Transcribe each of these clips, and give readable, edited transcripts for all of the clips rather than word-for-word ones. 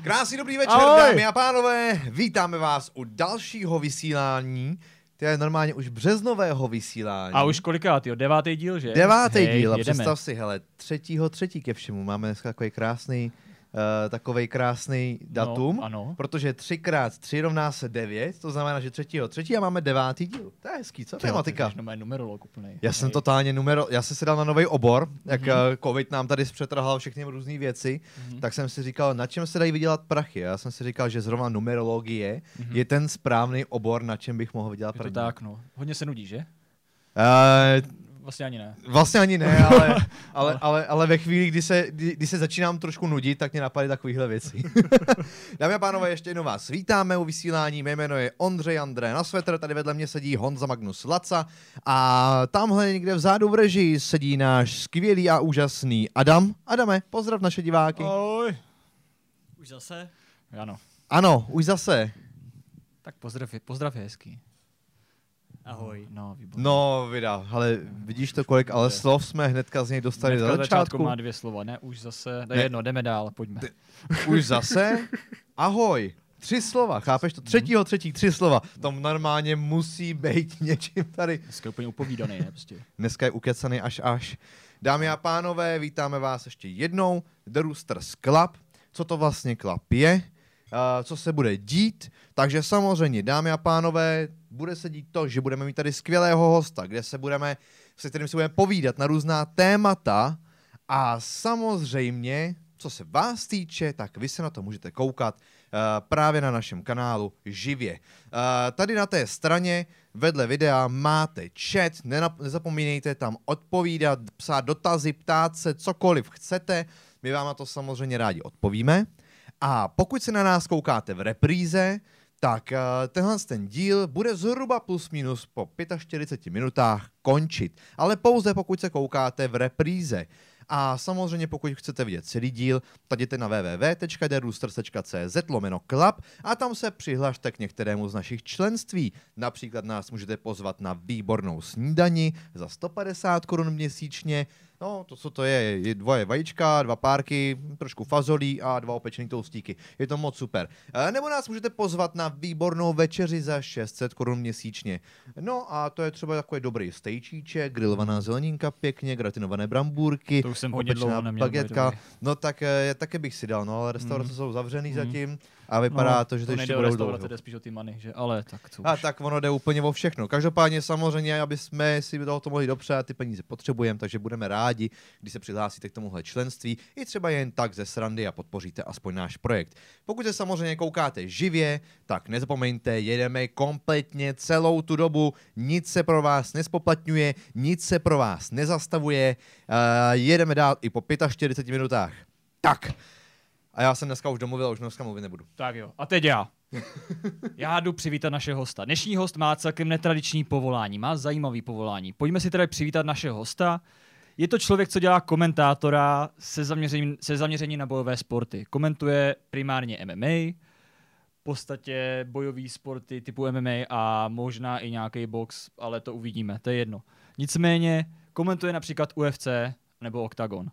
Krásný dobrý večer, Ahoj. dámy a pánové, vítáme vás u dalšího vysílání, to je normálně už březnového vysílání. A už kolikátýho? 9. díl, že? 9. díl a jedeme. představ si, hele, 3.3. ke všemu, máme dneska takovej krásný datum, No, ano. protože 3x3 rovná se 9, to znamená, že 3.3. a máme 9. díl. To je hezký, co? Tematika. To je numerolog úplnej. Já jsem totálně já jsem si dal na nový obor, jak covid nám tady zpřetrhal všechny různé věci, tak jsem si říkal, na čem se dají vydělat prachy. Já jsem si říkal, že zrovna numerologie je ten správný obor, na čem bych mohl vydělat Je prachy. to tak, no. Hodně se nudí, že? Vlastně ani ne. Vlastně ani ne, ale ve chvíli, kdy se začínám trošku nudit, tak mě napadají takovéhle věci. Dámy a pánové, ještě jednou vás vítáme u vysílání. Mé jméno je Ondřej André na Svetr, tady vedle mě sedí Honza Magnus Laca a tamhle někde vzadu v režii sedí náš skvělý a úžasný Adam. Adame, pozdrav naše diváky. Ahoj. Už zase? Ano. Ano, už zase. Tak pozdrav je hezký. Ahoj. No, výborně. No, vydá, ale vidíš to, kolik ale slov jsme hnedka z něj dostali Hnedka za začátku začátku. má 2 slova, ne? Už zase. To je Ne. jedno, jdeme dál, pojďme. Už zase? Ahoj. 3 slova, chápeš to? 3. 3 slova. To normálně musí být něčím tady. Dneska je úplně upovídaný, ne? Prostě. Dneska je ukecaný až. Dámy a pánové, vítáme vás ještě jednou. The Roosters Club. Co to vlastně Club je? Co se bude dít? Takže samozřejmě, dámy a pánové, bude se dít to, že budeme mít tady skvělého hosta, se kterým si budeme povídat na různá témata a samozřejmě, co se vás týče, tak vy se na to můžete koukat právě na našem kanálu živě. Tady na té straně vedle videa máte chat, nezapomínejte tam odpovídat, psát dotazy, ptát se, cokoliv chcete, my vám na to samozřejmě rádi odpovíme. A pokud se na nás koukáte v repríze, tak tenhle ten díl bude zhruba plus minus po 45 minutách končit. Ale pouze pokud se koukáte v repríze. A samozřejmě pokud chcete vidět celý díl, tak jděte na www.theroosters.cz/club a tam se přihlašte k některému z našich členství. Například nás můžete pozvat na výbornou snídani za 150 Kč měsíčně. No, to co to je 2 vajíčka, 2 párky, trošku fazolí a 2 opečený toustíky. Je to moc super. Nebo nás můžete pozvat na výbornou večeři za 600 Kč měsíčně. No a to je třeba takový dobrý stejčíček, grilovaná zeleninka pěkně, gratinované brambůrky, To už jsem hodně dlouho neměl. bagetka. No tak taky bych si dal, no ale restaurace jsou zavřený zatím a vypadá to, že to ještě nejde o budou restaurace, dlouho. jde spíš o ty many, že? Ale tak co A už. tak ono jde úplně o všechno. Každopádně samozřejmě, aby jsme si to mohli dopřát, ty peníze potřebujeme, takže budeme rádi, když se přihlásíte k tomuhle členství, i třeba jen tak ze srandy a podpoříte aspoň náš projekt. Pokud se samozřejmě koukáte živě, tak nezapomeňte, jedeme kompletně celou tu dobu, nic se pro vás nespoplatňuje, nic se pro vás nezastavuje, jedeme dál i po 45 minutách. Tak. A já jsem dneska už domluvil, už dneska mluvit nebudu. Tak jo, a teď já. Já jdu přivítat našeho hosta. Dnešní host má celkem netradiční povolání, má zajímavý povolání. Pojďme si tedy přivítat našeho hosta. Je to člověk, co dělá komentátora se zaměřením na bojové sporty. Komentuje primárně MMA, v podstatě bojové sporty typu MMA a možná i nějaký box, ale to uvidíme, to je jedno. Nicméně komentuje například UFC nebo Octagon.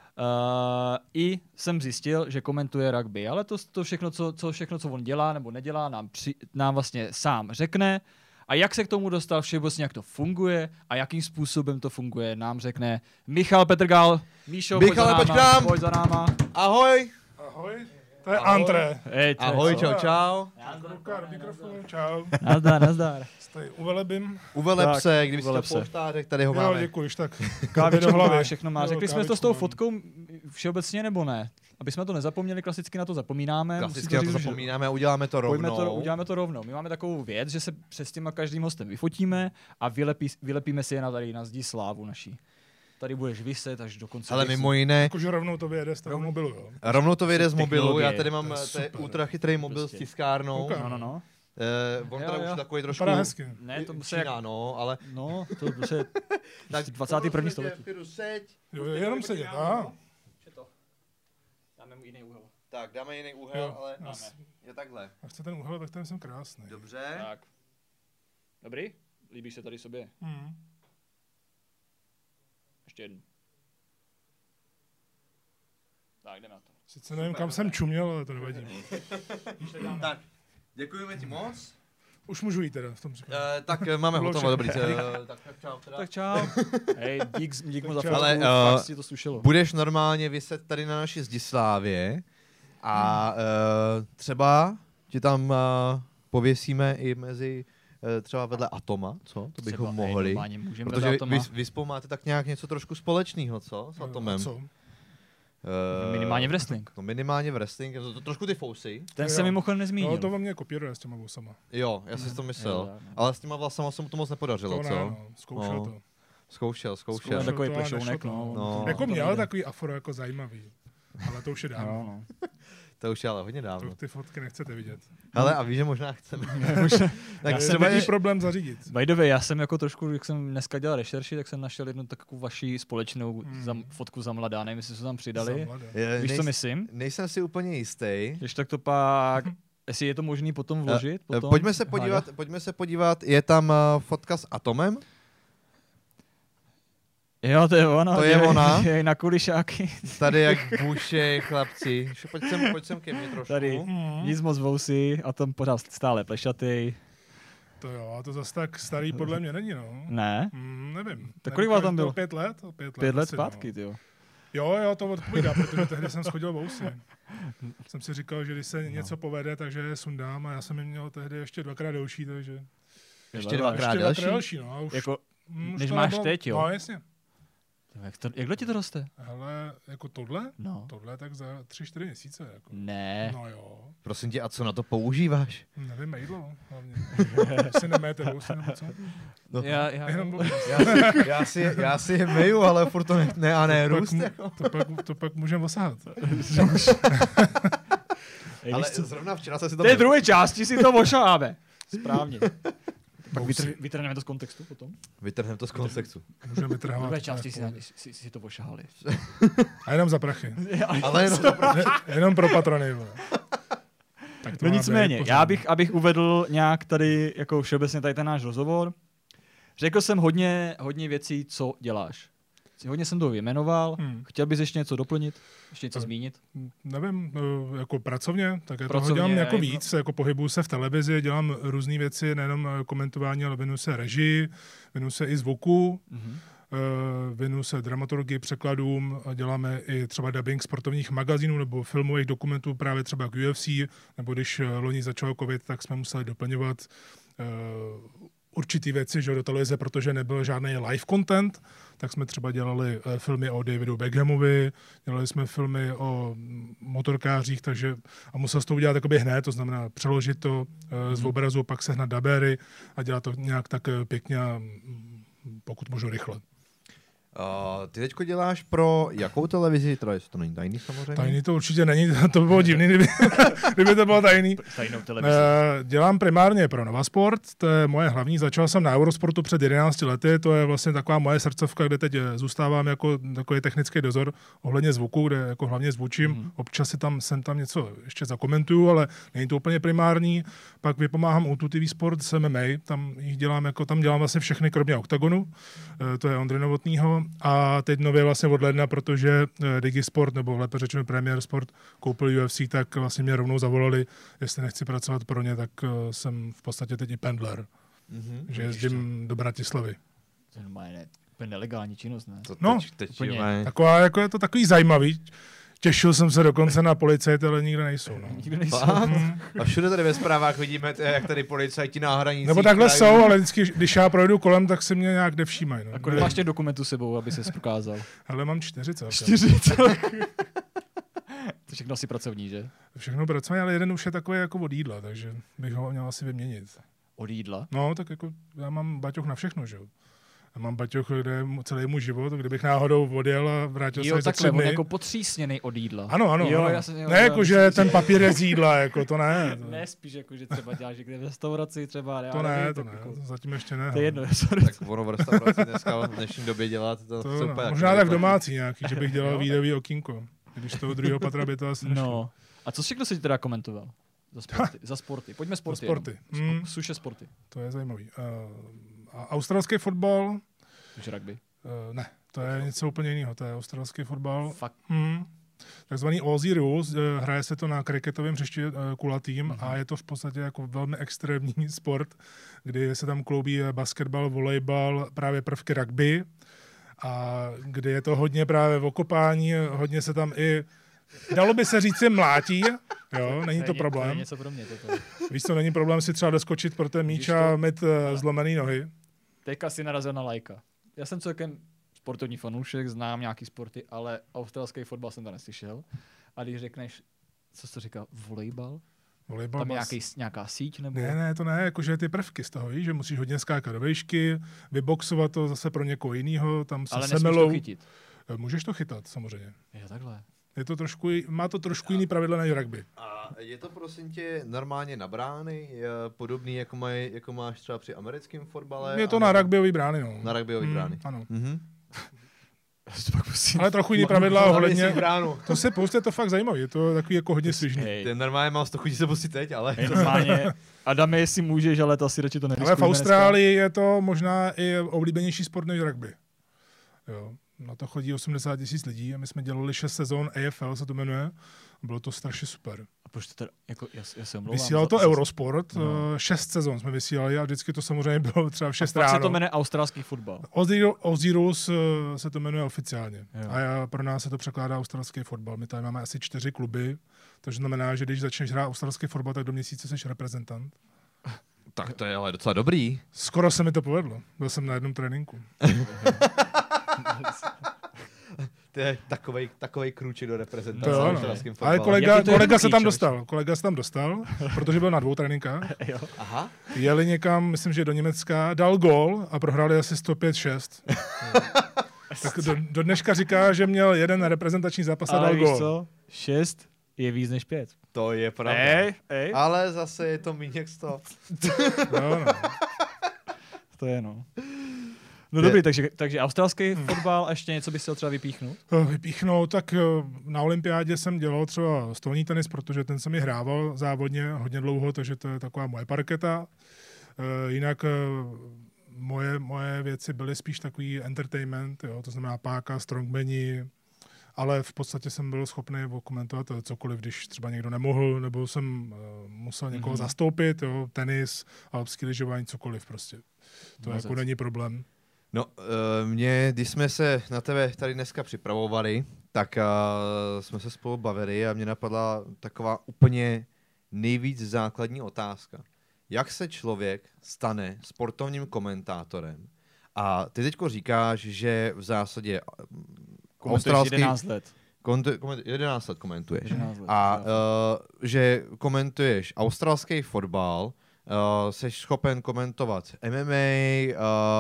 I jsem zjistil, že komentuje rugby, ale to všechno, co on dělá nebo nedělá, nám vlastně sám řekne. A jak se k tomu dostal všeobecně, jak to funguje a jakým způsobem to funguje, nám řekne Michal Petrgal. Míšo, pojď za náma. Ahoj. Ahoj, to je André. Ahoj, čau. Ruka do mikrofonu, čau. Nazdar. Jste u Velebym. U Velepse, Tak, kdyby u si Velepse. to poštářek, tady ho Jo, máme. děkuji, tak. Kávičku do hlavy. má, všechno má. Jo, Řekli jsme to s tou kávičku mám. fotkou všeobecně nebo ne? Aby jsme to nezapomněli, klasicky na to zapomínáme. Klasicky na to zapomínáme a uděláme to rovnou. Uděláme to rovnou. My máme takovou věc, že se přes těma každým hostem vyfotíme a vylepíme si je tady na zdi slávu naší. Tady budeš viset až do konce. Ale věci. mimo jiné, Jakože rovnou to vyjede z toho mobilu, jo. rovnou to vyjede z mobilu. Technologie, Já tady mám to je to je super. ultra chytrý mobil Prostě. s tiskárnou. Koukám. No. On Jo, teda jo. už takový trošku Vypadá hezky. Ne, to musí jak... Čína, no, ale... No, to je Tak 21. století. Firu, seď. Jo, jenom sedět, aha. Dáme mu jiný úhel. Tak, dáme jiný úhel, Jo, ale dáme. je takhle. A chce ten úhel, tak ten jsem krásný. Dobře. Tak. Dobrý? Líbíš se tady sobě? Hmm. Ještě jednu. Tak, jdeme na to. Sice nevím, kam jsem čuměl, ale to nevadí. Tak, děkujeme ti moc. Už můžu jít teda v tom případě. Tak máme Bylo hotovo, všechno. dobrý. Tak čau teda. Tak čau. Hej, dík moc za čau. fotku, Ale, fakt si to slušelo. Budeš normálně vyset tady na naší Zdislávě a třeba ti tam pověsíme i mezi třeba vedle Atoma, co? To bychom mohli. Můžeme Protože Atoma. vy spolu máte tak nějak něco trošku společného, co? S Atomem. Co? Minimálně v wrestling. No minimálně v wrestling, to trošku ty fousy. Ten Jo. se mimochodem nezmínil. No to o mě kopíruje s těma vousama. Jo, já si to myslel. Jo, no. Ale s těma vlasama se mu to moc nepodařilo, To co? ne, no, zkoušel No. to. Zkoušel. Zkoušel takový to, ale plešounek, nešlo to. no. No. Jako to měl nejde. takový afro jako zajímavý. Ale to už je dávno. Jo, no. To už je ale hodně To dávno. ty fotky nechcete vidět. Hele, a víš, že možná chceme. Tak Já To jsem není problém zařídit. By the way, já jsem jako trošku, jak jsem dneska dělal rešerši, tak jsem našel jednu takovou vaši společnou fotku za mladá, nevím, jestli se tam přidali. Víš, co myslím? Nejsem si úplně jistý. Když tak to pak, jestli je to možný potom vložit? Potom? Pojďme se podívat, je tam fotka s Atomem. Jo, to je ona. To je ona. Je na kulišáky. Tady jak bušej, chlapci. Pojď sem ke mně trošku. Tady. Nic moc vousy a tam pořád stále plešatý. To jo, a to zase tak starý podle mě není, no. Ne? Nevím. Tak kolik vám tam bylo? 5 let? 5 let asi, zpátky, no. tyjo. Jo, to odpovídá, protože tehdy jsem schodil vousy. Jsem si říkal, že když se něco povede, takže je sundám a já jsem je měl tehdy ještě 2x delší, takže... Ještě dvakrát Ještě delší? 2x delší, no. A už, Jako, už než to máš nebylo- teď, jo? No, jasně. Jak dlouho ti to roste? Hele, jako tohle? No. Tohle tak za 3-4 měsíce, jako. Ne. No jo. Prosím tě, a co na to používáš? Nevím, mejdlo, hlavně. Si neméte vousy, nebo co? No. Já, Jenom Já si je myju, ale furt to ne růst. Jako. to pak můžeme osahat. Ale zrovna včera jsem si to... V té druhé části si to ošáme. Správně. Pak vytrhneme to z kontextu potom. Vytrhneme to z kontextu. Můžeme V vytrhávat. druhé části si to ošahali. A jenom za prachy. Ale jenom Jenom pro patrony. Vole. Tak to No má nicméně, být já pořádně. abych uvedl nějak tady, jako všeobecně tady ten náš rozhovor, řekl jsem hodně věcí, co děláš. Hodně jsem to vyjmenoval. Chtěl bys ještě něco doplnit? Ještě něco zmínit? Nevím, jako pracovně, tak já toho Pracovně, dělám jako jako- víc, jako pohybuju se v televizi, dělám různé věci, nejenom komentování, ale věnuju se režii, věnuju se i zvuku, věnuju se dramaturgii, překladům, a děláme i třeba dubbing sportovních magazínů nebo filmových dokumentů právě třeba k UFC, nebo když loni začal covid, tak jsme museli doplňovat určitý věci, že do televize, protože nebyl žádný live content, tak jsme třeba dělali filmy o Davidu Beckhamovi, dělali jsme filmy o motorkářích, takže a musel se to udělat jakoby hned, to znamená přeložit to z obrazu, pak sehnat dabéry a dělat to nějak tak pěkně a pokud možno rychle. Ty teďko děláš pro jakou televizi? To není tajný samozřejmě? Tajný to určitě není, to by bylo divný, kdyby to bylo tajný. Tajnou televizi. Dělám primárně pro Novasport, to je moje hlavní, začal jsem na Eurosportu před 11 lety, to je vlastně taková moje srdcovka, kde teď zůstávám jako takový technický dozor ohledně zvuku, kde jako hlavně zvučím, občas sem tam něco ještě zakomentuju, ale není to úplně primární, pak vypomáhám u TV Sport s MMA, tam dělám vlastně všechny, kromě OKTAGONu, to je Ondry Novotnýho, a teď nově vlastně od ledna, protože Digisport, nebo lépe řečeno Premier Sport, koupil UFC, tak vlastně mě rovnou zavolali, jestli nechci pracovat pro ně, tak jsem v podstatě teď i pendler, že jezdím do Bratislavy. To je normálně nelegální činnost, ne? No, teď úplně. Taková, jako je to takový zajímavý. Těšil jsem se dokonce na policajty, ale nikde nejsou. No. Nikdo nejsou. A všude tady ve zprávách vidíme, jak tady policajti na hranicích. Nebo takhle krajů. jsou, ale vždycky, když já projdu kolem, tak se mě nějak nevšímají. No. A kolik máš těch dokumentů sebou, aby ses prokázal? Ale mám 4 celkem. 4 celkem. To všechno asi pracovní, že? Všechno pracovně, ale jeden už je takový jako od jídla, takže bych ho měl asi vyměnit. Od jídla? No, tak jako já mám baťoch na všechno, že jo. Já mám baťoch, kde je celý můj život, kdybych náhodou odjel a vrátil se Jo, za 3 takhle, on dny. jako potřísněný od jídla. Ano. Jo, ano. já jsem- jo, ne já jako, myslím, že ten papír je z jídla, jako to ne. Ne, spíš jako, že třeba děláš někde v restauraci, třeba. To ne, nevím, to tak ne, jako- to zatím ještě ne. To je jedno, sorry. Tak ono v restauraci dneska v dnešní době dělat to To super. ne. Možná tak v domácí nějaký, že bych dělal výdejový okýnko. Když z toho druhého patra by to asi nešlo. No. A co všechno jsi teda komentoval? Za sporty. Pojďme sporty. sporty. Jenom. Suše sporty. To je zajímavý. A australský fotbal? Už rugby. Ne, to je něco úplně jiného. To je australský fotbal. Fakt. Hmm. takzvaný Aussie Rules, hraje se to na kriketovém hřišti kulatým a je to v podstatě jako velmi extrémní sport, kdy se tam kloubí basketbal, volejbal, právě prvky rugby a kdy je to hodně právě v okopání, hodně se tam i, dalo by se říct, mlátí, jo, není to problém. To je něco pro mě toto. Víš, to není problém si třeba doskočit pro ten míč a mít zlomený nohy. Teďka si narazil na lajka. Já jsem celkem sportovní fanoušek, znám nějaký sporty, ale australský fotbal jsem to neslyšel. A když řekneš, co jsi to říkal, volejbal? Volejbal Tam je nějaká síť? Nebo... Ne, to ne, jakože ty prvky z toho, víš, že musíš hodně skákat do výšky, vyboxovat to zase pro někoho jiného, tam se ale semelou. to chytit. Můžeš to chytat, samozřejmě. Je takhle. Je to trošku, má to trošku jiný pravidla než rugby. A je to prosím tě normálně na brány, podobný jako máš třeba při americkém fotbale? Je to na rugbyový brány, no. Na rugbyový brány. Ano. Mhm. Ale trochu jiný pravidla ohledně. Bránu. To se pouště, je to fakt zajímavé, je to takový jako hodně svižný. Ten normálně mám 100 chutí se pustit teď, ale... Normálně, Adame, jestli můžeš, ale to asi radši to neriskujeme. Ale v Austrálii je to možná i oblíbenější sport než rugby. Jo. Na to chodí 80 000 lidí a my jsme dělali 6 sezon, AFL se to jmenuje. Bylo to strašně super. A proč to teda, jako, já se omlouvám. Vysílal to Eurosport, 6 sezon jsme vysílali a vždycky to samozřejmě bylo třeba v 6 ráno. se to jmenuje australský fotbal. Aussie Rules se to jmenuje oficiálně. Jo. A pro nás se to překládá australský fotbal. My tady máme asi 4 kluby, to znamená, že když začneš hrát australský fotbal, tak do měsíce jsi reprezentant. Tak to je ale docela dobrý. Skoro se mi to povedlo. Byl jsem na jednom tréninku. To je takovej krůček do To reprezentace. jo, v no. australském Ale fotbale. kolega se tam dostal. Kolega se tam dostal, protože byl na 2 tréninkách. Aha. Jeli někam, myslím, že do Německa, dal gól a prohráli asi 105-6. Tak do dneška říká, že měl jeden reprezentační zápas a Ale dal víš gól. co? 6 je víc než 5. To je pravda. Ej. Ale zase je to méně jak 100. No. To je no. No dobrý, takže australský fotbal a ještě něco by si třeba vypíchnout? Vypíchnout, tak na olympiádě jsem dělal třeba stolní tenis, protože ten se mi hrával závodně hodně dlouho, takže to je taková moje parketa. Jinak moje věci byly spíš takový entertainment, jo, to znamená páka, strongmani, ale v podstatě jsem byl schopný komentovat cokoliv, když třeba někdo nemohl, nebo jsem musel někoho zastoupit, jo, tenis, alpský lyžování, cokoliv prostě. To jako není problém. No, když jsme se na tebe tady dneska připravovali, tak jsme se spolu bavili a mě napadla taková úplně nejvíc základní otázka. Jak se člověk stane sportovním komentátorem? A ty teďko říkáš, že v zásadě australský... 11 let. 11 let komentuješ. 11 let, A že komentuješ australský fotbal, jsi schopen komentovat MMA,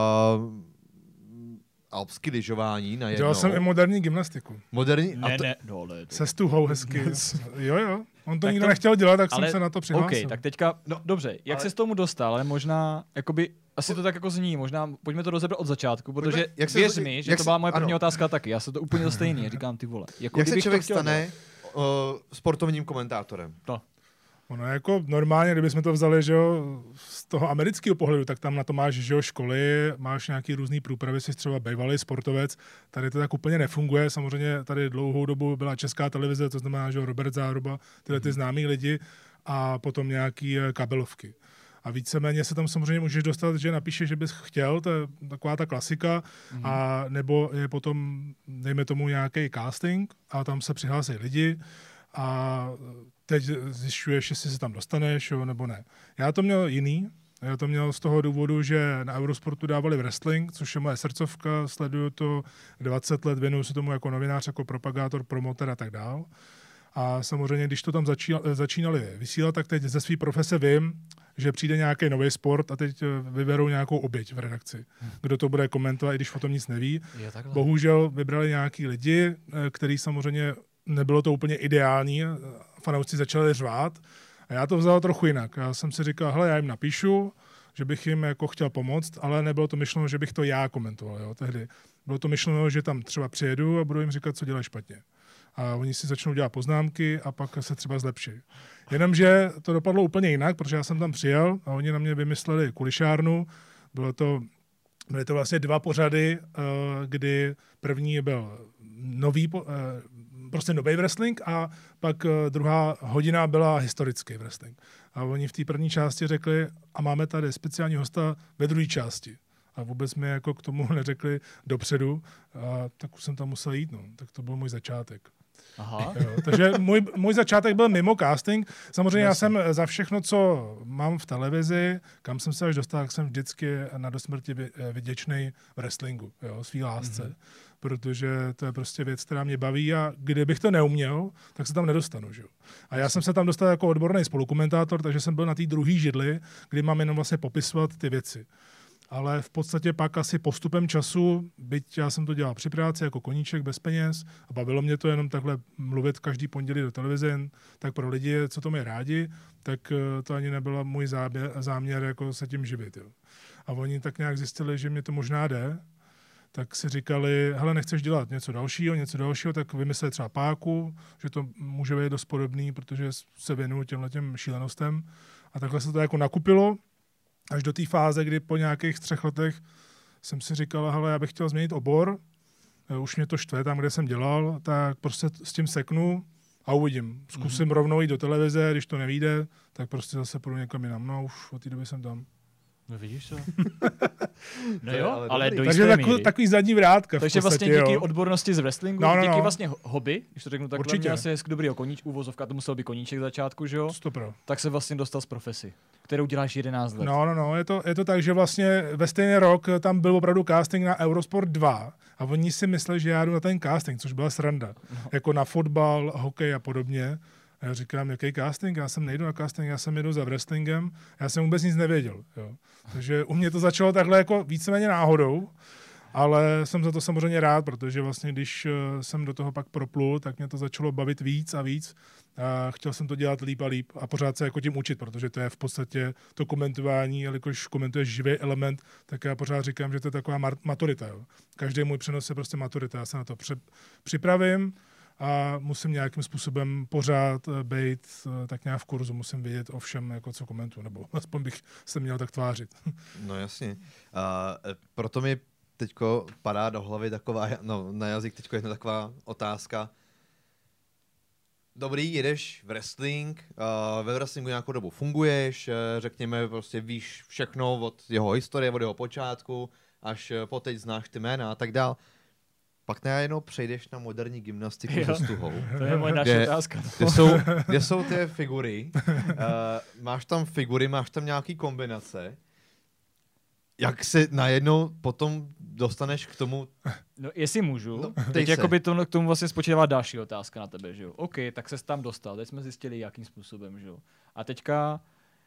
alpský lyžování na jednou. Dělal jsem i moderní gymnastiku. Moderní? Dole. Se stuhou hezky. Jo. On to tak nikdo nechtěl dělat, tak jsem se na to přihlásil. OK, tak teďka, dobře, jak se s tomu dostal, ale možná, jakoby, asi to tak jako zní, možná pojďme to rozebrat od začátku, protože věř mi, že to byla moje první otázka taky, já se to úplně stejný, říkám ty vole. Jako jak se člověk stane sportovním komentátorem? To. Ono jako normálně, kdybychom to vzali, že jo, z toho amerického pohledu, tak tam na to máš, že jo, školy, máš nějaký různý průpravy, jsi třeba bývalý sportovec, tady to tak úplně nefunguje, samozřejmě tady dlouhou dobu byla Česká televize, to znamená, že jo, Robert Záruba, tyhle ty známí lidi a potom nějaký kabelovky. A víceméně se tam samozřejmě můžeš dostat, že napíšeš, že bys chtěl, to je taková ta klasika, a nebo je potom, dejme tomu, nějaký casting a tam se přihlásí lidi a teď zjišťuješ, jestli se tam dostaneš, jo, nebo ne. Já to měl jiný. Já to měl z toho důvodu, že na Eurosportu dávali wrestling, což je moje srdcovka, sleduju to 20 let, věnuju se tomu jako novinář, jako propagátor, promotor a tak dál. A samozřejmě, když to tam začínali vysílat, tak teď ze své profese vím, že přijde nějaký nový sport a teď vyberou nějakou oběť v redakci. Kdo to bude komentovat, i když o tom nic neví. Bohužel vybrali nějaký lidi, který samozřejmě nebylo to úplně ideální, fanoušci začali řvát a já to vzal trochu jinak. Já jsem si říkal, hele, já jim napíšu, že bych jim jako chtěl pomoct, ale nebylo to myšleno, že bych to já komentoval, jo, tehdy. Bylo to myšleno, že tam třeba přijedu a budu jim říkat, co dělají špatně. A oni si začnou dělat poznámky a pak se třeba zlepší. Jenomže to dopadlo úplně jinak, protože já jsem tam přijel a oni na mě vymysleli kulišárnu. Byly to vlastně 2 pořady, kdy první byl nový prostě nový wrestling a pak druhá hodina byla historický wrestling. A oni v té první části řekli, a máme tady speciální hosta ve druhé části. A vůbec mi jako k tomu neřekli dopředu, a tak už jsem tam musel jít, no. Tak to byl můj začátek. Aha. Jo, takže můj začátek byl mimo casting. Samozřejmě já jsem za všechno, co mám v televizi, kam jsem se až dostal, tak jsem vždycky na dosmrti vděčný wrestlingu, jo, svý lásce. Protože to je prostě věc, která mě baví a kdybych to neuměl, tak se tam nedostanu. Že? A já jsem se tam dostal jako odborný spolukomentátor, takže jsem byl na té druhé židli, kdy mám jenom vlastně popisovat ty věci. Ale v podstatě pak asi postupem času, byť já jsem to dělal při práci jako koníček bez peněz a bavilo mě to jenom takhle mluvit každý pondělí do televize, tak pro lidi, co to mají rádi, tak to ani nebyl můj záměr jako se tím živit. Jo. A oni tak nějak zjistili, že mě to možná jde, tak si říkali, hele, nechceš dělat něco dalšího, tak vymysleli třeba páku, že to může být dost podobný, protože se věnuju těmhletěm šílenostem. A takhle se to jako nakupilo, až do té fáze, kdy po nějakých 3 letech jsem si říkal, hele, já bych chtěl změnit obor, už mě to štve tam, kde jsem dělal, tak prostě s tím seknu a uvidím. Zkusím rovnou jít do televize, když to nevyjde, tak prostě zase půjdu někam jinam. No už od té doby jsem tam. No vidíš to? No jo, ale do takže jisté míry. takový zadní vrátka. Takže vlastně díky odbornosti z wrestlingu, díky vlastně hobby, když to řeknu takhle, měl asi hezky dobrýho úvozovka, to musel být koníček začátku, že jo? Tak se vlastně dostal z profesi, kterou děláš 11 let. No, je to tak, že vlastně ve stejný rok tam byl opravdu casting na Eurosport 2 a oni si mysleli, že já jdu na ten casting, což byla sranda. Jako na fotbal, hokej a podobně. A já říkám, jaký casting? Já jsem nejdu na casting, já jsem jedu za wrestlingem. Já jsem vůbec nic nevěděl. Jo. Takže u mě to začalo takhle jako víceméně náhodou, ale jsem za to samozřejmě rád, protože vlastně když jsem do toho pak proplul, tak mě to začalo bavit víc a víc. A chtěl jsem to dělat líp a líp a pořád se jako tím učit, protože to je v podstatě to komentování, jelikož komentuješ živý element, tak já pořád říkám, že to je taková maturita. Jo. Každý můj přenos je prostě maturita. Já se na to připravím a musím nějakým způsobem pořád být tak nějak v kurzu, musím vědět o všem, jako co komentuju, nebo aspoň bych se měl tak tvářit. No jasně. Proto mi teďko padá do hlavy taková, no na jazyk teďko jedna taková otázka. Dobrý, jedeš wrestling, ve wrestlingu nějakou dobu funguješ, řekněme, prostě víš všechno od jeho historie, od jeho počátku, až po teď znáš ty jména a tak dál. Pak najednou přejdeš na moderní gymnastiku se stuhou. To je moje další otázka. Kde jsou ty figury? Máš tam figury, máš tam nějaký kombinace. Jak se najednou potom dostaneš k tomu? No, jestli můžu, no, teď jakoby k tomu vlastně spočívá další otázka na tebe, že jo? OK, tak ses tam dostal, teď jsme zjistili, jakým způsobem, že jo? A teďka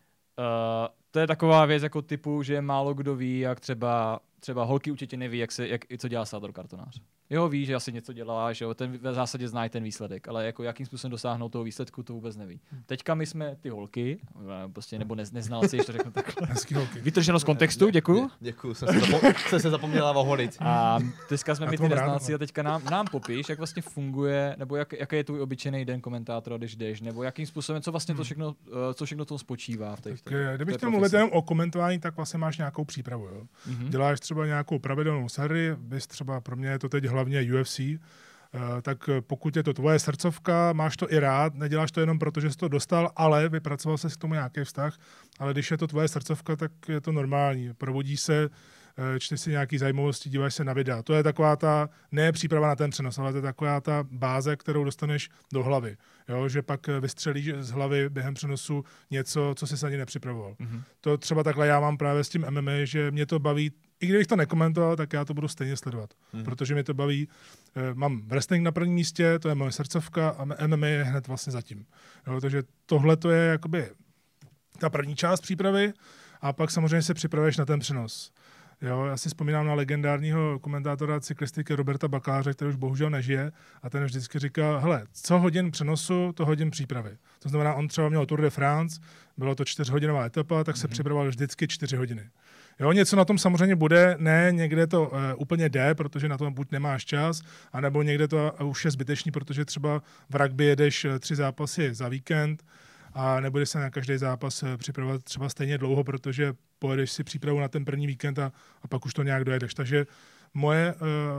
to je taková věc jako typu, že málo kdo ví, jak třeba holky určitě neví, co dělá Sátor Kartonář. Jo, ví, že asi něco dělá, že jo, ten v zásadě zná ten výsledek, ale jako jakým způsobem dosáhnout toho výsledku, to vůbec neví. Teďka my jsme ty holky, prostě nebo neznalci, ještě to řeknu takhle. Vytrženo z kontextu, děkuju. Děkuju, jsem se zapomněla oholit. A dneska jsme my ty neznalci a teďka nám popiš, jak vlastně funguje, nebo jaký je tvůj obyčejný den komentátora, když jdeš, nebo jakým způsobem, co vlastně co všechno to spočívá v té kdybych chtěl mluvit jenom o komentování, tak vlastně máš nějakou přípravu, jo. Děláš třeba nějakou pravidelnou sérii, bys třeba pro mě je to teď hlavně UFC, tak pokud je to tvoje srdcovka, máš to i rád, neděláš to jenom proto, že jsi to dostal, ale vypracoval jsi k tomu nějaký vztah, ale když je to tvoje srdcovka, tak je to normální. Provodíš se, čteš si nějaký zajímavosti, díváš se na videa. To je taková ta, ne příprava na ten přenos, ale to je taková ta báze, kterou dostaneš do hlavy. Jo, že pak vystřelíš z hlavy během přenosu něco, co jsi ani nepřipravoval. To třeba takhle já mám právě s tím MMA, že mě to baví. I kdybych to nekomentoval, tak já to budu stejně sledovat, protože mě to baví. Mám wrestling na prvním místě, to je moje srdcovka a MMA je hned vlastně zatím. Jo, takže tohle to je jakoby ta první část přípravy a pak samozřejmě se připravuješ na ten přenos. Jo, já si vzpomínám na legendárního komentátora cyklistiky Roberta Bakaláře, který už bohužel nežije a ten vždycky říkal, hele, co hodin přenosu, to hodin přípravy. To znamená, on třeba měl Tour de France, bylo to 4hodinová etapa, tak se připravoval vždycky 4 hodiny. Jo, něco na tom samozřejmě bude, ne, někde to úplně jde, protože na to buď nemáš čas, anebo někde to už je zbytečný, protože třeba v rugby jedeš 3 zápasy za víkend a nebudeš se na každý zápas připravovat třeba stejně dlouho, protože pojedeš si přípravu na ten první víkend a pak už to nějak dojedeš. Takže moje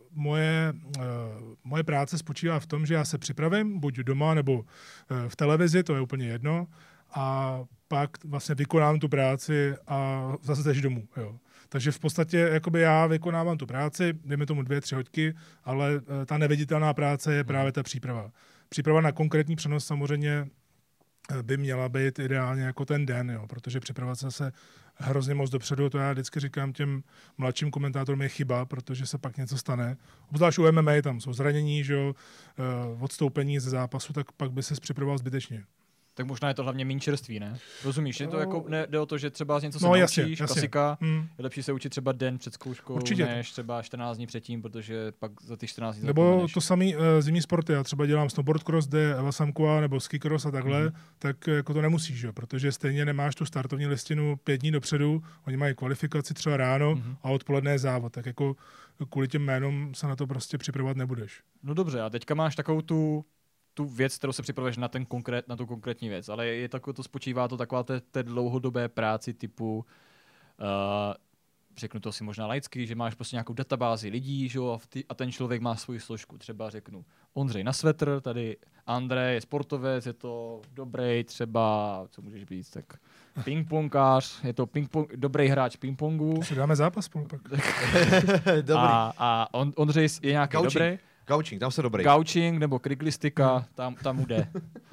moje práce spočívá v tom, že já se připravím, buď doma nebo v televizi, to je úplně jedno, a pak vlastně vykonám tu práci a zase jdeš domů. Jo. Takže v podstatě jakoby já vykonávám tu práci, dejme tomu 2-3 hodiny, ale ta neviditelná práce je právě ta příprava. Příprava na konkrétní přenos samozřejmě by měla být ideálně jako ten den, jo, protože připravovat se hrozně moc dopředu, to já vždycky říkám těm mladším komentátorům je chyba, protože se pak něco stane. Obzvlášť u MMA, tam jsou zranění, že jo, odstoupení ze zápasu, tak pak by se připravoval zbytečně. Tak možná je to hlavně méně čerství, ne? Rozumíš? Je to jako, jde o to, že třeba z něco se jasně, naučíš, jasně. klasika, je lepší se učit třeba den před zkouškou, Určitě. než třeba 14 dní předtím, protože pak za ty 14 dní Nebo zapomeneš. to samý zimní sporty, já třeba dělám snowboard cross, kde Eva Samková nebo ski cross a takhle, tak jako to nemusíš, že? Protože stejně nemáš tu startovní listinu 5 dní dopředu, oni mají kvalifikaci třeba ráno a odpoledne je závod, tak jako kvůli těm jménům se na to prostě připravovat nebudeš. No dobře, a teďka máš takovou tu věc, kterou se připravuješ na tu konkrétní věc, ale je to spočívá to taková té dlouhodobé práci typu řeknu to si možná laicky, že máš prostě nějakou databázi lidí, že jo, a ten člověk má svoji složku. Třeba řeknu Ondřej na svetr, tady Andrej je sportovec, je to dobrý třeba, co můžeš být, tak pingpongář, je to dobrý hráč pingpongu. Si dáme zápas spolu pak. Dobrý. A Ondřej je nějaký dobrý. Gaučing, tam se dobrý. Gaučing nebo kriklistika, tam jde.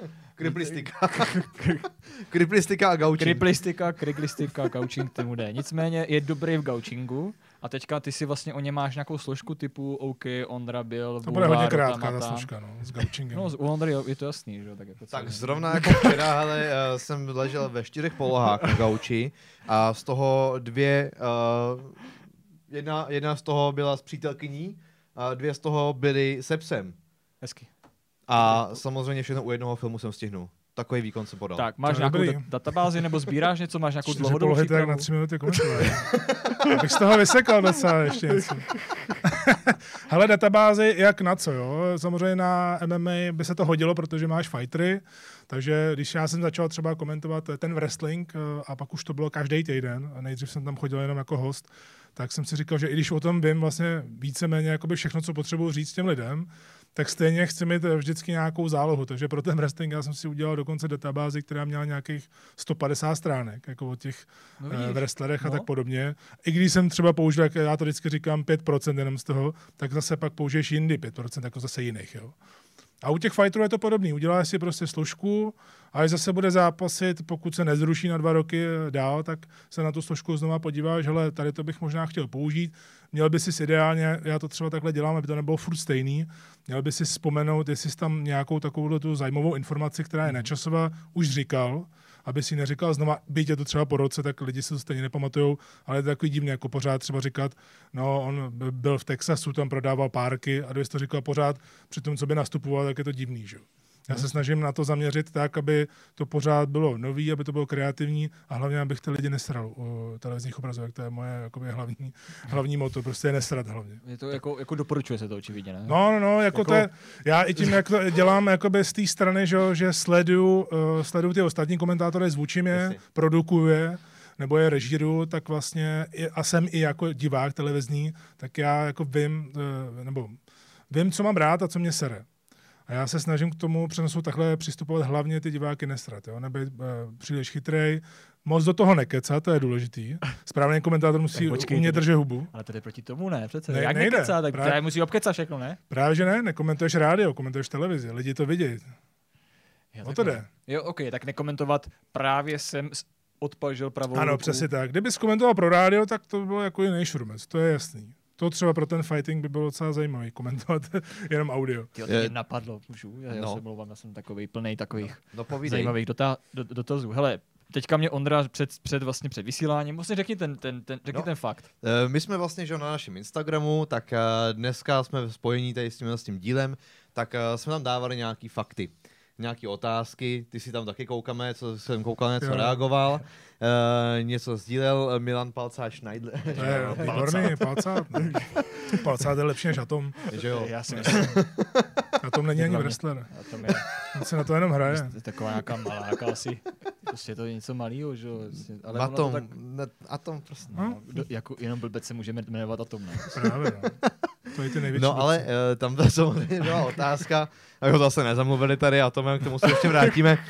Kriplistika a gaučing. Kriklistika, gaučing, tomu jde. Nicméně je dobrý v gaučingu a teďka ty si vlastně o ně máš nějakou složku typu OK, Ondra byl v To bude hodně bulváru, krátká tam ta a tam. složka, no, s gaučingem. No, u Ondry je to jasný, že jo? Tak, jako Tak zrovna jako včera, hele, jsem ležel ve 4 polohách na gauči a z toho jedna z toho byla s přítelkyní a 2 z toho byly se psem. hezky. A samozřejmě všechno u jednoho filmu jsem stihnul. Takový výkon jsem podal. Tak, máš To je nějakou dobrý. databázi nebo sbíráš něco, máš nějakou 4 dlouhodobou polohy, tak přípravu? na 3 minuty komentovali. Abych z toho vysekal docela ještě něco. Hele, databázy jak na co, jo? Samozřejmě na MMA by se to hodilo, protože máš fightery, takže když já jsem začal třeba komentovat ten wrestling a pak už to bylo každý týden, a nejdřív jsem tam chodil jenom jako host, tak jsem si říkal, že i když o tom vím vlastně víceméně jakoby všechno, co potřebuji říct těm lidem, tak stejně chci mít vždycky nějakou zálohu. Takže pro ten wrestling já jsem si udělal dokonce databázi, která měla nějakých 150 stránek, jako o těch wrestlerech a tak podobně. I když jsem třeba použil, jak já to vždycky říkám, 5% jenom z toho, tak zase pak použiješ jindy 5%, jako zase jiných. Jo. A u těch fighterů je to podobný. Uděláš si prostě složku a až zase bude zápasit, pokud se nezruší na 2 roky dál, tak se na tu složku znova podíváš, hele, tady to bych možná chtěl použít. Měl by si ideálně, já to třeba takhle dělám, aby to nebylo furt stejný, měl by si vzpomenout, jestli jsi tam nějakou takovou tu zajímavou informaci, která je nečasová, už říkal, aby si neříkal znova, byť je to třeba po roce, tak lidi si to stejně nepamatujou, ale je to takový divný, jako pořád třeba říkat, no on byl v Texasu, tam prodával párky a když to říkal pořád při tom, co by nastupoval, tak je to divný, že? Já se snažím na to zaměřit tak, aby to pořád bylo nový, aby to bylo kreativní a hlavně, abych ty lidi nesral u televizních obrazovek. To je moje jakoby, hlavní motto, prostě je nesrat hlavně. Je to jako doporučuje se to očividně, ne? No, jako to je, já i tím, jak to dělám jakoby z té strany, že sleduju ty ostatní komentátory, zvučím je, produkuju je, nebo je režíru, tak vlastně a jsem i jako divák televizní, tak já jako vím, co mám rád a co mě sere. A já se snažím k tomu přenosu takhle přistupovat hlavně ty diváky nesrat, jo? Nebejt příliš chytrej, moc do toho nekecat, to je důležitý. Správný komentátor musí umět držet hubu. Ale tady proti tomu ne, přece. Ne, Jak nejde. nekecá, tak Právě- musí obkecat všechno, ne? Právě že ne, nekomentuješ rádio, komentuješ televizi, lidi to vidějí. O to jde. Jo, OK, tak nekomentovat právě jsem odpažil pravou Ano, ruku. přesně tak. Kdybys komentoval pro rádio, tak to by bylo jako jiný šurmec, to je jasný. To třeba pro ten fighting by bylo docela zajímavý, komentovat jenom audio. Tyjo, to mě napadlo, můžu? Já No. se mluvám, já jsem takový plnej takových No povídej. zajímavých dotazů. Hele, teďka mě Ondra před vysíláním, vlastně řekni ten fakt. My jsme vlastně, že na našem Instagramu, tak dneska jsme v spojení tady s tím dílem, tak jsme tam dávali nějaký fakty. Nějaké otázky, ty si tam taky koukáme, co jsem koukal, něco reagoval, něco sdílel Milan Palcáč Schneidler. To je výborný, palcát. Palcát je lepší než Atom. Že jo? Já si myslím, Atom není ani wrestler. a to je On se na to jenom hraje. taková nějaká maláka asi. Prostě je to něco malýho, že jo? Ale ono Atom, to tak, Atom prostě. No, jako jenom blbec se můžeme jmenovat Atom, ne? právě, no. to je ty největší. No ale tam byla samozřejmě byla otázka, aby ho zase nezamluvili tady a k tomu se ještě vrátíme.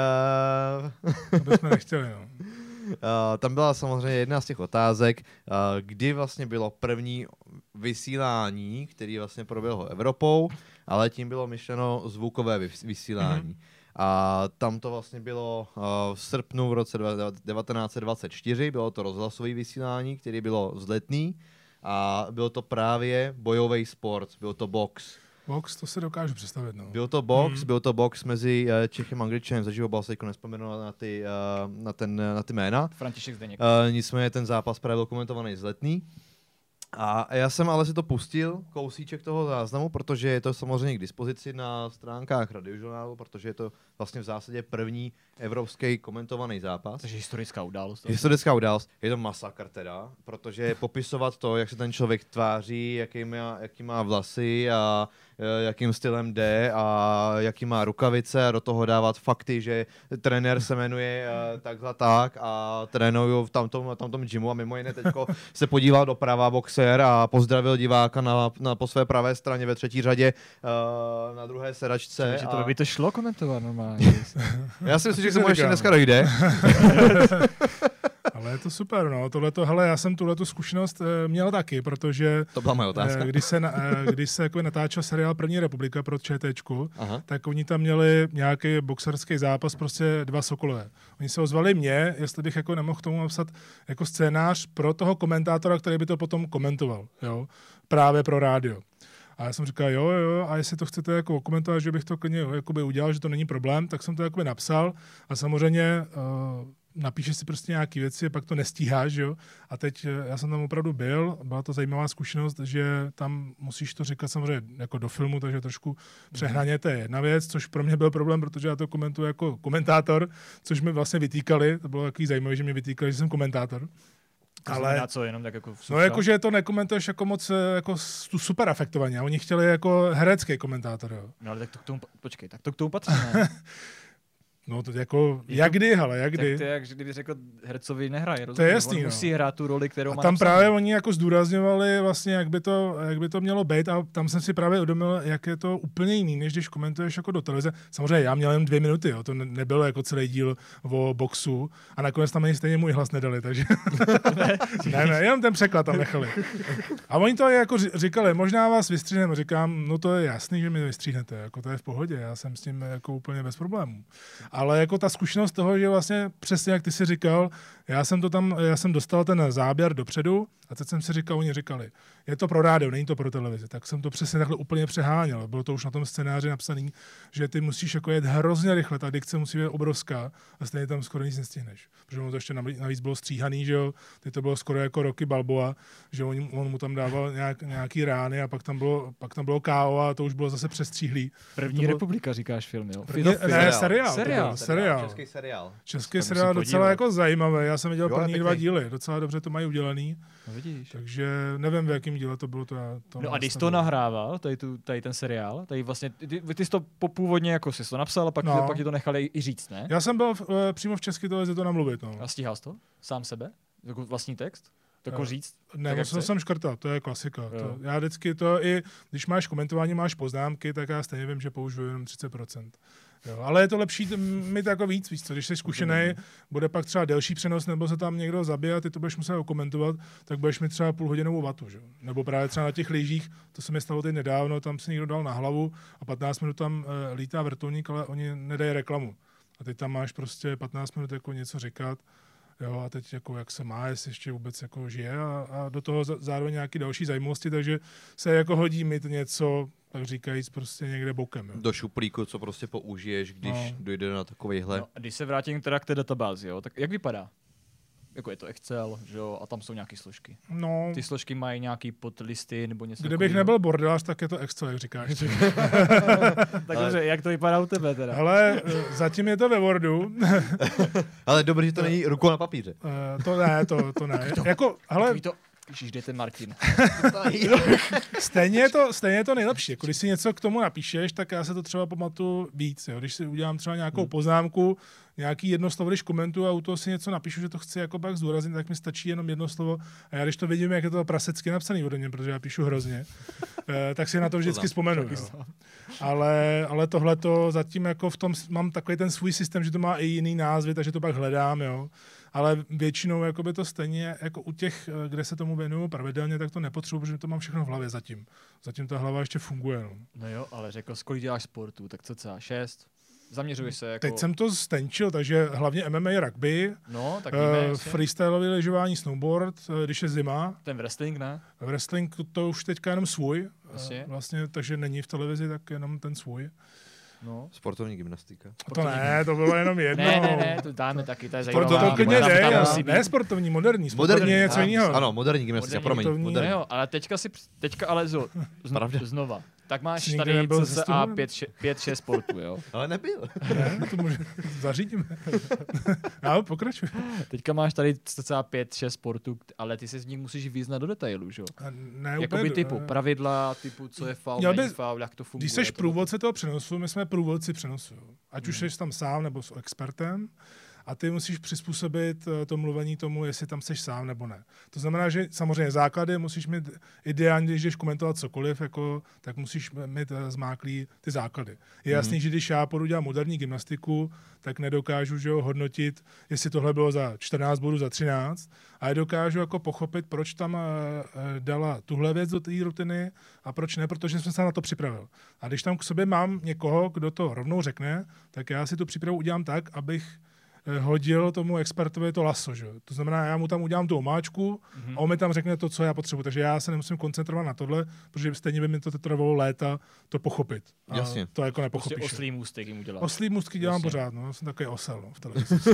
To jsme nechtěli, no. Tam byla samozřejmě jedna z těch otázek, kdy vlastně bylo první vysílání, který vlastně proběhlo Evropou, ale tím bylo myšleno zvukové vysílání. A tam to vlastně bylo v srpnu v roce 1924, bylo to rozhlasové vysílání, který bylo vzletný a byl to právě bojový sport, byl to box. Box, to se dokážu představit, no. Byl to box mezi Čechem a Angličanem, za život se nespomenu na ty jména. František Zdeněk. Nicméně ten zápas právě byl komentovaný z Letný. A já jsem ale si to pustil, kousíček toho záznamu, protože je to samozřejmě k dispozici na stránkách Radiožurnálu, protože je to vlastně v zásadě první evropský komentovaný zápas. Takže historická událost. Historická událost. Je to masakr teda, protože popisovat to, jak se ten člověk tváří, jaký má vlasy a jakým stylem jde a jaký má rukavice a do toho dávat fakty, že trenér se jmenuje takhle tak a trénuju v tamtom gymu a mimo jiné teďko se podíval doprava boxer a pozdravil diváka po své pravé straně ve třetí řadě na druhé sedačce. Takže to by to šlo komentovat normálně. Já si myslím, že se mu ještě dneska dojde. Ale je to super, no. Hele, já jsem tuhletu zkušenost měl taky, protože to byla moje otázka. Když se jako natáčel seriál První republika pro ČTčku, tak oni tam měli nějaký boxerský zápas, prostě 2 sokolové. Oni se ozvali mě, jestli bych jako nemohl k tomu napsat jako scénář pro toho komentátora, který by to potom komentoval, jo, právě pro rádio. A já jsem říkal, jo, a jestli to chcete jako komentovat, že bych to klidně jakoby udělal, že to není problém, tak jsem to jakoby napsal a samozřejmě napíšeš si prostě nějaké věci, pak to nestíháš, jo. A teď já jsem tam opravdu byla to zajímavá zkušenost, že tam musíš to říkat samozřejmě jako do filmu, takže trošku přehnaně, to je jedna věc, což pro mě byl problém, protože já to komentuji jako komentátor, což mi vlastně vytýkali, to bylo takový zajímavé, že mi vytýkali, že jsem komentátor. Ale co, jenom tak jako no jakože to nekomentuješ jako moc jako tu super afektovaně, a oni chtěli jako herecký komentátor, jo. No ale tak to k tomu, počkej, tak to k tomu patří, ne? No to jako, jak kdy. Tak to je jak, kdyby řekl hercovi nehraje, rozumím? To je jasný, on musí hrát tu roli, kterou má. A tam právě oni jako zdůrazňovali vlastně, jak by to mělo být a tam jsem si právě uvědomil, jak je to úplně jiný, než když komentuješ jako do televize. Samozřejmě já měl jen 2 minuty, jo, to nebylo jako celý díl o boxu a nakonec tam ani stejně můj hlas nedali, takže ne, jenom ten překlad tam nechali. A oni to jako říkali, možná vás vystříhneme, říkám, no to je jasný, že mi vystříhnete, jako to je v pohodě, já jsem s tím jako úplně bez problémů. Ale jako ta zkušenost toho, že vlastně přesně jak ty jsi říkal, já jsem dostal ten záběr dopředu a teď jsem si říkal, oni říkali, je to pro rádio, není to pro televizi, tak jsem to přesně takhle úplně přeháněl. Bylo to už na tom scénáři napsaný, že ty musíš jako jet hrozně rychle, ta dikce musí být obrovská a stejně tam skoro nic nestihneš. Protože ono to ještě navíc bylo stříhaný, že jo, teď to bylo skoro jako Rocky Balboa, že on mu tam dával nějaký rány a pak tam bylo KO a to už bylo zase přestříhlý. První republika, říkáš film, jo? Seriál. Český seriál docela jako zajímavý. Já jsem viděl první 2 díly, docela dobře to mají udělaný. No vidíš. Takže nevím, v jakém díle to bylo. No a když to nahrával, tady ten seriál, tady vlastně, ty jsi to popůvodně jako jsi to napsal a pak ti to nechali i říct, ne? Já jsem byl přímo v České televizi to namluvit. No. A stíhal jsi to? Sám sebe? Jako vlastní text? Jako říct? Ne, musel jsem škrtat, to je klasika. Já vždycky to i, když máš komentování, máš poznámky, tak já stejně vím, že použiju jenom 30%. Jo, ale je to lepší mít jako víc, když jsi zkušenej, bude pak třeba delší přenos, nebo se tam někdo zabije a ty to budeš muset okomentovat, tak budeš mít třeba půlhodinovou vatu. Že? Nebo právě třeba na těch lyžích, to se mi stalo teď nedávno, tam si někdo dal na hlavu a 15 minut tam lítá vrtulník, ale oni nedají reklamu. A teď tam máš prostě 15 minut jako něco říkat. Jo, a teď jako jak se má, jestli ještě vůbec jako žije a do toho zároveň nějaké další zajímavosti, takže se jako hodí mít něco, tak říkajíc, prostě někde bokem. Jo. Do šuplíku, co prostě použiješ, když dojde na takovejhle. No, když se vrátím teda k té databázi, jo, tak jak vypadá? Jako je to Excel, že jo, a tam jsou nějaké složky. No. Ty složky mají nějaký podlisty nebo něco. Kdybych nebyl bordelář, tak je to Excel, jak říkáš. Tak dobře, jak to vypadá u tebe teda? Ale zatím je to ve Wordu. Ale dobrý, že to není rukou na papíře. To ne. Jako, hele, Ježíš, kde je ten Martin? Stejně je to nejlepší. Jako když si něco k tomu napíšeš, tak já se to třeba pamatuju víc. Jo. Když si udělám třeba nějakou poznámku, nějaký jedno slovo, když komentuju a u toho si něco napíšu, že to chci jako pak zdůraznit, tak mi stačí jenom jedno slovo. A já když to vidím, jak je to prasecky napsaný ode mě, protože já píšu hrozně, tak si na to vždycky vzpomenu. Ale tohle to zatím jako v tom mám takový ten svůj systém, že to má i jiný názvy, takže to pak hledám, jo. Ale většinou jakoby to stejně jako u těch, kde se tomu věnuju pravidelně, tak to nepotřebuji, protože to mám všechno v hlavě zatím. Zatím ta hlava ještě funguje. No, no jo, ale řekl, kolik děláš sportu, tak cca 6? Zaměřuješ se jako... Teď jsem to stenčil, takže hlavně MMA, rugby, no, tak víme, freestyleové lyžování, snowboard, když je zima. Ten wrestling, ne? Wrestling to už teďka jenom svůj. Vlastně, takže není v televizi, tak jenom ten svůj. No. Sportovní gymnastika. To ne, to bylo jenom jedno. Ne, to dáme taky, to je zajímavá. To klidně ne, sportovní, moderní. Sportovní je něco jiného. Ano, moderní gymnastika, promiň. Moderní. No jo, ale teďka ale znova. Tak máš tady cca 5-6 sportů, jo? Ale nebyl. Ne, to zařídíme. Já pokračuj. Teďka máš tady cca 5-6 sportů, ale ty se z nich musíš vyznat do detailu, že jo? Jakoby typu pravidla, typu co je faul, není faul, jak to funguje. Když jsi průvodce toho přenosu, my jsme průvodci přenosu. Ať už jsi tam sám nebo s expertem, a ty musíš přizpůsobit to mluvení tomu, jestli tam seš sám nebo ne. To znamená, že samozřejmě základy musíš mít ideálně, když jdeš komentovat cokoliv, jako, tak musíš mít zmáklý ty základy. Je jasný, že když já půjdu dělat moderní gymnastiku, tak nedokážu že jo, hodnotit, jestli tohle bylo za 14 bodů, za 13, a dokážu jako pochopit, proč tam dala tuhle věc do té rutiny a proč ne, protože jsem se na to připravil. A když tam k sobě mám někoho, kdo to rovnou řekne, tak já si tu přípravu udělám tak, abych hodil tomu expertovi to laso. Že? To znamená, já mu tam udělám tu omáčku a on mi tam řekne to, co já potřebuji. Takže já se nemusím koncentrovat na tohle, protože stejně by mi to trvalo léta to pochopit. A jasně. To jako nepochopíš. Prostě oslý můstek jim udělat. Oslý můstky dělám jasně. Pořád, no. Já jsem takový osel v televizi.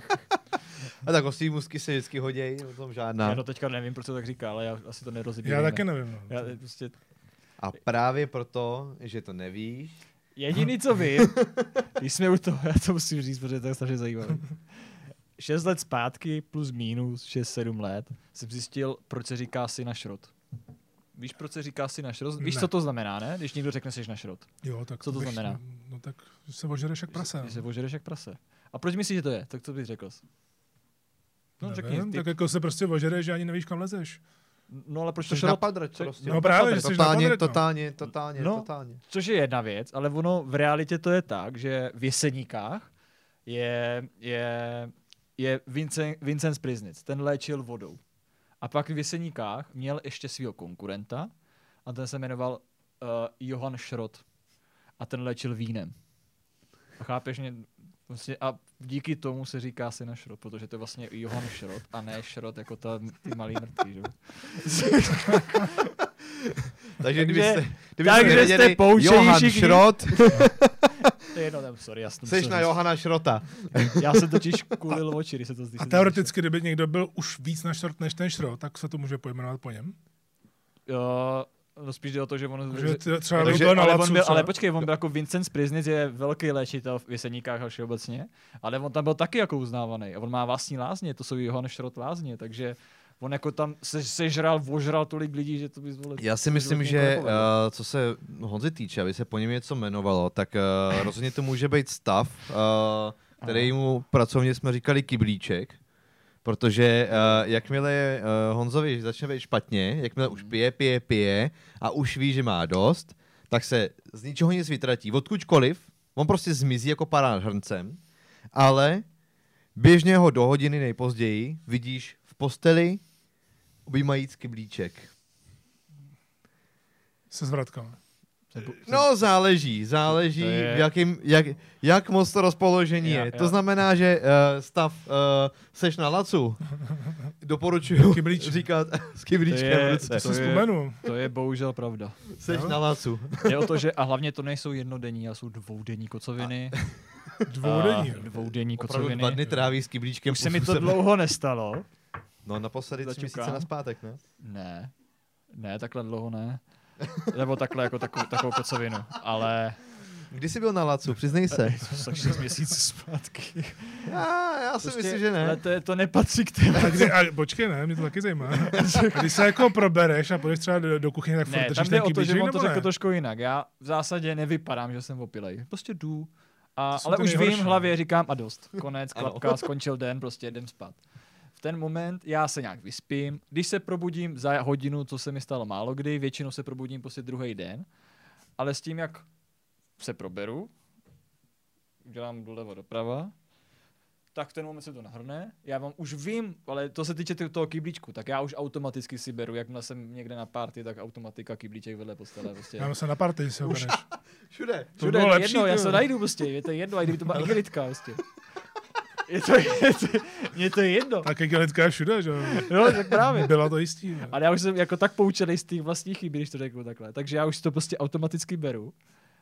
A tak oslý můstky se vždycky hodějí, o tom žádná. Já to teďka nevím, proč to tak říká, ale já asi to nerozebírám. Já taky nevím. No. Prostě... A právě proto, že to nevíš, jediný, co vím, když jsme u toho, já to musím říct, protože to je strašně zajímavé. 6 let zpátky, plus minus, 6-7 let, jsem zjistil, proč se říká si na šrot. Víš, proč se říká si na šrot? Víš, co to znamená, ne? Když někdo řekne si na šrot. Jo, tak co to znamená? No tak se ožereš jak prase. Že se ožereš jak prase. A proč myslíš, že to je? Tak co bys řekl? No, řekni, tak jako se prostě ožereš, že ani nevíš, kam lezeš. No ale proč to šrot? Prostě. No právě, totálně. Což je jedna věc, ale ono v realitě to je tak, že v Jeseníkách je Vincent Priznic, ten léčil vodou. A pak v Jeseníkách měl ještě svého konkurenta a ten se jmenoval Johann Schrott a ten léčil vínem. A chápeš mě? Vlastně, a díky tomu se říká si na šrot, protože to je vlastně Johann Schrott a ne šrot jako ty malý mrtví. Že? Takže kdybyste jste poučení Johann všichni. Schrott, sorry, jsi na Johana Schrota. Já jsem totiž kulil oči, když se to a teoreticky, kdyby někdo byl už víc na šrot než ten šrot, tak se to může pojmenovat po něm? No spíš jde o to, že on... Ale počkej, on byl jako Vincent Priznic, je velký léčitel v Jeseníkách a všeobecně, ale on tam byl taky jako uznávaný. A on má vlastní lázně, to jsou Johann Schrott lázně, takže on jako tam ožral tolik lidí, že to by zvolil. Já si myslím, že co se Honzy týče, aby se po něm něco jmenovalo, tak rozhodně to může být stav, který mu pracovně jsme říkali kyblíček. Protože jakmile Honzovi začne být špatně, jakmile už pije a už ví, že má dost, tak se z ničeho nic vytratí. Odkudkoliv, on prostě zmizí jako parán hrncem, ale běžně ho do hodiny nejpozději vidíš v posteli objímajíc kyblíček. Se zvratkama. No, záleží, jak moc to rozpoložení je. To znamená, že stav seš na lacu, doporučuju říkat s kyblíčkem v ruce. To je bohužel pravda. Seš na lacu. Je o to, že a hlavně to nejsou jednodenní, ale jsou dvoudenní kocoviny. Dvoudenní kocoviny. Opravdu 2 dny tráví s kyblíčkem. Už se mi to dlouho nestalo. No naposledy 3 měsíce nazpátek, ne? Ne, takhle dlouho ne. Nebo takhle jako takovou kocovinu, ale Kdy jsi byl na Lacu, přiznej se. Tak 6 měsíců zpátky. Já si myslím, že ne. Ale to nepatří k tému. Počkej, ne, mě to taky zajímá. A když se jako probereš a půjdeš třeba do kuchyně, tak furt Ne, držíš tam ten jde o to, kyblíček, že on to nebo řekl ne? trošku jinak. Já v zásadě nevypadám, že jsem opilej. Prostě jdu. jsou Ale ty už v nejhorší. jejím hlavě říkám a dost. Konec, Ano. klapka, skončil den, prostě jdem spát. V ten moment já se nějak vyspím. Když se probudím za hodinu, co se mi stalo málo kdy, většinou se probudím prostě druhý den. Ale s tím, jak se proberu, udělám doleva doprava, tak v ten moment se to nahrne. Já vám už vím, ale to se týče toho kyblíčku, tak já už automaticky si beru, jakmile jsem někde na party, tak automatika kyblíček vedle postele. Prostě. Já myslím na party, že se obereš. Všude. To Všude, bylo je lepší, jedno, já ty se jo. najdu prostě, je to jedno, i kdyby to byla igelitka prostě. Mně to je jedno. Tak igelitka je všude, že jo? No, tak právě. Byla to jistý. Ne? Ale já už jsem jako tak poučený z těch vlastních chyb, když to řeknu takhle. Takže já už to prostě automaticky beru.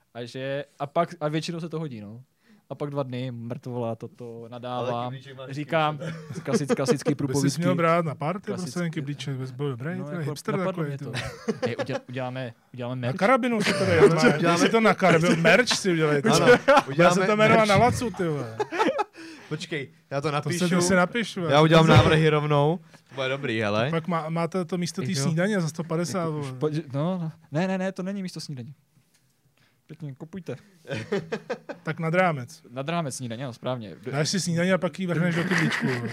A většinou se to hodí, no. A pak 2 dny mrtvola, toto nadávám. Říkám, klasický By průpovídky. jsi měl brát na party, Klasicky. prostě ten kyblíček, bys byl dobrý, No, to je jako hipster napadlo takový. mě to. Hej, uděláme Na merch. karabinu si to dej, uděláme to na karabinu, merch si udělej. Ano, Já se to jmenovat na merch. Lacu, ty vole. Počkej, já to To napíšu. se to si napišu. Já udělám návrhy rovnou. To bude dobrý, hele. Pak máte to místo té Jo. snídaně za 150, vole. No, ne, to není místo snídaně. Pěkně, kupujte. Tak nad rámec. Nad rámec snídaně, no, správně. Dáš si snídaně a pak ji vrhneš do kyblíčku. vole.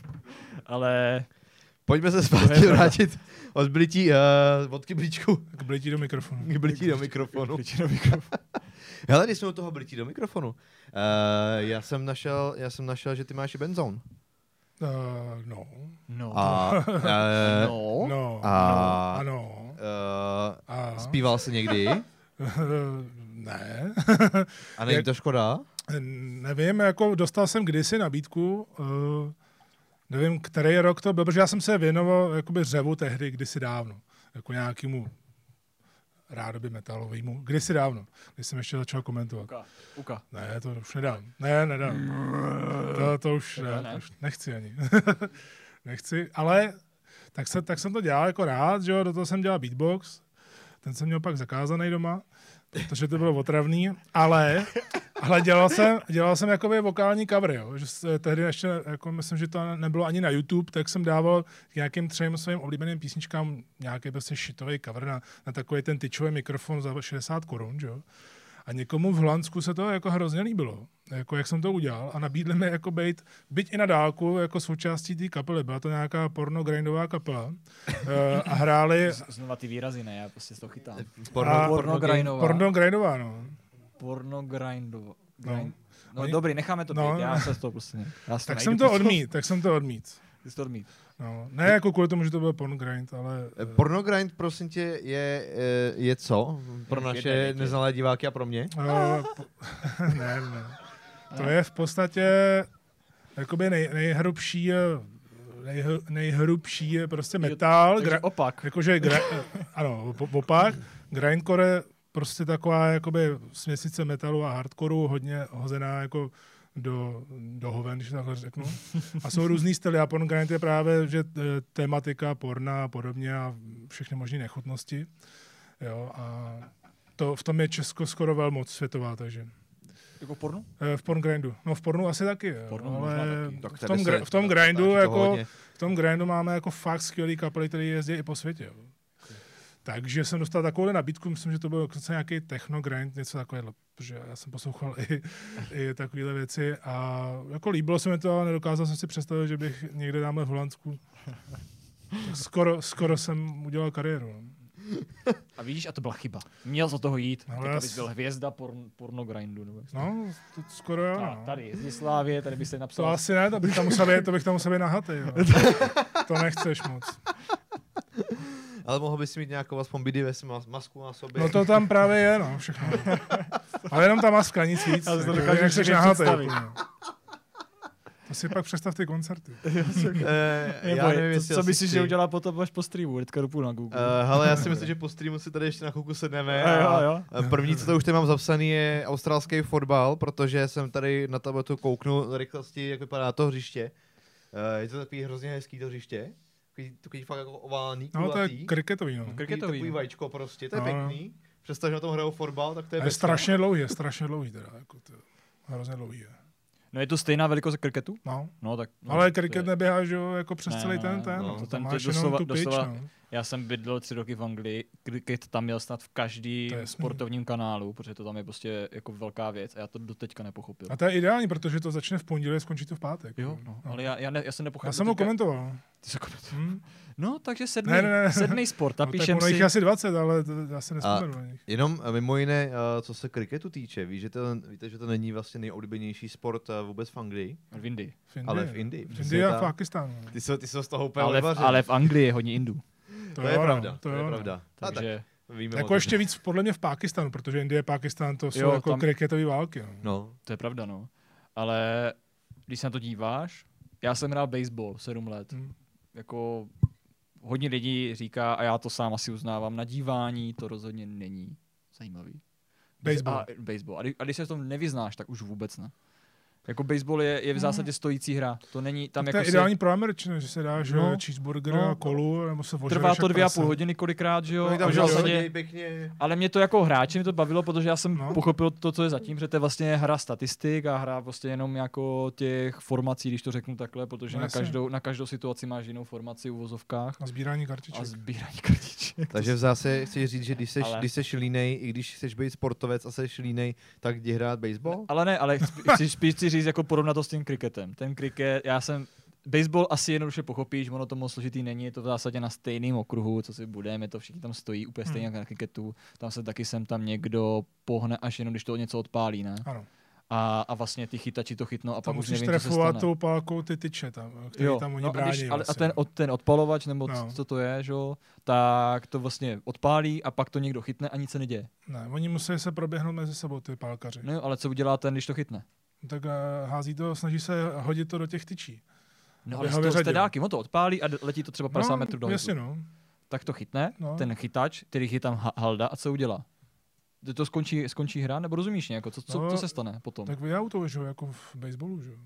Ale Pojďme se zpátky vrátit od blití, od kyblíčku Tak blití do mikrofonu. k blití do mikrofonu. většinou mikrofon. Hele, když jsme u toho blití do mikrofonu, já jsem našel, že ty máš i benzón. No. No. A, No. No. A- Ano. A. zpíval jsi někdy? Ne. A není Jak- to škoda? Nevím, jako dostal jsem kdysi nabídku, nevím, který rok to byl, protože já jsem se věnoval jakoby řevu tehdy, kdysi dávno, jako nějakému rádoby metalovýmu, kdysi dávno, když jsem ještě začal komentovat. Uka. Ne, to už nedám. Nedám. To už ne, ne? to už nechci ani. Nechci, ale tak jsem to dělal jako rád, že jo, do toho jsem dělal beatbox, ten jsem měl pak zakázaný doma, protože to bylo otravný, ale dělal jsem jakoby vokální covery, jo, že tehdy ještě, jako myslím, že to nebylo ani na YouTube, tak jsem dával k nějakým 3 svým oblíbeným písničkám nějaký prostě shitový cover na takový ten tyčový mikrofon za 60 korun, že jo. A někomu v Holandsku se to jako hrozně líbilo, jako jak jsem to udělal a nabídli mi jako být, byť i na dálku, jako součástí té kapely, byla to nějaká porno-grindová kapela a hráli Znova ty výrazy, ne, já prostě z toho chytám. Porno-grindová. porno-grindová, no. Porno-grindová. No. No Oni- dobrý, necháme to No, být, já no. se z toho prostě já si to Tak najdu jsem to prostě. odmít. Ty jsi to odmít. No. Ne jako kvůli tomu, že to byl porno-grind, ale... Pornogrind, prosím tě, je co? Pro Je naše jedné, neznalé diváky a pro mě? Ne. To je v podstatě jakoby nejhrubší je prostě metal. Takže opak. Jakože, ano, opak. Grindcore je prostě taková jakoby směsice metalu a hardcoreu, hodně hozená jako do hoven, když takhle řeknu. A jsou různý styly a pornogrind je právě, že tematika porna a podobně a všechny možné nechutnosti. Jo, a v tom je Česko skoro velmoc světová, takže. Jako porno? V porngrindu. No v pornu asi taky, jo. Pornu Ale možná taky. Tak v tady tom, se- v tom grindu stáčí toho jako hodně. v tom grindu máme jako fakt skvělý kapely, které jezdí i po světě. Jo. Takže jsem dostal takovou nabídku, myslím, že to byl dokonce nějaký techno grind, něco takového, protože já jsem poslouchal i takovéhle věci a jako líbilo se mi to, ale nedokázal jsem si představit, že bych někde dáme v Holandsku. Tak skoro jsem udělal kariéru. No. A vidíš, a to byla chyba. Měl za toho jít, No, tak já abys byl hvězda pornogrindu. Nebo jak se- No, to skoro jo. A No. tady, z Slávě, tady by se To napsal. asi ne, to bych tam musel být nahatý. Jo. To nechceš moc. Ale mohl bys mít nějakou aspoň BDS masku na sobě. No to tam právě je, no, všechno. Ale jenom ta maska, nic víc. Já si to Jako, dokážu jinak seš živě nahatý. představit. úplně. To si pak představ ty koncerty. Já nevím, jestli co asi myslíš, že chci. udělá potom až po streamu? Hnedka jdu na Google. Hele, já si myslím, že po streamu si tady ještě na chvilku sedneme. Jo. První, co to už tady mám zapsaný, je australský fotbal, protože jsem tady na tabletu kouknul rychlosti, jak vypadá to hřiště. Je to takový hrozně hezký to hřiště. Takový fakt jako oválný, No to je kulatý. kriketový, no. Kriketový, Takový no. vajíčko prostě, to je No, no. pěkný. Přestože na tom hrajou fotbal, tak to je Je strašně dlouhý teda, jako to, hrozně dlouhý je. No je to stejná velikost kriketu? No. No tak. No, Ale kriket neběhá, že jo, jako přes Ne, celý ne, ten, no, no. to Tam ten máš doslova- jenom tu pitch, doslova- no. Já jsem bydlel 3 roky v Anglii, kriket tam měl snad v každém To je jasný. sportovním kanálu, protože to tam je prostě jako velká věc a já to doteďka nepochopil. A to je ideální, protože to začne v pondělí a skončí to v pátek. Jo, no, ale já jsem nepochopil. Já jsem ho komentoval. Ty jsi komentoval. Hm? No, takže Ne. sedmý sport, No, tak napíšem ono jich si. je asi 20, ale já se nespomenu na nich. Jenom mimo jiné, co se kriketu týče, víte, že to není vlastně nejoblíbenější sport vůbec v Anglii, V Indii. ale v Indii. V přesně Indii a v tak. Pákistánu. Ty jsou z toho úplně Ale, odvařený. ale v Anglii je hodně Indů. To je jo, pravda, no, to je jo, no. pravda. A Takže tak víme o Jako tom. ještě víc podle mě v Pákistánu, protože Indie a Pákistán to jsou Jo, jako tam- kriketové války. No. No, to je pravda, no. Ale když se na to díváš, já jsem hrál baseball 7 let. Hm. Jako hodně lidí říká, a já to sám asi uznávám, na dívání to rozhodně není zajímavý. Baseball. A když se v tom nevyznáš, tak už vůbec ne. Jako baseball je v zásadě stojící hra. To není tam Tak jako to je ideální pro Američany, že se dáš No, cheeseburger no. a kolu, nebo se ožereš trvá to jak 2,5 prase. hodiny kolikrát, že jo? Oni A tam v že zásadě- hodí pěkně. ale mě to jako hráči mi to bavilo, protože já jsem No. pochopil to, co je zatím, že to je vlastně hra statistik a hra prostě jenom jako těch formací, když to řeknu takhle, protože No, jasně. na každou situaci máš jinou formaci v uvozovkách A sbírání kartiček. a sbírání kartiček. Takže v zásadě chci říct, že Ale- když seš línej, i když chceš být sportovec a seš línej, tak jdi hrát baseball? Ale spíš chci říct jako porovnat to s tím kriketem. Ten kriket, baseball asi jednoduše pochopíš, ono to moc složitý není, je to v zásadě na stejném okruhu, co si budeme, je to všichni tam stojí úplně stejně jako na kriketu, tam se taky sem tam někdo pohne, až jenom když to něco odpálí, ne? Ano. A vlastně ty chytači to chytnou a Tam pak už musíš nevím, co se trefovat stane. tou pálkou ty tyče tam, který tam oni no, brání. ale vlastně. ten odpalovač, nebo No. co to je, že jo, tak to vlastně odpálí a pak to někdo chytne a nic se neděje. Ne, oni musí se proběhnout mezi sebou, ty pálkaři. No jo, ale co udělá ten, když to chytne? Tak hází to, snaží se hodit to do těch tyčí. No Aby ale ho z té vyřadil. dálky, on to odpálí a letí to třeba 50 metrů do jasně, no. Tak to chytne, No. ten chytač, který chytám halda a co udělá? To skončí hra, nebo rozumíš nějak? Co se stane potom? Tak vyautou, že jo, jako v baseballu, že jo.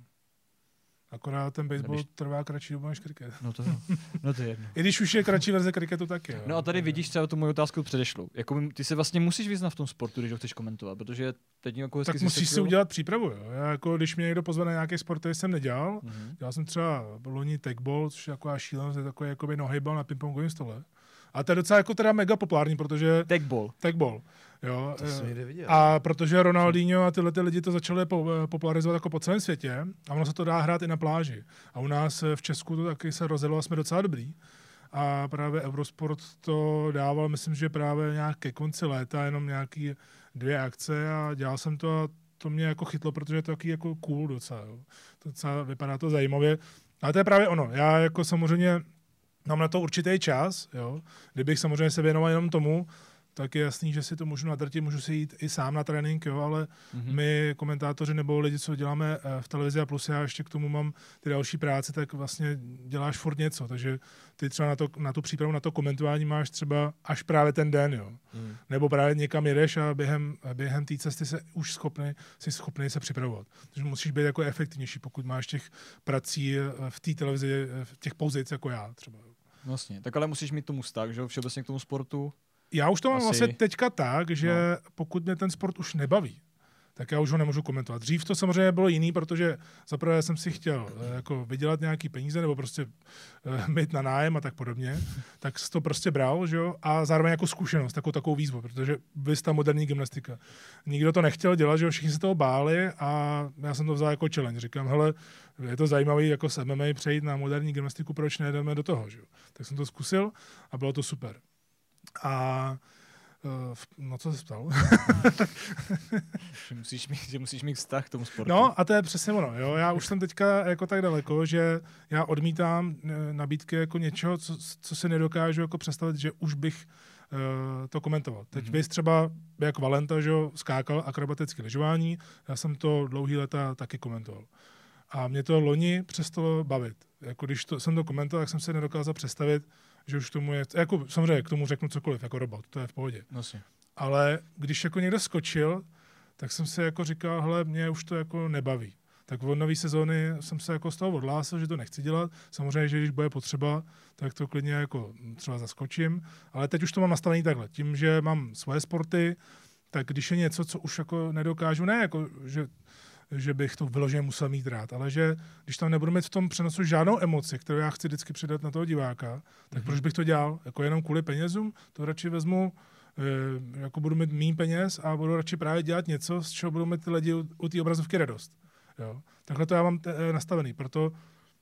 Akorát ten baseball Když- trvá kratší dobu než kriket. No to je jedno. I když už je kratší verze kriketu, tak je. No a tady vidíš třeba tu moji otázku předešlu. Jako ty se vlastně musíš vyznat v tom sportu, když ho chceš komentovat, protože teď jako hezky Tak musíš si udělat přípravu, jo. Já jako, když mě někdo pozve na nějaký sport, který jsem nedělal, dělal jsem třeba loni tagball, což je taková šílenost, je takový jakoby nohejbal na pingpongovém stole. A to je docela jako teda mega populární, protože tagball, jo. To jsem někde viděl. A protože Ronaldinho a tyhle ty lidi to začali popularizovat jako po celém světě a ono se to dá hrát i na pláži. A u nás v Česku to taky se rozjelo a jsme docela dobrý. A právě Eurosport to dával, myslím, že právě nějak ke konci léta, jenom nějaký 2 akce a dělal jsem to a to mě jako chytlo, protože je to taky jako cool docela. Jo. To docela vypadá to zajímavě. Ale to je právě ono. Já jako samozřejmě mám na to určitý čas, jo. Kdybych samozřejmě se věnoval jenom tomu, tak je jasný, že si to můžu nadrtit, můžu si jít i sám na trénink, jo, ale my komentátoři nebo lidi, co děláme v televizi a plus já ještě k tomu mám ty další práce, tak vlastně děláš furt něco, takže ty třeba na tu přípravu, na to komentování máš třeba až právě ten den, jo. Nebo právě někam jedeš a během té cesty jsi schopný se připravovat. Takže musíš být jako efektivnější, pokud máš těch prací v té televizi, v těch pozic jako já třeba. Vlastně, tak ale musíš mít tomu vztah, že jo, všeobecně k tomu sportu. Já už to mám Asi. vlastně teďka tak, že pokud mě ten sport už nebaví, tak já už ho nemůžu komentovat. Dřív to samozřejmě bylo jiný, protože zaprvé jsem si chtěl jako vydělat nějaký peníze nebo prostě mít na nájem a tak podobně, tak to prostě bral, že jo, a zároveň jako zkušenost, takovou výzvu, protože vys ta moderní gymnastika. Nikdo to nechtěl dělat, že jo, všichni se toho báli a já jsem to vzal jako challenge. Říkám, hele, je to zajímavý jako s MMA přejít na moderní gymnastiku, proč nejdeme do toho, že jo. Tak jsem to zkusil a bylo to super. A no, co se ptal? že musíš mít vztah k tomu sportu. No a to je přesně ono. Jo? Já už jsem teďka jako tak daleko, že já odmítám nabídky jako něčeho, co si nedokážu jako představit, že už bych to komentoval. Teď vy třeba jak Valenta, že jo, skákal akrobatické lyžování, já jsem to dlouhý léta taky komentoval. A mě to loni přestalo bavit. Jako když jsem to komentoval, tak jsem si nedokázal představit, že už tomu je, jako samozřejmě k tomu řeknu cokoliv, jako robot, to je v pohodě. Vlastně. Ale když jako někdo skočil, tak jsem si jako říkal, hele, mě už to jako nebaví. tak od nové sezóny jsem se jako z toho odhlásil, že to nechci dělat. Samozřejmě, že když bude potřeba, tak to klidně jako třeba zaskočím, ale teď už to mám nastavený takhle. Tím, že mám svoje sporty, tak když je něco, co už jako nedokážu, ne jako, že bych to vyloženě musel mít rád, ale že když tam nebudu mít v tom přenosu žádnou emoci, kterou já chci vždycky přidat na toho diváka, tak proč bych to dělal? Jako jenom kvůli penězům? To radši vezmu, jako budu mít méně peněz a budu radši právě dělat něco, z čeho budou mít ty lidi u té obrazovky radost. Jo? Takhle to já mám nastavený, proto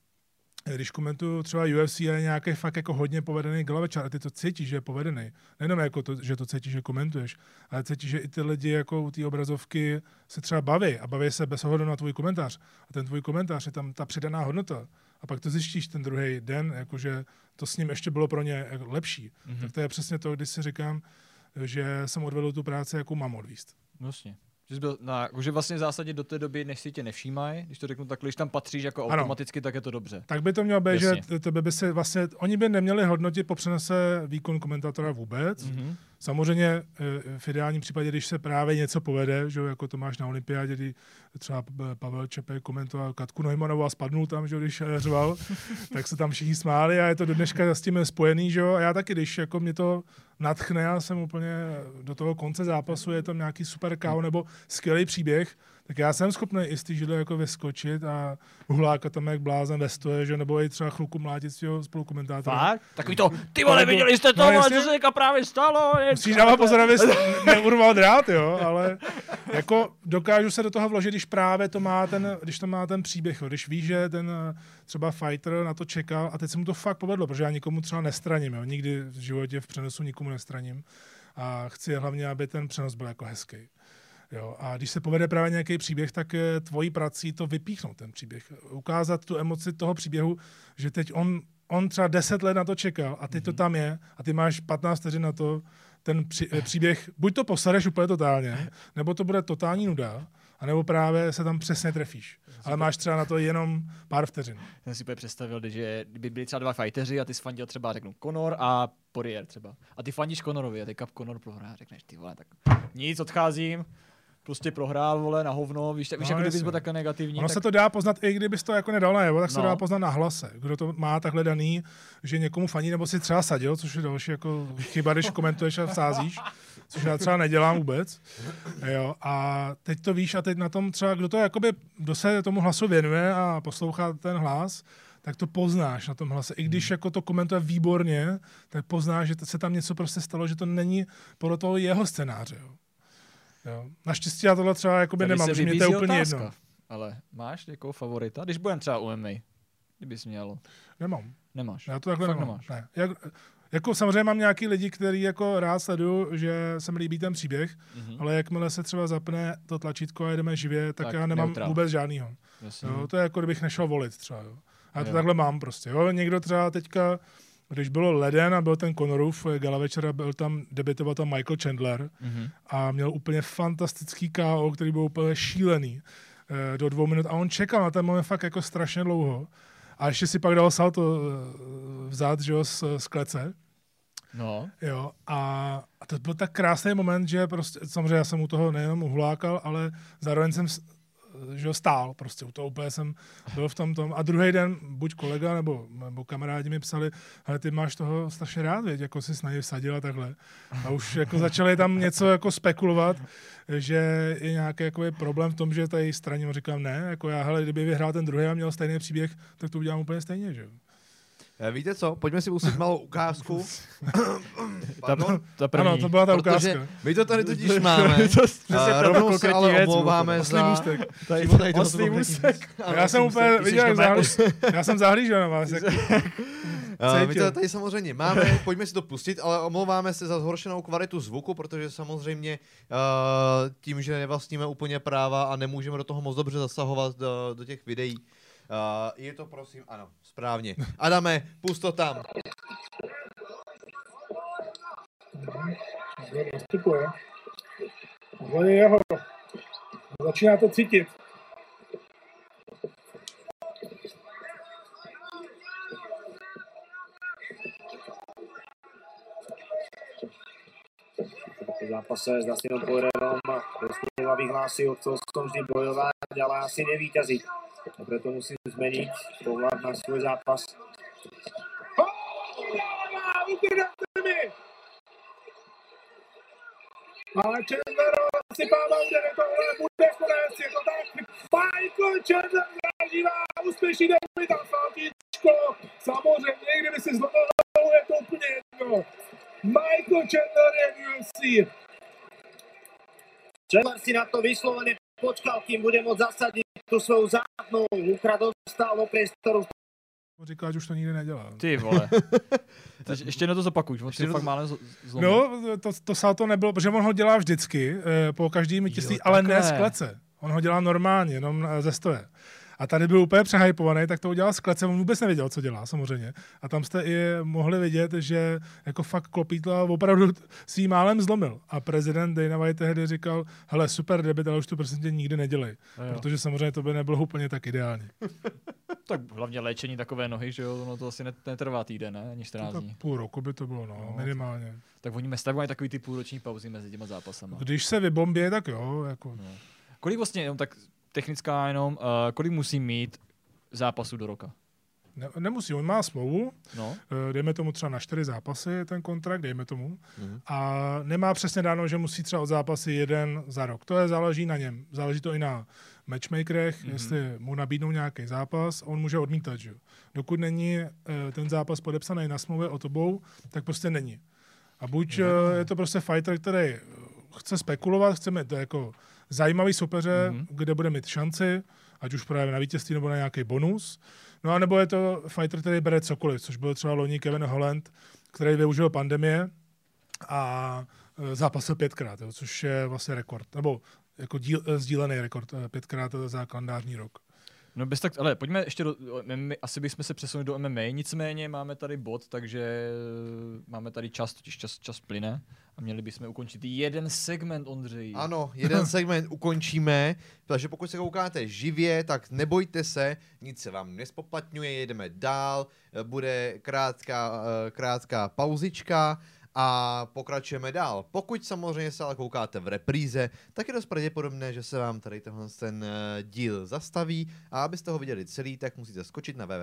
když komentuju třeba UFC a je nějaký fakt jako hodně povedený galavečar a ty to cítíš, že je povedený. Nejenom jako to, že to cítíš, že komentuješ, ale cítíš, že i ty lidi jako u té obrazovky se třeba baví a baví se bez ohledu na tvůj komentář. A ten tvůj komentář je tam ta přidaná hodnota. A pak to zjistíš ten druhý den, jakože to s ním ještě bylo pro ně lepší. Tak to je přesně to, když si říkám, že jsem odvedl tu práci, jakou mám odvíst. Vlastně. Že vlastně v zásadě do té doby, než si tě nevšímají, když to řeknu takhle, když tam patříš jako automaticky, tak je to že tak by to mělo být, že tebe by se vlastně, oni by neměli hodnotit po přenose výkon komentátora vůbec. Samozřejmě v ideálním případě, když se právě něco povede, že jako to máš na olympiádě, kdy třeba Pavel Čepek komentoval Katku Neumannovou a spadnul tam, že když řval, tak se tam všichni smáli a je to do dneška s tím spojený, že a já taky, když jako mě to nadchne, já jsem úplně do toho konce zápasu, je tam nějaký super KO nebo skvělý příběh, tak já jsem schopný i z té židle jako vyskočit a uhlákat tam jak blázen ve stoje, že nebo i třeba chvilku mlátit svého spolukomentátora. Fakt? Takový to, ty vole, viděli jste to, co se teďka právě stalo? Musíš dávat pozor, abys neurval drát, jo, ale jako dokážu se do toho vložit, když právě to má když to má ten příběh, jo. Když víš, že ten třeba fighter na to čekal a teď se mu to fakt povedlo, protože já nikomu třeba nestraním, jo, nikdy v životě v přenosu nikomu nestraním a chci hlavně, aby ten přenos byl jako hezký. Jo, a když se povede právě nějaký příběh, tak tvojí prací to vypíchnout ten příběh. Ukázat tu emoci toho příběhu, že teď on třeba 10 let na to čekal a teď to tam je a ty máš 15 vteřin na to ten příběh, buď to posadeš úplně totálně, nebo to bude totální nuda, anebo právě se tam přesně trefíš. Ale máš třeba na to jenom pár vteřin. Já si úplně představil, že kdyby byli třeba dva fighteři a ty jsi fandil třeba, řeknu, Conor a Poirier třeba. A ty fandíš Conorovi a teďka Conor prohrá, řekneš, ty vole, tak nic, odcházím. Prostě prohrál, vole, na hovno, víš jako kdybys byl takhle negativní. Ono tak... se to dá poznat, i kdybys to jako nedal najevo, tak se to dá poznat na hlase. Kdo to má takhle daný, že někomu faní, nebo si třeba sadil, což je další jako chyba, když komentuješ a vsázíš, což já třeba nedělám vůbec. Jo, a teď to víš a teď na tom třeba, kdo se tomu hlasu věnuje a poslouchá ten hlas, tak to poznáš na tom hlase. I když jako to komentuje výborně, tak poznáš, že se tam něco prostě stalo, že to není podle toho jeho scénáře. Jo. Naštěstí já tohle třeba jakoby nemám, že mě to je úplně jedno. Ale máš někoho favorita? Když budem třeba u MMA, kdybys měl. Nemám. Nemáš? Já to takhle nemám. Ne. Jako samozřejmě mám nějaký lidi, který jako rád sleduju, že se mi líbí ten příběh, ale jakmile se třeba zapne to tlačítko a jedeme živě, tak já nemám vůbec žádnýho. Jo, to je jako kdybych nešel volit třeba. Jo. A to takhle mám prostě. Jo. Někdo třeba teďka, když bylo leden a byl ten Conorův gala večera, byl tam, debitoval tam Michael Chandler a měl úplně fantastický KO, který byl úplně šílený do 2 minut a on čekal na ten moment fakt jako strašně dlouho. A ještě si pak dal salto vzad, že jo, z klece. No. Jo, a to byl tak krásný moment, že prostě, samozřejmě já jsem u toho nejenom uhlákal, ale zároveň jsem že stál, prostě u toho úplně jsem byl v tom. A druhý den buď kolega nebo kamarádi mi psali, ale ty máš toho strašně rád, věď, jako jsi na něj vsadil a takhle. A už jako začali tam něco jako spekulovat, že je nějaký jako problém v tom, že tady straním a říkám ne, jako já, hele, kdyby vyhrál ten druhý a měl stejný příběh, tak to udělám úplně stejně, že jo. Víte co, pojďme si pustit malou ukázku. Ta první. Ano, to byla ta ukázka. My to tady totiž máme. Rovnou se ale omlouváme za... Oslý můstek. Já jsem úplně viděl, já jsem zahlížel na vás. My to tady samozřejmě máme, pojďme si to pustit, ale omlouváme se za zhoršenou kvalitu zvuku, protože samozřejmě tím, že nevlastníme úplně práva a nemůžeme do toho moc dobře zasahovat do těch videí. Je to prosím, ano, správně. Adame, pust to tam. Nastupuje. Tohle je jeho. Začíná to cítit. V zápase s Dustinem Poirierom doslova vyhlásil, chcel som vždy bojovať, ale asi nevíťaziť. A preto musím zmeniť pohľad na svoj zápas. Ale Chandler sypává údery, tohle bude konec, je to tak. Michael Chandler zažívá úspěšný debut a Faltičko. Samozřejmě, kdyby si zlomil hlavu, je to úplně jedno. Michael Chandler je v UFC. Chandler si na to vyslovene počkal, kým bude môcť zasadiť tu svoju zádnou. Hukra dostal do priestoru. Říká, že už to nikdy nedělá. Ty vole. Ještě jednou to zopakuj, on si fakt málem zlomil. No, to salto nebylo, protože on ho dělá vždycky, po každém vítězství, ale ne z klece. On ho dělá normálně, jenom ze stoje. A tady byl úplně přehypovaný, tak to udělal z klece, on vůbec nevěděl, co dělá, samozřejmě. A tam jste i mohli vidět, že jako fakt klopítla opravdu svým málem zlomil. A prezident Dana White tehdy říkal, hele, super debit, ale už to prostě nikdy nedělej. Protože samozřejmě to by nebylo úplně tak ideální. Tak hlavně léčení takové nohy, že jo, ono to asi netrvá týden, ne? Ani 14 dní. Půl roku by to bylo, no minimálně. Tak oni mají takový ty půlroční pauzy mezi těma zápasama. Když se vybombí, tak jo. Jako. No. Kolik vlastně, jenom tak technická jenom, kolik musí mít zápasů do roka? Nemusí, on má smlouvu, no. Dejme tomu třeba na 4 zápasy ten kontrakt, dejme tomu, a nemá přesně dáno, že musí třeba od zápasy 1 za rok. To záleží na něm, záleží to i na matchmakerech, jestli mu nabídnou nějaký zápas, on může odmítat, že? Dokud není ten zápas podepsaný na smlouvě o tobou, tak prostě není. A buď je to prostě fighter, který chce spekulovat, chce mít jako zajímavý soupeře, kde bude mít šanci, ať už právě na vítězství nebo na nějaký bonus. No a nebo je to fighter, který bere cokoliv, což byl třeba loni Kevin Holland, který využil pandemie a zápasil 5krát, což je vlastně rekord, nebo jako sdílený rekord 5krát za kalendářní rok. No bez tak, ale pojďme ještě do MMA, asi bychom se přesunuli do MMA, nicméně máme tady bod, takže máme tady čas, totiž čas plyne a měli bychom ukončit jeden segment, Ondřej. Ano, jeden segment ukončíme, takže pokud se koukáte živě, tak nebojte se, nic se vám nespoplatňuje, jedeme dál, bude krátká pauzička a pokračujeme dál. Pokud samozřejmě se ale koukáte v repríze, tak je dost pravděpodobné, že se vám tady ten díl zastaví a abyste ho viděli celý, tak musíte skočit na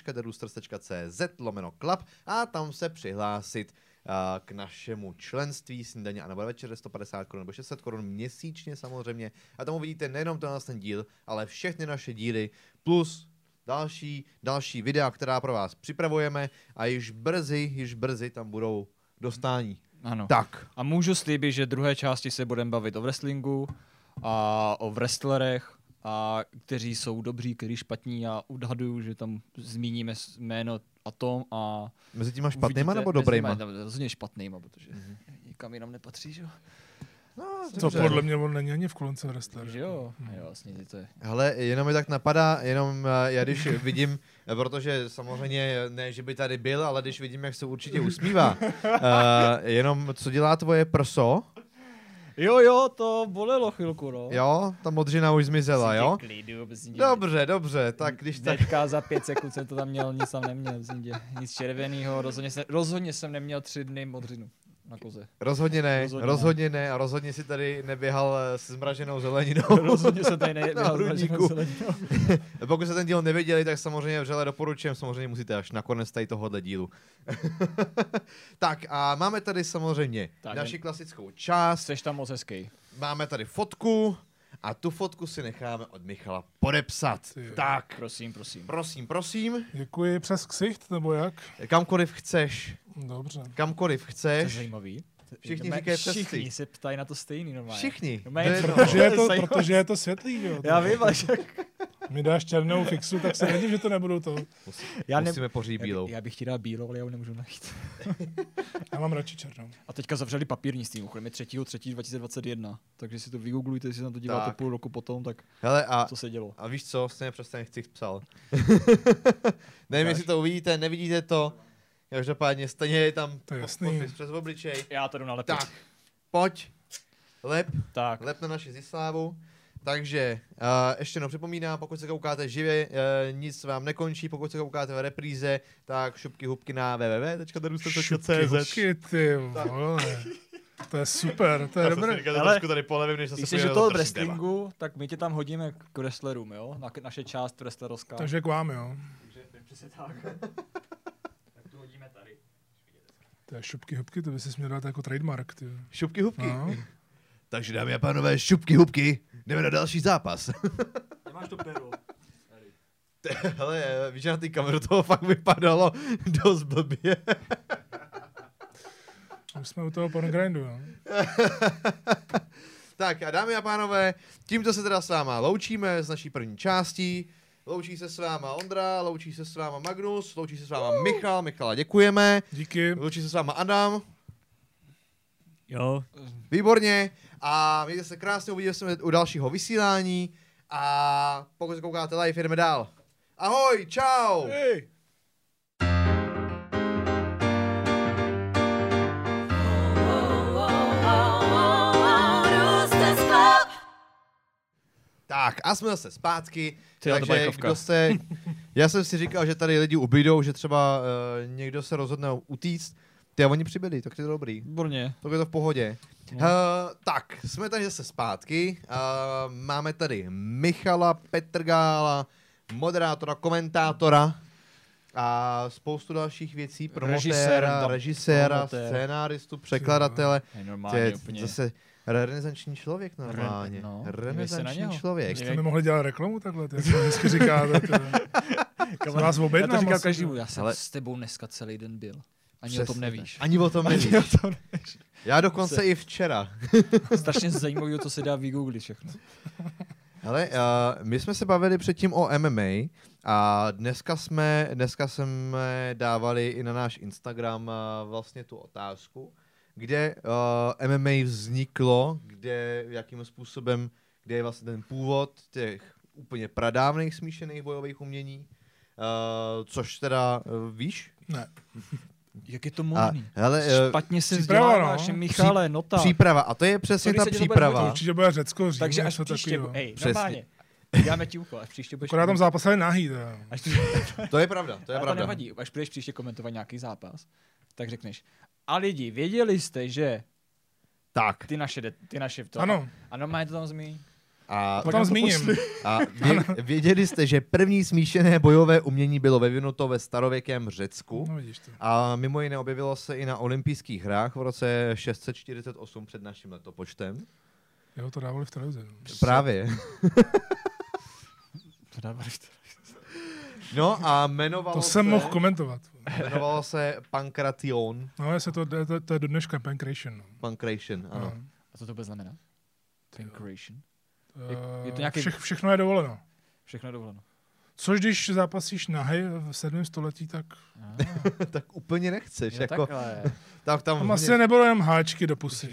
www.theroosters.cz/club a tam se přihlásit k našemu členství Snídaně a nebo večeře 150 Kč nebo 600 Kč měsíčně samozřejmě. A tam uvidíte nejenom ten díl, ale všechny naše díly plus další videa, která pro vás připravujeme a již brzy tam budou dostání. Ano. Tak. A můžu slíbit, že v druhé části se budeme bavit o wrestlingu a o wrestlerech, a kteří jsou dobří, kteří špatní, a odhaduju, že tam zmíníme jméno a Tom a... Mezi těma špatnýma nebo dobrýma? Rozhodně špatnýma, protože nikam jinam nepatří, že jo? No, to podle mě on není ani v kolonce wrestler. Že jo? Jo, vlastně to je. Hele, jenom mi tak napadá, já když vidím, protože samozřejmě ne, že by tady byl, ale když vidím, jak se určitě usmívá, jenom co dělá tvoje prso? Jo, to bolelo chvilku, no. Jo, ta modřina už zmizela, jo? Klidu, Dobře, tak když tak... Hnedka za 5 sekund jsem to tam měl, nic tam neměl, nic červenýho, rozhodně jsem neměl 3 dny modřinu na koze. Rozhodně ne a rozhodně si tady neběhal se zmraženou zeleninou. Rozhodně jsem tady neběhal s zmraženou zeleninou. Pokud jste ten díl nevěděli, tak samozřejmě vřele doporučujem, samozřejmě musíte až nakonec tady tohohle dílu. Tak a máme tady samozřejmě naši klasickou část. Jseš tam moc hezký. Máme tady fotku a tu fotku si necháme od Michala podepsat. Tak. Prosím. Děkuji, přes ksicht, nebo jak? Kamkoliv chceš. Dobře. Kamkoliv chceš. To je zajímavý. Všichni říkají přes Všichni se ptají na to stejný normálně. Všichni. Protože je to světlý, jo. Já vím, ale však. Mi dáš černou fixu, tak se nedím, že to nebudou to. Musíme pořídit bílou. Já bych ti dal bílou, ale já ho nemůžu najít. Já mám radši černou. A teďka zavřeli papírnictví, mimochodem je 3.3.2021, takže si to vygooglujte, jestli se na to díváte půl roku potom, tak hele, co se dělo. A víš co, stejně přestaň chci psal. Nevím, jestli to uvidíte, nevidíte to. Každopádně stejně je tam podpis přes obličej. Já to jdu nalepit. Tak, pojď, lep na naši Zislávu. Takže ještě jednou připomínám, pokud se koukáte živě, nic vám nekončí, pokud se koukáte v repríze, tak šupky hubky na www.theroosters.cz. Šupky, ty vole. To je super, to je dobré. Ale tady polevím, než když jsi u toho wrestlingu, tak my tě tam hodíme k wrestlerům, jo? Naše část wrestlerovská. Takže k vám, jo. Takže přesně tak. Tak to hodíme tady. To je šupky hubky, to by si měl dát jako trademark, ty. Šupky hubky. No. Takže dámy a pánové, šupky hubky, jdeme na další zápas. Nemáš to pero. Hele, víš, že na té kameru toho fakt vypadalo dost blbě. Už jsme u toho porngrindu, jo. Tak a dámy a pánové, tímto se teda s váma loučíme z naší první části. Loučí se s váma Ondra, loučí se s váma Magnus, loučí se s váma Michal. Michala děkujeme. Díky. Loučí se s váma Adam. Jo. Výborně. A mějte se krásně, uvidíme se u dalšího vysílání. A pokud se koukáte live, jedeme dál. Ahoj, čau! Hej. Tak a jsme zase zpátky, Ty, to takže bajkovka. kdo se... Já jsem si říkal, že tady lidi ubydou, že třeba někdo se rozhodne utíct. Ty a oni přibyli, tak to je dobrý. Výborně. Tak je to v pohodě. No. Tak, jsme tady zase zpátky. Máme tady Michala Petrgála, moderátora, komentátora a spoustu dalších věcí, promotéra, režiséra, promotér. scénáristu, překladatele. Je To normálně je úplně. zase renesanční člověk normálně. no, Renesanční něho. člověk. Jste mi mohli dělat reklamu takhle, jak to vždycky říkáte. Jsem vás Já to objednám. říkám asi. každému, já jsem Ale- s tebou dneska celý den byl. Ani Přesně o tom tak. nevíš. Ani o tom nevíš. Já dokonce i včera. Strašně zajímavé, co se dá vygooglit všechno. Hele, my jsme se bavili předtím o MMA a dneska jsme dávali i na náš Instagram vlastně tu otázku, kde MMA vzniklo, jakým způsobem, kde je vlastně ten původ těch úplně pradávných smíšených bojových umění, což teda víš? Ne. Jak je to A, možný? hele, Špatně se příprava, vzděláváš, no. Michale, nota. příprava, a to je přesně To, ta když se tě to bude příprava. hodit. Určitě bude Řecko, Řím, Takže až něco příště, takového. hej, Přesně. normálně. Dáme ti úkol, až příště budeš... Akorát tam zápasili nahý, teda. Až To je pravda, to je ale to pravda. nevadí, až budeš příště komentovat nějaký zápas, tak řekneš. A lidi, věděli jste, že Tak. ty naše to... Ano, A normálně to tam zmíní. A to tam zmíním. A věděli jste, že první smíšené bojové umění bylo vyvinuto ve starověkém Řecku No vidíš to. a mimo jiné objevilo se i na olympijských hrách v roce 648 před naším letopočtem. Jo, to dávali v televizi. No. Právě. To dáváš to. No a jmenovalo To jsem mohl komentovat. jmenovalo se Pankration. No, jestli to je do dneška Pancration. No. Pankration, ano. No. A co to bude znamenat? Pancration. Eh, Je to nějaký- Všechno je dovoleno. Všechno je dovoleno. Což když zápasíš nahej v 7. století, tak Tak úplně nechceš. Jo, Jako, takhle. tam tam asi nebudou jenom háčky do pusy.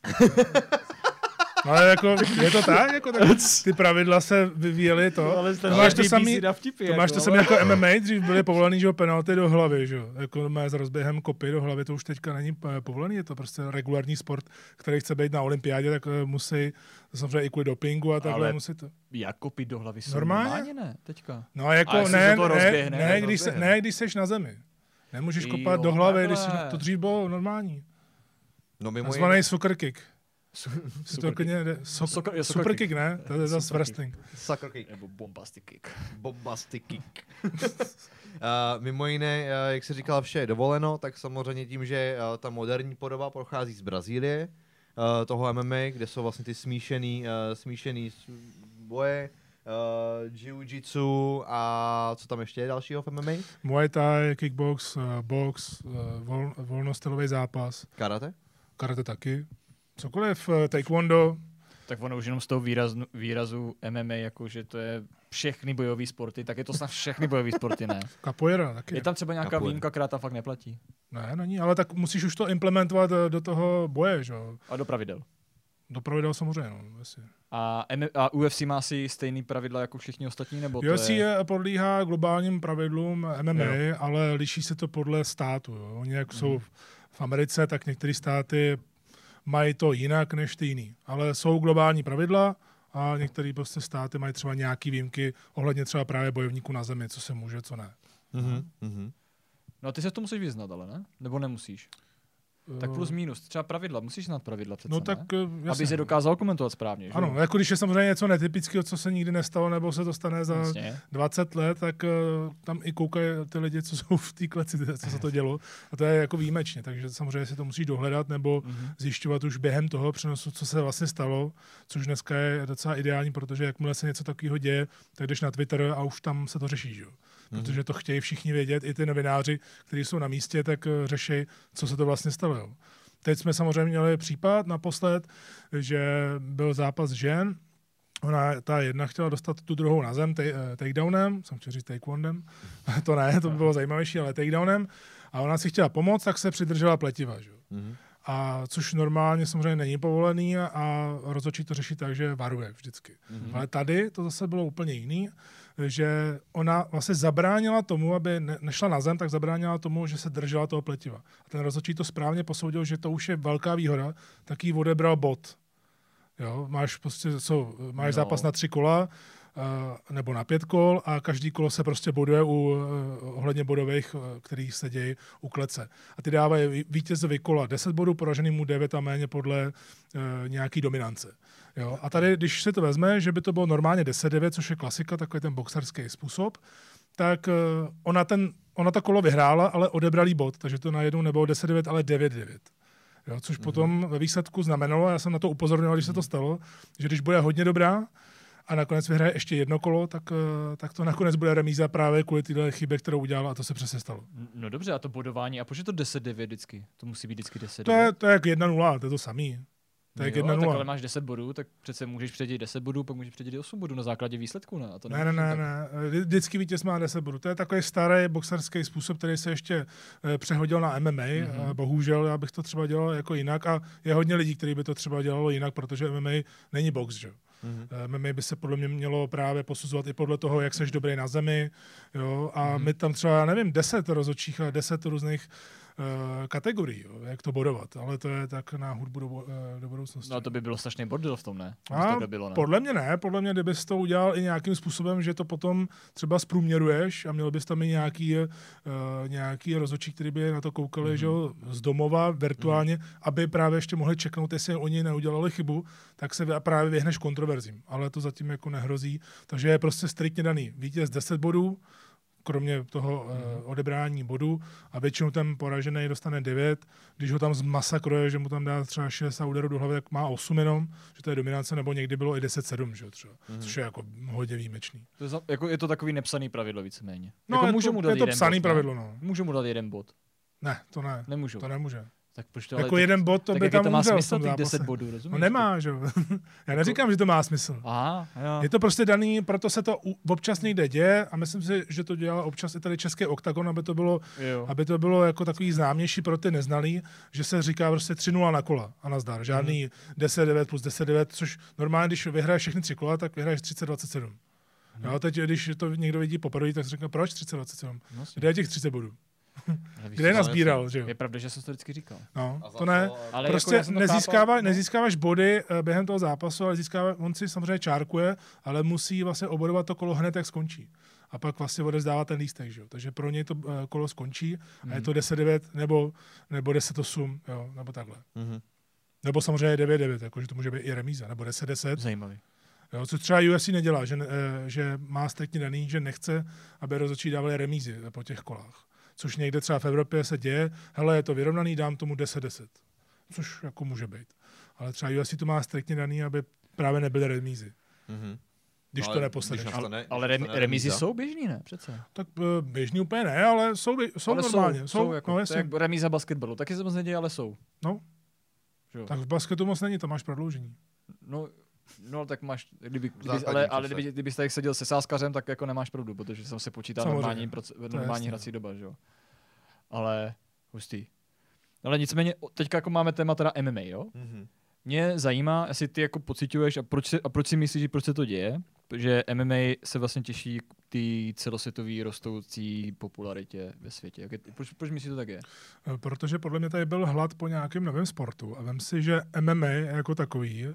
No, ale jako, je to tak, jako tak, ty pravidla se vyvíjely to. To máš to samý, to máš to samé jako MMA, dřív byly povolený, že jo, penalty do hlavy, že jo. Jako má s rozběhem kopy do hlavy, to už teďka není povolený, je to prostě regulární sport, který chce být na olympiádě, tak musí, samozřejmě i kvůli dopingu a takhle Ale musí to. Jak kopy do hlavy jsou Normálně? normálně ne, teďka. No a jako A jestli ne, se to rozběhne, ne, tak rozběhne. ne, když seš na zemi. Nemůžeš kopat Jo, do hlavy, když takhle. to dřív bylo normální. No mimo jiné. Zvaný soccer kick. Si to Super klidně jde. Soccer- je Super soccer kick, ne? To je zase Super wrestling. Sucker kick. Nebo bombastic kick. Bombastic kick. Mimo jiné, jak se říkal, vše je dovoleno, tak samozřejmě tím, že ta moderní podoba pochází z Brazílie, toho MMA, kde jsou vlastně ty smíšený boje, jiu-jitsu a co tam ještě je dalšího v MMA? Muay Thai, kickbox, box, volnostylový zápas, Karate? karate taky. Cokoliv, taekwondo, Tak ono už jenom z toho výrazu MMA, jako že to je všechny bojové sporty, tak je to snad všechny bojové sporty, ne? capoeira taky. Je tam třeba nějaká Capoeira. výjimka, která tam fakt neplatí. Ne, není, ale tak musíš už to implementovat do toho boje, že jo. A do pravidel. Do pravidel samozřejmě, no, jasně. A UFC má si stejný pravidla jako všichni ostatní, nebo to UFC podlíhá globálním pravidlům MMA, Jo. ale liší se to podle státu. Jo. Oni jak jsou v Americe, tak některé státy mají to jinak než ty jiný. Ale jsou globální pravidla a některé prostě státy mají třeba nějaké výjimky ohledně třeba právě bojovníků na zemi, co se může, co ne. Mhm. No a ty se to musíš vyznat, ale ne? Nebo nemusíš? Tak plus minus, třeba pravidla, musíš znát pravidla přece, No tak ne? Aby se dokázal komentovat správně. Že? Ano, jako když je samozřejmě něco netypického, co se nikdy nestalo, nebo se to stane za Jasně. 20 let, tak tam i koukají ty lidi, co jsou v té kleci, co se to dělo. A to je jako výjimečně, takže samozřejmě si to musíš dohledat nebo zjišťovat už během toho přenosu, co se vlastně stalo, což dneska je docela ideální, protože jakmile se něco takového děje, tak jdeš na Twitter a už tam se to řeší, že? Protože to chtějí všichni vědět, i ty novináři, kteří jsou na místě, tak řeší, co se to vlastně stalo. Jo. Teď jsme samozřejmě měli případ naposled, že byl zápas žen, ta jedna chtěla dostat tu druhou na zem takedownem, jsem chtěl říct taekwondem, to ne, to by bylo zajímavější, ale takedownem, a ona si chtěla pomoct, tak se přidržela pletiva. Že? A což normálně samozřejmě není povolený a rozhodčí to řeší tak, že varuje vždycky. Ale tady to zase bylo úplně jiný, že ona vlastně zabránila tomu, aby nešla na zem, tak zabránila tomu, že se držela toho pletiva. A ten rozhodčí to správně posoudil, že to už je velká výhoda, tak jí odebral bod. Jo, máš zápas na 3 kola, nebo na 5 kol a každý kolo se prostě boduje ohledně bodových, který se dějí u klece. A ty dávají vítězovi kola 10 bodů, poraženému 9 a méně podle nějaký dominance. Jo? A tady, když se to vezme, že by to bylo normálně 10-9, což je klasika, takový ten boxerský způsob, tak ona to kolo vyhrála, ale odebrali jí bod, takže to najednou nebylo 10-9, ale 9-9. Jo, což potom ve výsledku znamenalo, já jsem na to upozorňoval, když se to stalo, že když bude hodně dobrá a nakonec vyhraje ještě jedno kolo, tak to nakonec bude remíza právě kvůli téhle chybě, kterou udělala, a to se přesně stalo. No dobře, a to bodování, a proč je to 10-9 vždycky? To musí být vždycky 10-9. To je jak 1-0, to je to samý. To je 1-0. Tak ale máš 10 bodů, tak přece můžeš předět 10 bodů, pak můžeš předět 8 bodů na základě výsledku. Ne, to ne. Vždycky vítěz má 10 bodů. To je takový starý boxerský způsob, který se ještě přehodil na MMA. Bohužel já bych to třeba dělal jako jinak a je hodně lidí, kteří by to třeba dělalo jinak, protože MMA není box, že? MMA by se podle mě mělo právě posuzovat i podle toho, jak seš dobrý na zemi. Jo? A my tam třeba, nevím, 10 rozhodčích a 10 různých kategorií, jo, jak to bodovat, ale to je tak na hudbu do budoucnosti. No to by bylo strašný bordel v tom, ne? Bylo, ne? Podle mě, kdybys to udělal i nějakým způsobem, že to potom třeba zprůměruješ a měl bys tam i nějaký rozhodčí, který by na to koukali, že jo, z domova, virtuálně, aby právě ještě mohli čeknout, jestli oni neudělali chybu, tak se právě vyhneš kontroverzím, ale to zatím jako nehrozí, takže je prostě striktně daný. Vítěz 10 bodů, kromě toho odebrání bodu, a většinou ten poražený dostane 9. Když ho tam zmasakruje, že mu tam dá třeba 60 úderů do hlavy, tak má 8 jenom, že to je dominance, nebo někdy bylo i 10-7, že třeba, což je jako hodně výjimečný. Je to takový nepsaný pravidlo víceméně. No, jako je to psaný pravidlo, no. Můžu mu dát 1 bod. Ne, to ne. Nemůžu. To nemůže. Tak proč to, jako jeden bod, to by tam má umřel. Smysl těch 10 bodů, rozumíš? No nemá, že jo. Já neříkám, že to má smysl. Aha, jo. Je to prostě daný, proto se to občas někde děje a myslím si, že to dělá občas i tady český oktagon, aby to bylo jako takový známější pro ty neznalý, že se říká prostě 3-0 na kola a nazdar. Žádný 10-9 plus 10-9, což normálně, když vyhraješ všechny 3 kola, tak vyhraješ 30-27. Jo, teď, když to někdo vidí poprvé, tak se říká, proč 30-27? Kde je těch 30 bodů? Kde je nazbíral, že jo? Je pravda, že jsem to vždycky říkal. No, to ne. Ale prostě jako nezískáváš body během toho zápasu, ale on si samozřejmě čárkuje, ale musí vlastně obodovat to kolo hned, jak skončí. A pak vlastně odezdává ten lístek, že jo? Takže pro něj to kolo skončí a je to 10-9 nebo 10-8, jo? Nebo takhle. Nebo samozřejmě 9-9, jakože to může být i remíza, nebo 10-10. Zajímavý. Jo, co třeba UFC nedělá, že má striktně daný, že nechce, aby rozhodčí dávali remízy po těch kolách. Což někde třeba v Evropě se děje, hele, je to vyrovnaný, dám tomu 10-10. Což jako může být. Ale třeba UFC to má striktně daný, aby právě nebyly remízy. Když to neposadeš. Ale remízy jsou běžný, ne? Přece. Tak běžný úplně ne, ale jsou normálně. Jsou jako, no, to je jak remíza basketbalu. Taky se moc neděje, ale jsou. No. Tak v basketu moc není, to máš prodloužení. No tak máš, kdybyste tak seděl se sáskařem, tak jako nemáš pravdu, protože jsem se počítá normální hrací doba, že jo. Ale hustý. Ale nicméně, teďka jako máme téma teda MMA, jo? Mě zajímá, jestli ty jako pociťuješ a proč si myslíš, proč se to děje, že MMA se vlastně těší k té celosvětové rostoucí popularitě ve světě. Proč myslíš, že to tak je? Protože podle mě tady byl hlad po nějakém novém sportu a vem si, že MMA jako takový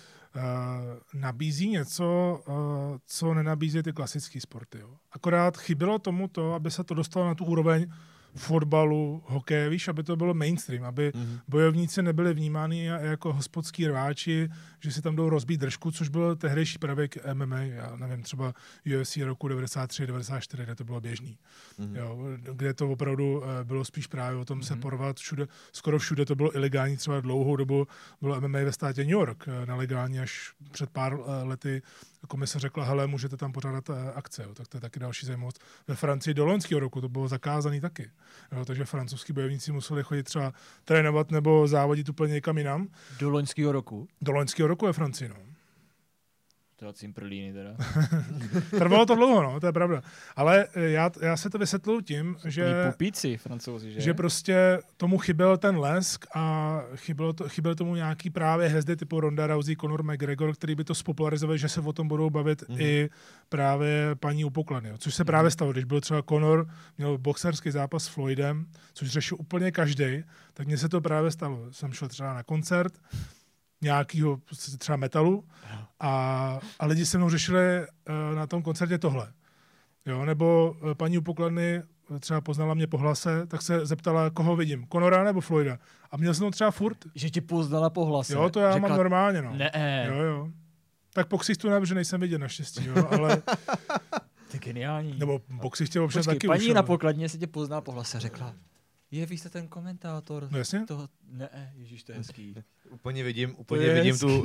nabízí něco, co nenabízí ty klasické sporty. Jo. Akorát chybělo tomu to, aby se to dostalo na tu úroveň fotbalu, hokeje, víš, aby to bylo mainstream, aby bojovníci nebyli vnímáni jako hospodský rváči, že si tam jdou rozbít držku, což byl tehdejší pravěk MMA, já nevím, třeba UFC roku 93, 94, kde to bylo běžný. Jo, kde to opravdu bylo spíš právě o tom se porvat všude, skoro všude to bylo ilegální, třeba dlouhou dobu bylo MMA ve státě New York nelegální, až před pár lety komise řekla, hele, můžete tam pořádat akce, jo, tak to je taky další zajímavost. Ve Francii do loňského roku to bylo zakázané taky, jo, takže francouzský bojovníci museli chodit třeba trénovat nebo závodit úplně někam jinam. Do loňského roku? Do loňského roku ve Francii, no. Teda cimprlíny teda. Trvalo to dlouho, no, to je pravda. Ale já se to vysvětluji tím, že... Pupíci, Francouzi, že? Že prostě tomu chyběl ten lesk a chyběl tomu nějaký právě hvězdy typu Ronda Rousey, Conor McGregor, který by to spopularizovali, že se o tom budou bavit i právě paní u poklady. Což se právě stalo, když byl třeba Conor, měl boxerský zápas s Floydem, což řešil úplně každý, tak mně se to právě stalo. Jsem šel třeba na koncert, nějakýho třeba metalu a lidi se mnou řešili na tom koncertě tohle. Jo, nebo paní u pokladny třeba poznala mě po hlase, tak se zeptala, koho vidím, Conora nebo Floyda. A měl jsem to třeba furt. Že tě poznala po hlase. Jo, to já mám normálně, no. Ne. Jo. Tak boxistu nevím, že nejsem vidět naštěstí, jo, ale... To je geniální. Nebo boxistě občas taky paní ušel. Na pokladně se tě pozná po hlase, řekla. Vy jste ten komentátor. No jasně. Toho... Ne, ježíš, to je hezký. Úplně vidím hezký. tu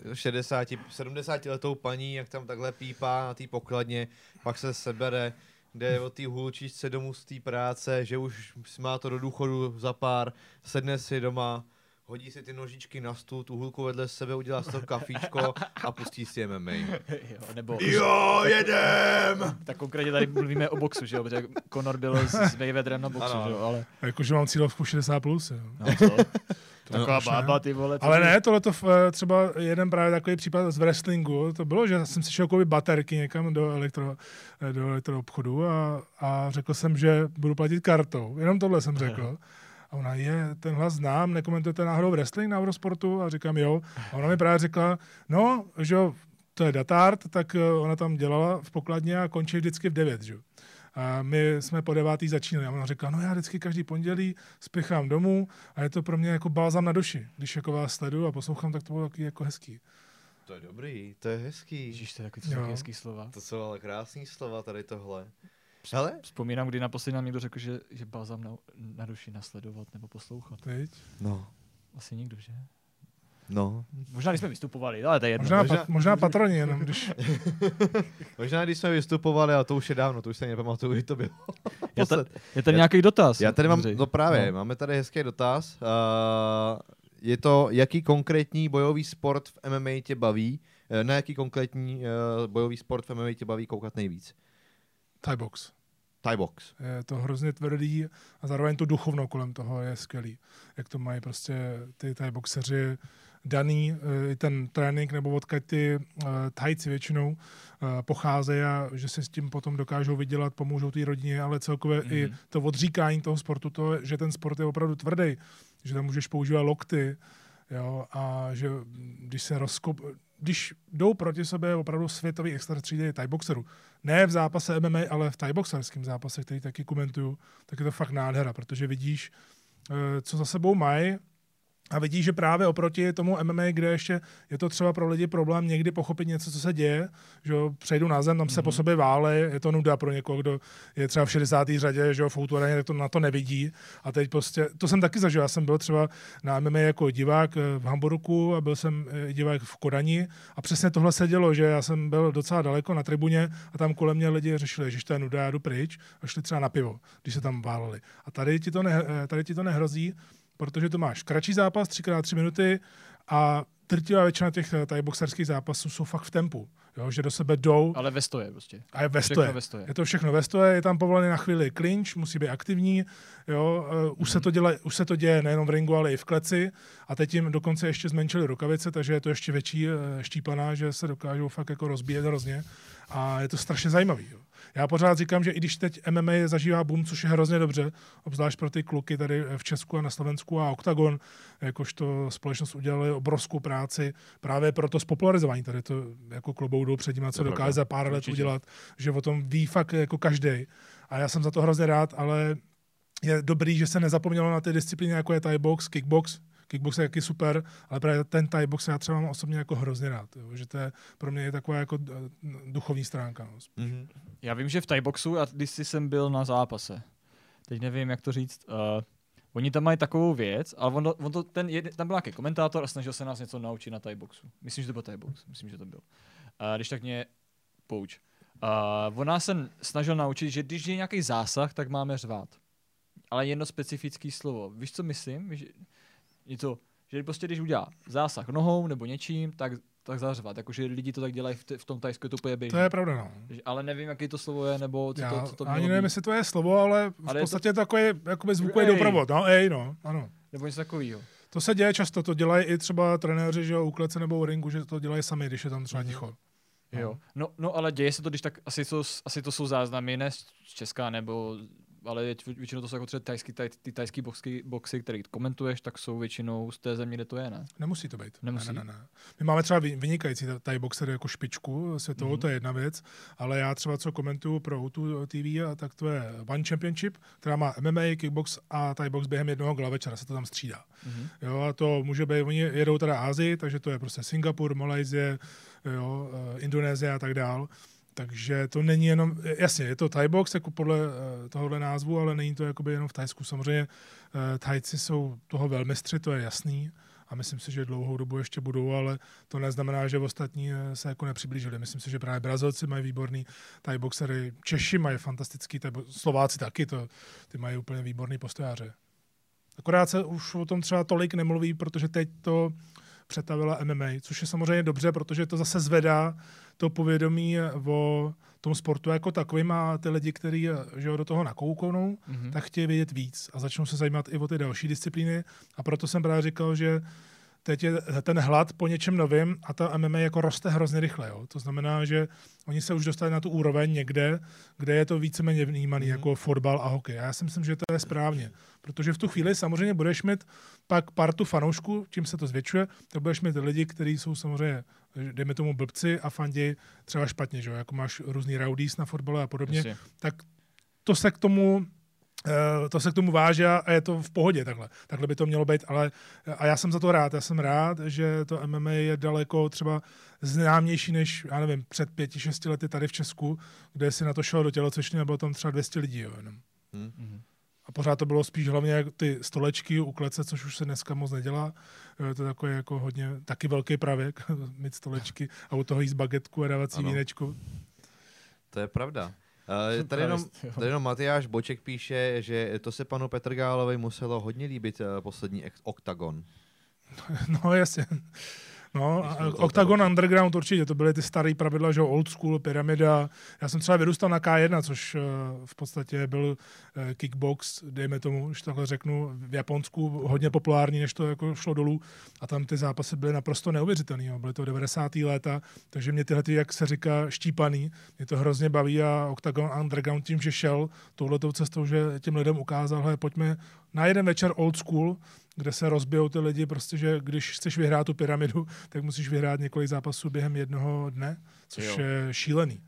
70 letou paní, jak tam takhle pípá na té pokladně, pak se sebere, jde od té hůlčičce domů z té práce, že už má to do důchodu za pár, sedne si doma, hodí si ty nožičky na stůl, tu hůlku vedle sebe, udělá si to kafíčko a pustí si MMA. Jo, jedem! Tak konkrétně tady mluvíme o boxu, že jo, protože Conor byl s Mayweatherem na boxu, že jo, ale... Jakože mám cílovku 60+, jo. No co? Taková bába, ty vole. Ale ne, tohleto třeba jeden právě takový případ z wrestlingu, to bylo, že jsem si šel koupit baterky někam do elektroobchodu a řekl jsem, že budu platit kartou. Jenom tohle jsem řekl. A ona ten hlas znám, nekomentujete náhodou wrestling na Eurosportu? A říkám jo. A ona mi právě řekla, no, že jo, to je datard, tak ona tam dělala v pokladně a končí vždycky v 9, že jo. A my jsme po 9. začínali. A ona řekla, no já vždycky každý pondělí spěchám domů a je to pro mě jako balzam na duši. Když jako vás sleduju a poslouchám, tak to bylo taky jako hezký. To je dobrý, to je hezký. Ježíš, to je takový hezký slova. To jsou ale krásný slova tady tohle. Hele? Vzpomínám, kdy naposledy nám někdo řekl, že balzam na duši nasledovat nebo poslouchat. Teď? No. Asi nikdo, že? No. Možná, když jsme vystupovali, ale to je jedno. Možná patroni jenom, když... Možná, když jsme vystupovali, a to už je dávno, to už se nepamatuju, kdy to bylo. Je tady nějaký dotaz? Já tady mám, no právě, máme tady hezký dotaz. Je to, jaký konkrétní bojový sport v MMA tě baví? Na jaký konkrétní bojový sport v MMA tě baví koukat nejvíc? Thai box. Thai box. Je to hrozně tvrdý a zároveň to duchovno kolem toho je skvělý. Jak to mají prostě ty Thai boxeři daný, ten trénink nebo odkud ty Thajci většinou pocházejí a že se s tím potom dokážou vydělat, pomůžou té rodině, ale celkově i to odříkání toho sportu, to, že ten sport je opravdu tvrdý, že tam můžeš používat lokty, jo, a že když jdou proti sobě opravdu světový extra třídy Thai boxerů, ne v zápase MMA, ale v Thai boxerském zápase, který taky komentuju, tak je to fakt nádhera, protože vidíš, co za sebou mají a vidíš, že právě oproti tomu MMA, kde ještě je to třeba pro lidi problém někdy pochopit něco, co se děje, že přejdu na zem, tam se po sobě válej, je to nuda pro někoho, kdo je třeba v 60. řadě, že v Outuaraně, tak to na to nevidí. A teď prostě, to jsem taky zažil, já jsem byl třeba na MMA jako divák v Hamburku a byl jsem divák v Kodani a přesně tohle se dělo, že já jsem byl docela daleko na tribuně a tam kolem mě lidi řešili, že to je nuda, já jdu pryč a šli třeba na pivo, když se tam váleli. A tady ti to nehrozí, protože to máš kratší zápas, 3x3 minuty a drtivá většina těch thai boxerských zápasů jsou fakt v tempu, jo, že do sebe jdou. Ale ve stoje prostě. A je ve stoje. Je to všechno ve stoje, je tam povolený na chvíli clinch, musí být aktivní, jo, už se to děje nejenom v ringu, ale i v kleci a teď jim dokonce ještě zmenšili rukavice, takže je to ještě větší štípaná, že se dokážou fakt jako rozbíjet hrozně a je to strašně zajímavý, jo. Já pořád říkám, že i když teď MMA zažívá boom, což je hrozně dobře, obzvlášť pro ty kluky tady v Česku a na Slovensku a Octagon, jakožto společnost udělali obrovskou práci právě pro to spopularizování. Tady to jako klobouk dolů před tím, co dokáže za pár let udělat, že o tom ví fakt jako každej. A já jsem za to hrozně rád, ale je dobrý, že se nezapomnělo na ty disciplíny, jako je Thai box, kickbox. Kickbox je taky super, ale právě ten Thai box já třeba mám osobně jako hrozně rád, jo, že to je pro mě je taková jako duchovní stránka. No. Mhm. Já vím, že v Thai boxu, a když jsem byl na zápase, teď nevím, jak to říct, oni tam mají takovou věc, ale tam byl nějaký komentátor a snažil se nás něco naučit na Thai boxu. Myslím, že to byl Thai box, myslím, že to byl. Když tak mě pouč. On nás se snažil naučit, že když je nějaký zásah, tak máme řvát. Ale jedno specifické slovo. Víš, co myslím? Je to, že prostě když udělá zásah nohou nebo něčím, tak zařvat. Jakože lidi to tak dělají v tom Thajsku, to úplně běží. To je pravda, no. Ale nevím, jaký to slovo je, nebo co to ani nevím, jestli to je slovo, ale v podstatě je to takový jakoby zvukový doprovod. No, no, ano. Nebo něco takového. To se děje často, to dělají i třeba trenéři, že u klece nebo u ringu, že to dělají sami, když je tam třeba ticho. Jo. No, ale děje se to, když tak asi to jsou záznamy, ne z Česka, nebo ale většinou to jsou jako třeba ty tajský boxy, které komentuješ, tak jsou většinou z té země, kde to je, ne? Nemusí to být. Nemusí. Ne. My máme třeba vynikající Thai boxery jako špičku světovou, to je jedna věc, ale já třeba co komentuju pro O2 TV, tak to je One Championship, která má MMA, kickbox a Thai box během jednoho gala večera, se to tam střídá. Jo, a to může být, oni jedou teda Asii, takže to je prostě Singapur, Malajsie, jo, Indonésie a tak dál. Takže to není jenom, jasně, je to Thai box jako podle tohohle názvu, ale není to jakoby jenom v Thajsku. Samozřejmě Thajci jsou toho velmistři, to je jasný a myslím si, že dlouhou dobu ještě budou, ale to neznamená, že ostatní se jako nepřiblížili. Myslím si, že právě Brazilci mají výborný Thai boxery, Češi mají fantastický, Slováci taky, ty mají úplně výborný postojáře. Akorát se už o tom třeba tolik nemluví, protože teď to přetavila MMA, což je samozřejmě dobře, protože to zase zvedá to povědomí o tom sportu jako takovým a ty lidi, kteří do toho nakouknou, tak chtějí vědět víc a začnou se zajímat i o ty další disciplíny a proto jsem právě říkal, že teď je ten hlad po něčem novým a ta MMA jako roste hrozně rychle. Jo? To znamená, že oni se už dostali na tu úroveň někde, kde je to víceméně vnímaný jako fotbal a hokej. A já si myslím, že to je správně. Protože v tu chvíli samozřejmě budeš mít pak partu fanoušků, čím se to zvětšuje, tak budeš mít lidi, kteří jsou samozřejmě, dejme tomu blbci a fandí třeba špatně, že? Jako máš různý rowdies na fotbale a podobně, Jasně. tak to se k tomu váže a je to v pohodě takhle. Takhle by to mělo být, a já jsem za to rád. Já jsem rád, že to MMA je daleko třeba známější než, já nevím, před 5-6 lety tady v Česku, kde si na to šel do tělocvičny a bylo tam třeba 200 lidí. Jo, jenom. A pořád to bylo spíš hlavně ty stolečky u klece, což už se dneska moc nedělá. To je takový jako hodně, taky velký pravěk, mít stolečky a u toho jíst bagetku a dávat si vínečku. To je pravda. Tady jenom Matyáš Boček píše, že to se panu Petrgálovi muselo hodně líbit poslední Octagon. No jasně. No, Octagon Underground určitě, to byly ty staré pravidla, že old school, pyramida. Já jsem třeba vyrůstal na K1, což v podstatě byl kickbox, dejme tomu, když takhle řeknu, v Japonsku hodně populární, než to jako šlo dolů. A tam ty zápasy byly naprosto neuvěřitelné. Byly to 90. léta, takže mě tyhle, jak se říká, štípaný, mě to hrozně baví a Octagon Underground tím, že šel touhletou cestou, že těm lidem ukázal, hele, pojďme na jeden večer old school, kde se rozbijou ty lidi, prostě, že když chceš vyhrát tu pyramidu, tak musíš vyhrát několik zápasů během jednoho dne, což je šílený.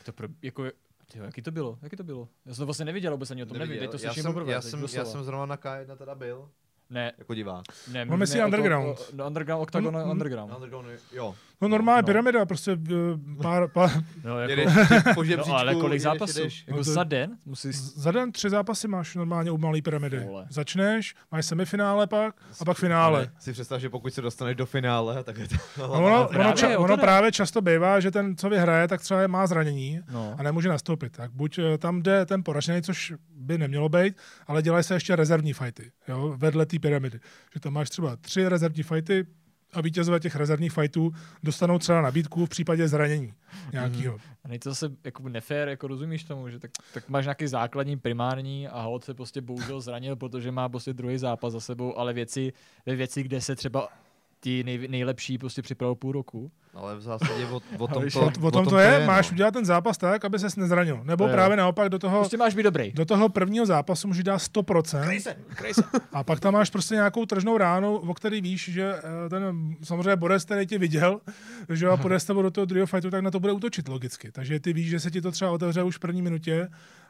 Jaký to bylo? Já jsem to vlastně neviděl, vůbec ani o tom nevím. Teď to slyším poprvé. Já jsem zrovna na K1 teda byl. Ne. Jako divák. Ne, máme si Underground. Underground, Octagon Underground. Jo. No normálně pyramida, prostě pár... No, ale kolik zápasů? Jako za den? Za den 3 zápasy máš normálně u malé pyramidy. Začneš, máš semifinále pak a pak finále. Si představ, že pokud se dostaneš do finále, tak je to... Ono právě často bývá, že ten, co vyhraje, tak třeba má zranění a nemůže nastoupit. Tak buď tam jde ten poražený, což by nemělo být, ale dělají se ještě rezervní fighty, jo, vedle té pyramidy. Že tam máš třeba 3 rezervní fighty a vítězové těch rezervních fightů dostanou třeba nabídku v případě zranění nějakého. A není to zase jako nefér, jako rozumíš tomu, že tak máš nějaký základní, primární a hod se prostě bohužel zranil, protože má prostě druhý zápas za sebou, ale ve věci, kde se třeba ty nejlepší prostě připravil půl roku. Ale v zásadě o tom to je. Máš udělat ten zápas tak, aby ses nezranil. Nebo právě naopak do toho... Prostě máš být dobrý. Do toho prvního zápasu můžeš dát 100%. Krejse. A pak tam máš prostě nějakou tržnou ránu, o který víš, že ten samozřejmě borec, který tě viděl, že a půjde s tebou do toho druhého fightu, tak na to bude útočit logicky. Takže ty víš, že se ti to třeba otevře už v první minutě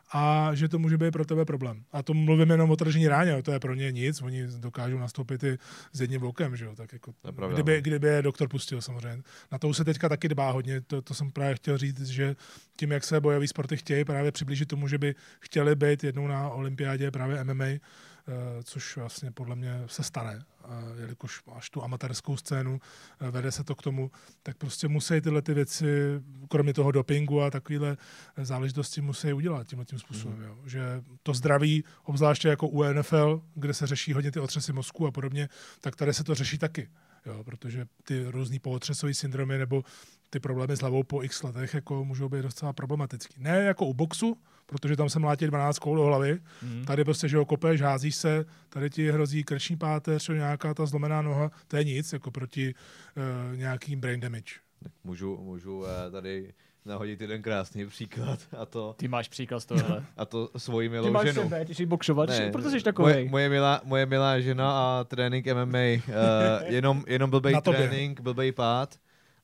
a že to může být pro tebe problém. A to mluvím jenom o tržní ráně, to je pro ně nic, oni dokážou nastoupit i s jedním okem, že jo, tak jako, kdyby je doktor pustil samozřejmě. Na to už se teďka taky dbá hodně, to jsem právě chtěl říct, že tím, jak se bojové sporty chtějí právě přiblížit tomu, že by chtěli být jednou na olympiádě právě MMA, což vlastně podle mě se stane, jelikož máš tu amatérskou scénu, vede se to k tomu, tak prostě musí tyhle ty věci, kromě toho dopingu a takovéhle záležitosti musí udělat tím způsobem. Jo. Že to zdraví, obzvláště jako u NFL, kde se řeší hodně ty otřesy mozku a podobně, tak tady se to řeší taky. Jo, protože ty různý pootřesové syndromy nebo ty problémy s hlavou po x letech jako můžou být docela problematický. Ne jako u boxu, protože tam se mlátí 12 koul do hlavy. Tady prostě, že ho kopeš, házíš se, tady ti hrozí krční páteř, nějaká ta zlomená noha, to je nic, jako proti nějakým brain damage. Můžu tady nahodit jeden krásný příklad a to... Ty máš příklad z tohohle. A to svoji milou ženu. Ty máš ženu. sebe, ty jsi boxovat, protože jsi takovej. Moje milá žena a trénink MMA, jenom blbej trénink, blbej pád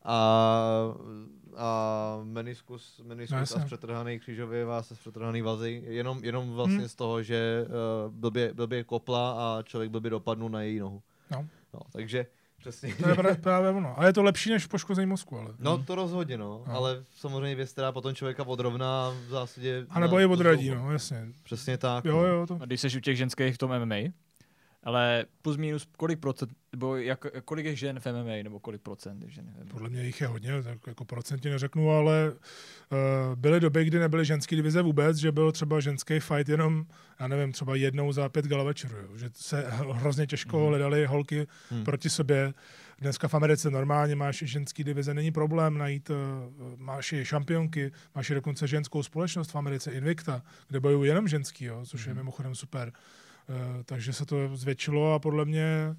a meniskus a zpřetrhaný křížový vás a zpřetrhaný vazy, jenom vlastně z toho, že blbě kopla a člověk blbě dopadnul na její nohu. No, takže přesně. To je právě ono. Ale je to lepší než poškození mozku, ale. No to rozhodně, no. Ale samozřejmě věc, která potom člověka odrovná v zásadě. A nebo je odradí, no, jasně. Přesně tak. Jo, to. A když jsi u těch ženských v tom MMA, ale plus minus kolik procent, nebo kolik je žen v MMA, nebo kolik procent je žen v MMA? Podle mě jich je hodně, tak jako procentě neřeknu, ale byly doby, kdy nebyly ženský divize vůbec, že byl třeba ženský fight jenom, já nevím, třeba jednou za 5 gala večerů, že se hrozně těžko hledali holky proti sobě. Dneska v Americe normálně máš ženský divize, není problém najít, máš i šampionky, máš i dokonce ženskou společnost v Americe, Invicta, kde bojují jenom ženský, jo, což je mimochodem super. Takže se to zvětšilo a podle mě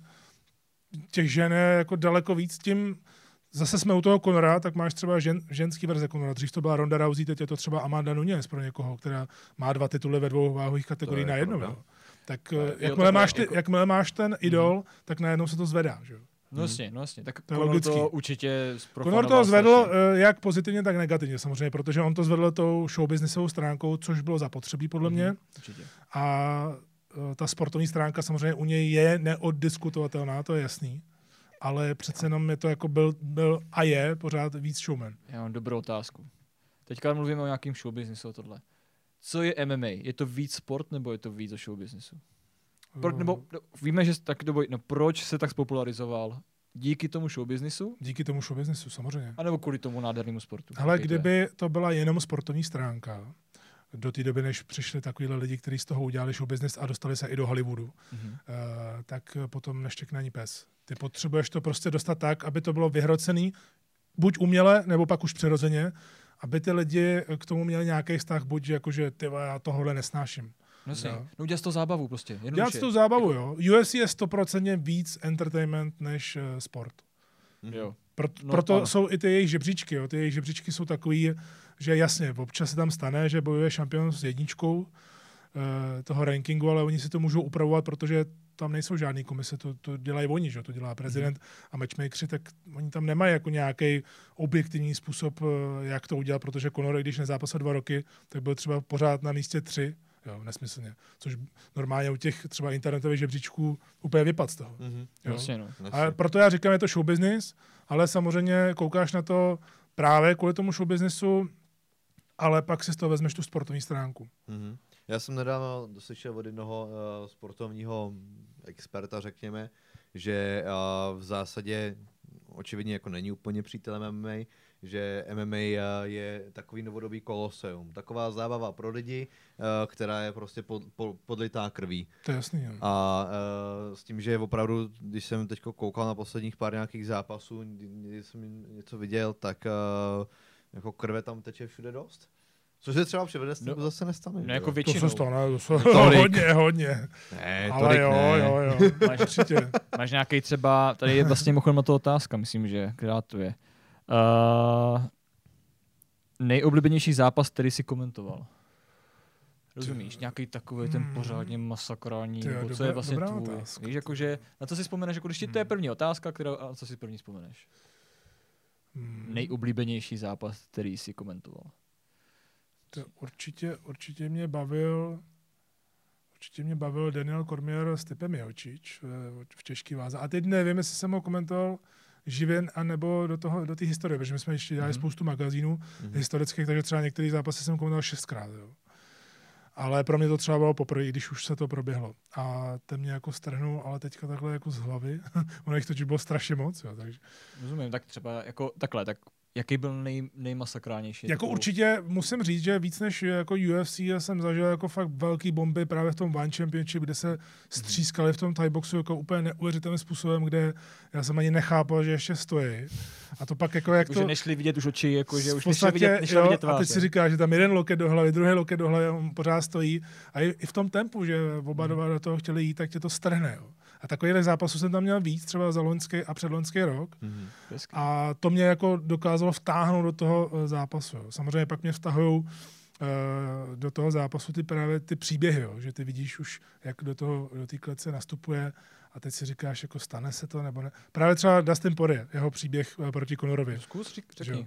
těch žen je jako daleko víc. Tím zase jsme u toho Conora, tak máš třeba ženský verze Conora. Dřív to byla Ronda Rousey, teď je to třeba Amanda Nunes pro někoho, která má 2 tituly ve 2 váhových kategoriích na jednou. Tak jakmile máš ten idol, tak najednou se to zvedá. Že? No jasně. Tak Conor to určitě Conor to zvedl jak pozitivně, tak negativně samozřejmě, protože on to zvedl tou showbusinessovou stránkou, což bylo zapotřebí podle mě. Určitě. A ta sportovní stránka samozřejmě u něj je neoddiskutovatelná, to je jasný, ale přece jenom je to jako byl a je pořád víc showman. Já mám dobrou otázku. Teďka mluvíme o nějakým showbiznisu a tohle. Co je MMA? Je to víc sport nebo je to víc o showbiznisu? Nebo víme, že tak proč se tak spopularizoval? Díky tomu showbiznisu? Díky tomu showbiznisu, samozřejmě. A nebo kvůli tomu nádhernému sportu? Ale kdyby to byla jenom sportovní stránka, do té doby, než přišli takovýhle lidi, kteří z toho udělali show business a dostali se i do Hollywoodu, tak potom neštěkne ani pes. Ty potřebuješ to prostě dostat tak, aby to bylo vyhrocený, buď uměle, nebo pak už přirozeně, aby ty lidi k tomu měli nějaký vztah, buď jakože já tohle nesnáším. No udělat to zábavu prostě. Dělat to zábavu, jo. UFC je 100% víc entertainment než sport. Jo. Proto jsou i ty jejich žebříčky. Jo. Ty jejich žebříčky jsou takový, že jasně, občas se tam stane, že bojuje šampion s jedničkou toho rankingu, ale oni si to můžou upravovat, protože tam nejsou žádný komise, to dělají oni, že? To dělá prezident a matchmakeri, tak oni tam nemají jako nějaký objektivní způsob, jak to udělat, protože Conor, když nezápasil 2 roky, tak byl třeba pořád na místě 3, jo, nesmyslně, což normálně u těch třeba internetových žebříčků úplně vypad z toho. Vlastně, no. A proto já říkám, je to show business, ale samozřejmě koukáš na to právě kvůli tomu show businessu, ale pak si z toho vezmeš tu sportovní stránku. Já jsem nedávno slyšel od jednoho sportovního experta, řekněme, že v zásadě očividně jako není úplně přítelem MMA, že MMA je takový novodobý koloseum, taková zábava pro lidi, která je prostě podlitá krví. To je jasný. Jo. A s tím, že opravdu, když jsem teď koukal na posledních pár nějakých zápasů, když jsem něco viděl, tak jako krve tam teče všude dost. Což se třeba přivede, zase nestane. No jako většinou. To se stane, hodně. Ne, ale jo. Máš nějaký třeba, tady je vlastně mimochodem na to otázka, myslím, že která to je. Nejoblíbenější zápas, který jsi komentoval. Rozumíš? Nějaký takový ten pořádně masakrální, co je vlastně tvůj. Víš, jakože, na co si vzpomeneš, jako když ti to je první otázka, a co si první vzpomeneš? Nejoblíbenější zápas, který jsi komentoval. Určitě mě bavil Daniel Cormier s Typem Miocic v těžký váze. A teď nevím, jestli jsem ho komentoval živě, anebo do té historie, protože my jsme ještě dělali spoustu magazínů historických, takže třeba některý zápasy jsem komentoval 6krát. Jo. Ale pro mě to třeba bylo poprvé, když už se to proběhlo. A ten mě jako strhnul, ale teďka takhle jako z hlavy. Ono jich totiž bylo strašně moc. Jo, takže. Rozumím, tak třeba jako takhle, tak jaký byl nejmasakrálnější? Jako určitě musím říct, že víc než jako UFC jsem zažil jako fakt velký bomby právě v tom One Championship, kde se střískali v tom Thai boxu jako úplně neuvěřitelným způsobem, kde já jsem ani nechápal, že ještě stojí. A to pak jako jak to... Že nešli vidět už oči, jako že už nešli vidět tvář. A teď si říká, že tam jeden loket do hlavy, druhý loket do hlavy, on pořád stojí. A i v tom tempu, že oba dva do toho chtěli jít, tak tě to strhne. Jo. A takových zápasů jsem tam měl víc, třeba za loňský a předloňský rok. A to mě jako dokázalo vtáhnout do toho zápasu. Jo. Samozřejmě pak mě vtahují do toho zápasu právě ty příběhy, jo. Že ty vidíš už, jak do té klece nastupuje a teď si říkáš, jako stane se to nebo ne. Právě třeba Dustin Poirier, jeho příběh proti Conorovi. Zkus, řekni.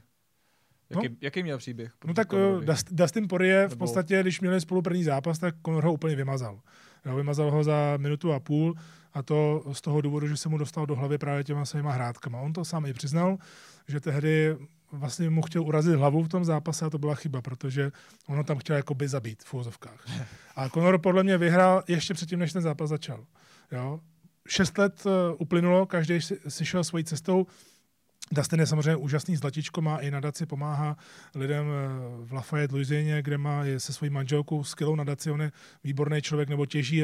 Jaký měl příběh? No tak Dustin Poirier v podstatě, když měli spolu první zápas, tak Conor ho úplně vymazal. Jo, vymazal ho za 1,5 minuty a to z toho důvodu, že se mu dostal do hlavy právě těma svýma hrádkama. On to sám i přiznal, že tehdy vlastně mu chtěl urazit hlavu v tom zápase a to byla chyba, protože ono tam chtěl jakoby zabít v úvozovkách. A Conor podle mě vyhrál ještě předtím, než ten zápas začal. Jo? 6 let uplynulo, každý si šel svojí cestou. Dustin je samozřejmě úžasný zlatičko, má i nadaci, pomáhá lidem v Lafayette, Louisianě, kde má se svojí manželkou skvělou nadaci, on je výborný člověk, nebo těží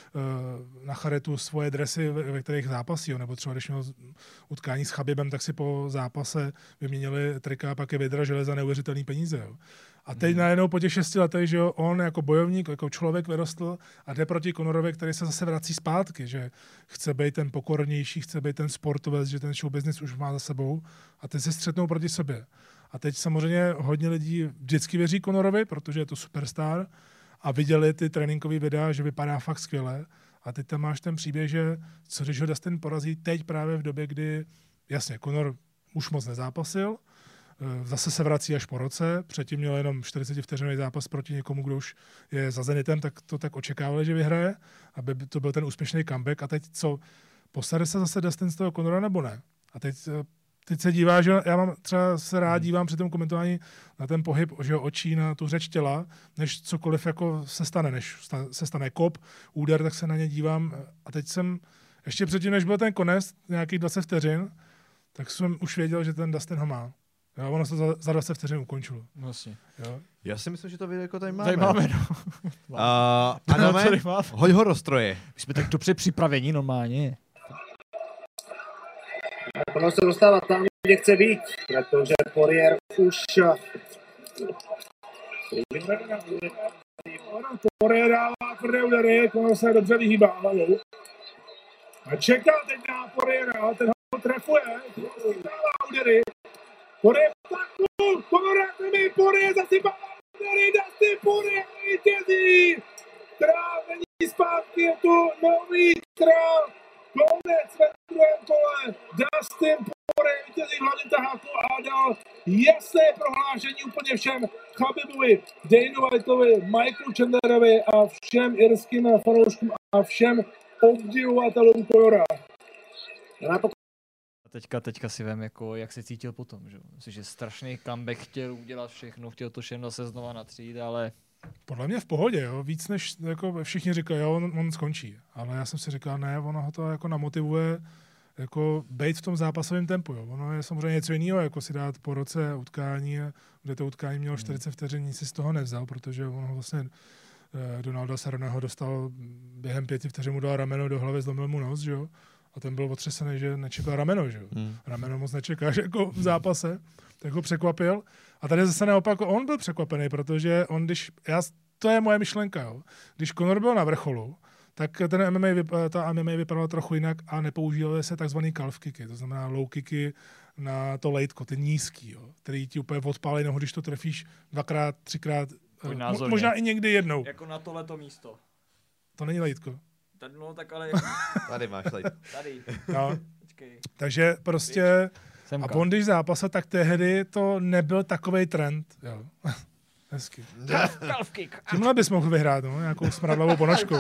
na charetu svoje dresy, ve kterých zápasí, nebo třeba když měl utkání s Chabibem, tak si po zápase vyměnili trika a pak je vydražili za neuvěřitelný peníze. Jo. A teď najednou po těch 6 letech, že jo, on jako bojovník, jako člověk vyrostl a jde proti Conorovi, který se zase vrací zpátky, že chce být ten pokornější, chce být ten sportovec, že ten show business už má za sebou a teď se střetnou proti sobě. A teď samozřejmě hodně lidí vždycky věří Conorovi, protože je to superstar a viděli ty tréninkové videa, že vypadá fakt skvěle. A teď tam máš ten příběh, že co když ho Dustin porazí teď právě v době, kdy jasně, Conor už moc nezápasil, zase se vrací až po roce, předtím měl jenom 40 vteřinový zápas proti někomu, kdo už je za Zenitem, tak to tak očekávali, že vyhraje, aby to byl ten úspěšný comeback. A teď co, posade se zase Dustin z toho Conora nebo ne? A teď se dívá, že já mám třeba se rád dívám při tom komentování na ten pohyb, že očí, na tu řeč těla, než cokoliv jako se stane, než se stane kop, úder, tak se na ně dívám. A teď jsem, ještě předtím, než byl ten konec, nějakých 20 vteřin, tak jsem už věděl, že ten Dustin ho má. Jo, ono se za 20 vteřin ukončilo. Vlastně. Jo. Já si myslím, že to video tady máme. Tady máme, no. Adame, hoď ho do stroje. My jsme tak dobře připraveni normálně. Ono se dostává tam, kde chce být, protože Poirier už... Poirier dává tvrdé údery, ono se dobře vyhýbá hlavou. A čeká teď na Poiriera, ten ho trefuje, dává údery. Poirier taku, Poirier zasypá údery, Dustin Poirier vítězí. Král není zpátky, je tu nový král. Konec ve druhém kole. Dustin Poirier vítězí v hlavním taháku a dal jasné prohlášení úplně všem Khabibovi, Danu Whiteovi, Michaelu Chandlerovi a všem irským fanouškům a všem obdivovatelům Conora. Teďka si vem, jako, jak se cítil potom. Že? Myslím, že strašný comeback, chtěl udělat všechno, chtěl to všechno se znova natřít, ale... Podle mě v pohodě, jo. Víc než jako všichni říkají, jo, on skončí. Ale já jsem si říkal, ne, ono ho to jako namotivuje jako být v tom zápasovém tempu. Jo. Ono je samozřejmě něco jiného, jako si dát po roce utkání, kde to utkání mělo 40 vteřin, nic si z toho nevzal, protože on vlastně Donalda Cerroneho dostal během 5 vteřin, mu dal rameno do hlavy, zlomil mu nos, že jo. A ten byl otřesený, že nečekal rameno, že jo. Rameno moc nečekáš jako v zápase, tak ho překvapil. A tady zase naopak on byl překvapený, protože on, to je moje myšlenka, jo. Když Conor byl na vrcholu, tak ta MMA vypadala trochu jinak a nepoužívaly se takzvaný calf kicky, to znamená low kicky na to lejtko, ty nízký, jo, který ti úplně odpálí nohu, když to trefíš 2x, 3x, možná i někdy jednou. Jako na tohleto místo. To není lejtko. No tak ale... Tady máš lejtko. Tady. No. Takže prostě... A on, když zápasil, tak tehdy to nebyl takovej trend. Jo. Hezky. Calf kick. Tímhle bys mohl vyhrát, no, nějakou smradlavou ponožkou.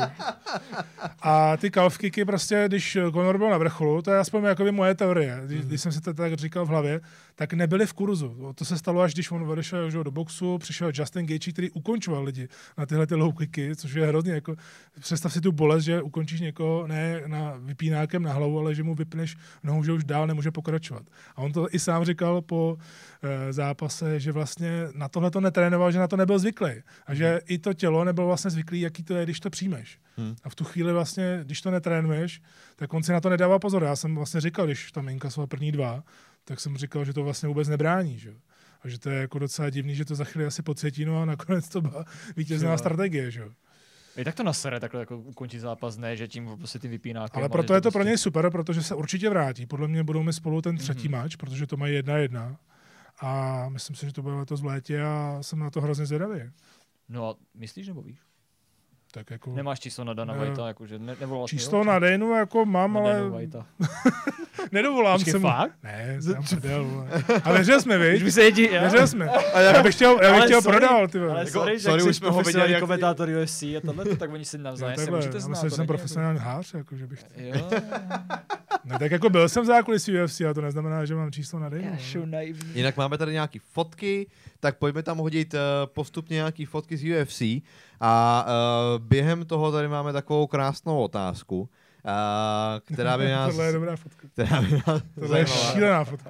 A ty calf kicky prostě, když Conor byl na vrcholu, to je aspoň jakoby moje teorie, když jsem si to tak říkal v hlavě, tak nebyli v kurzu. To se stalo, až když on odešel do boxu, přišel Justin Gaethje, který ukončoval lidi na tyhle ty low kicky, což je hrozně jako, představ si tu bolest, že ukončíš někoho ne na vypínákem na hlavu, ale že mu vypneš nohu, že už dál nemůže pokračovat. A on to i sám říkal po zápase, že vlastně na tohle to netrénoval, že na to nebyl zvyklý. A že i to tělo nebylo vlastně zvyklý, jaký to je, když to přijmeš. A v tu chvíli vlastně, když to netrénuješ, tak on si na to nedává pozor. Já jsem vlastně říkal, když tam inkasoval první 2, tak jsem říkal, že to vlastně vůbec nebrání. Že? A že to je jako docela divný, že to za chvíli asi pocítí, no a nakonec to byla vítězná strategie. Že? I tak to nasere, takhle jako ukončit zápas, ne, že tím prostě tím vypínákem. Ale proto je to pro něj super, protože se určitě vrátí. Podle mě budou mi spolu ten třetí match, protože to mají 1-1. A myslím si, že to bude letos v létě a jsem na to hrozně zvědavý. No a myslíš nebo víš? Tak jako... Nemáš číslo na Dana Whitea, jakože nevolal číslo na Danu jako mám, ale... Nedovolám se mu. Fakt? Ne, jsem prdel. A věřil jsme, víš? Věřil jsme. Já bych chtěl prodal, ty ale sorry, že už jsi jsme ho viděli, jak komentátor UFC a tohle, tak oni si navzájem se můžete znát. Myslím, že jsem profesionální hář, jako že bych... Jo. Ne, tak jako byl jsem v zákulisí UFC, a to neznamená, že mám číslo na Danu. Jinak máme tady nějaký fotky, tak pojďme tam hodit postupně nějaký fotky z UFC a během toho tady máme takovou krásnou otázku, která by nás... Tohle je dobrá fotka. Tohle je šílená fotka.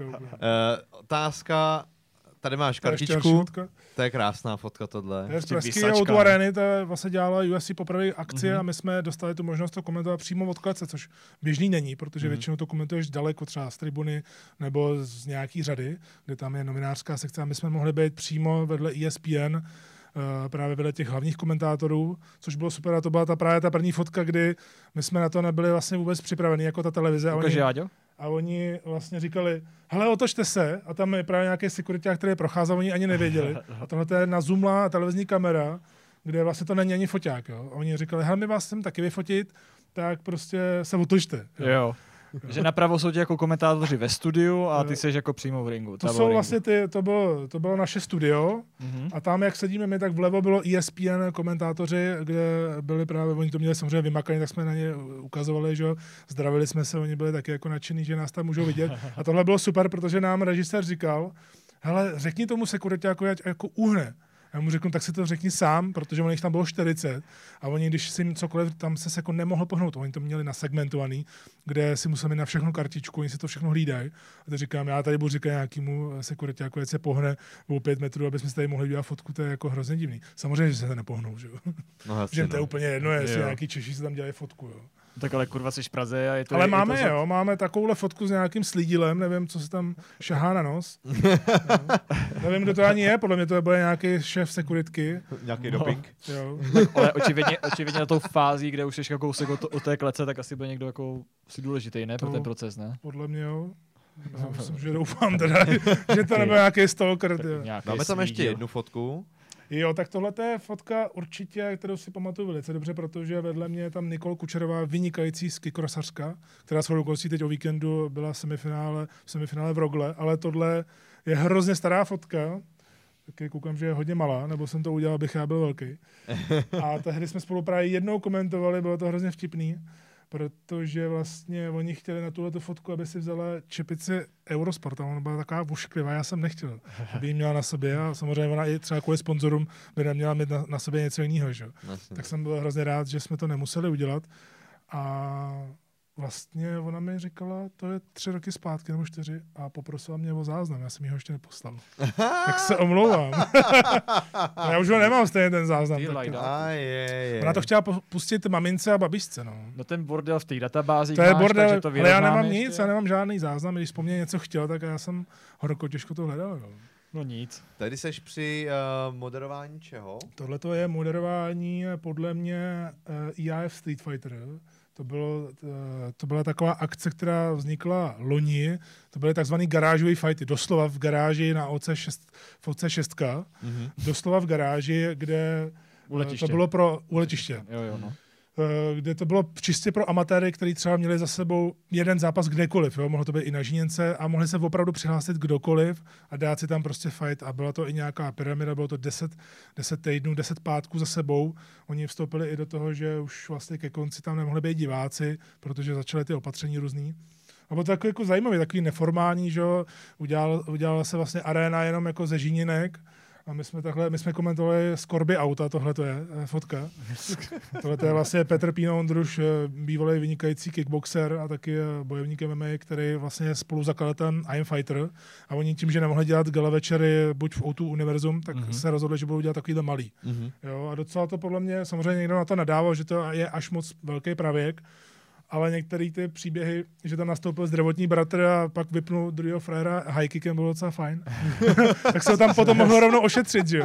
Otázka, tady máš kartičku, to je krásná fotka tohle. To je z Pražský O2 Areny, to vlastně dělala UFC poprvé akci a my jsme dostali tu možnost to komentovat přímo od klece, což běžný není, protože většinou to komentuješ daleko třeba z tribuny nebo z nějaký řady, kde tam je novinářská sekce a my jsme mohli být přímo vedle ESPN, právě vedle těch hlavních komentátorů, což bylo super a to byla právě ta první fotka, kdy my jsme na to nebyli vlastně vůbec připraveni jako ta televize. A oni vlastně říkali, hele, otočte se, a tam je právě nějaký sekuriták, který procházel, oni ani nevěděli. A tohle je nazumlá televizní kamera, kde vlastně to není ani foťák. Jo? A oni říkali, hele, my vás chceme taky vyfotit, tak prostě se otočte. Jo. Že napravo jsou ti jako komentátoři ve studiu a ty seš jako přímo v ringu. To jsou vlastně to bylo naše studio a tam, jak sedíme my, tak vlevo bylo ESPN komentátoři, kde byli právě, oni to měli samozřejmě vymakaný, tak jsme na ně ukazovali, že zdravili jsme se, oni byli taky jako nadšený, že nás tam můžou vidět. A tohle bylo super, protože nám režisér říkal, hele, řekni tomu sekuritákovi, ať jako uhne. Já mu řeknu, tak si to řekni sám, protože jich tam bylo 40 a oni, když si jim cokoliv, tam se jako nemohl pohnout. Oni to měli nasegmentovaný, kde si museli na všechnu kartičku, oni si to všechno hlídají. A to říkám, já tady budu říkat nějakému sekuritáku, ať se pohne o 5 metrů, aby jsme si tady mohli dělat fotku, to je jako hrozně divný. Samozřejmě, že se to nepohnou, že jo. No, že to je úplně jedno, jestli nějaký Češi se tam dělají fotku, jo. Tak ale kurva jsi v Praze a je to... Ale máme takovouhle fotku s nějakým slídilem, nevím, co se tam šahá na nos. Nevím, kdo to ani je, podle mě to bude nějaký šéf sekuritky. Nějaký doping. Jo. Ale očividně na tou fází, kde už jsi jako kousek od té klece, tak asi byl někdo jako si důležitý, ne? Pro ten proces, ne? Podle mě jo. Já myslím, že doufám teda, že to nebyl nějaký stalker. Máme tam ještě jednu fotku. Jo, tak tohle je fotka určitě, kterou si pamatuju velice dobře, protože vedle mě je tam Nikol Kučerová, vynikající skikrosařka, která svou dokonce teď o víkendu byla v semifinále v Rogle, ale tohle je hrozně stará fotka, taky koukám, že je hodně malá, nebo jsem to udělal, abych já byl velký. A tehdy jsme spolu právě jednou komentovali, bylo to hrozně vtipný, protože vlastně oni chtěli na tuhleto fotku, aby si vzala čepici Eurosport a ona byla taková vošklivá, já jsem nechtěl, aby ji měla na sobě a samozřejmě ona i třeba kvůli sponzorům by neměla mít na sobě něco jiného. Že? Tak jsem byl hrozně rád, že jsme to nemuseli udělat a vlastně ona mi říkala, to je 3 roky zpátky nebo 4 a poprosila mě o záznam, já jsem ji ho ještě neposlal. Tak se omlouvám. Já už ho nemám stejně ten záznam. Ona to chtěla pustit mamince a babičce. No ten bordel v té databázi. To je bordel, takže to ale já nemám ještě. Nic, já nemám žádný záznam, když po mně něco chtěl, tak já jsem horko těžko to hledal. No nic. Tady seš při moderování čeho? Tohle to je moderování podle mě IAF Street Fighter. To byla taková akce, která vznikla loni. To byly takzvaný garážový fighty. Doslova v garáži na OC6. Doslova v garáži, kde to bylo pro letiště. Jo, no. kde to bylo čistě pro amatéry, kteří třeba měli za sebou jeden zápas kdekoliv, jo? Mohlo to být i na Žíněnce a mohli se opravdu přihlásit kdokoliv a dát si tam prostě fight a byla to i nějaká pyramida, bylo to 10 týdnů, 10 pátků za sebou. Oni vstoupili i do toho, že už vlastně ke konci tam nemohli být diváci, protože začaly ty opatření různý. A bylo to jako zajímavý, takový neformální, že udělala se vlastně aréna jenom jako ze Žíněnek. A my jsme komentovali z korby auta, tohle to je fotka. Tohle to je vlastně Petr Píno Ondruš, bývalý vynikající kickboxer a taky bojovník MMA, který vlastně je spoluzakladatelem I Am Fighter. A oni tím, že nemohli dělat gala večery buď v O2 Univerzum, tak se rozhodli, že budou dělat takovýhle malý. Jo, a docela to podle mě, samozřejmě někdo na to nadával, že to je až moc velký pravěk, ale některé ty příběhy, že tam nastoupil zdravotní bratr a pak vypnul druhého frajera high kickem, bylo docela fajn. Tak se ho tam potom mohlo rovnou ošetřit, že jo?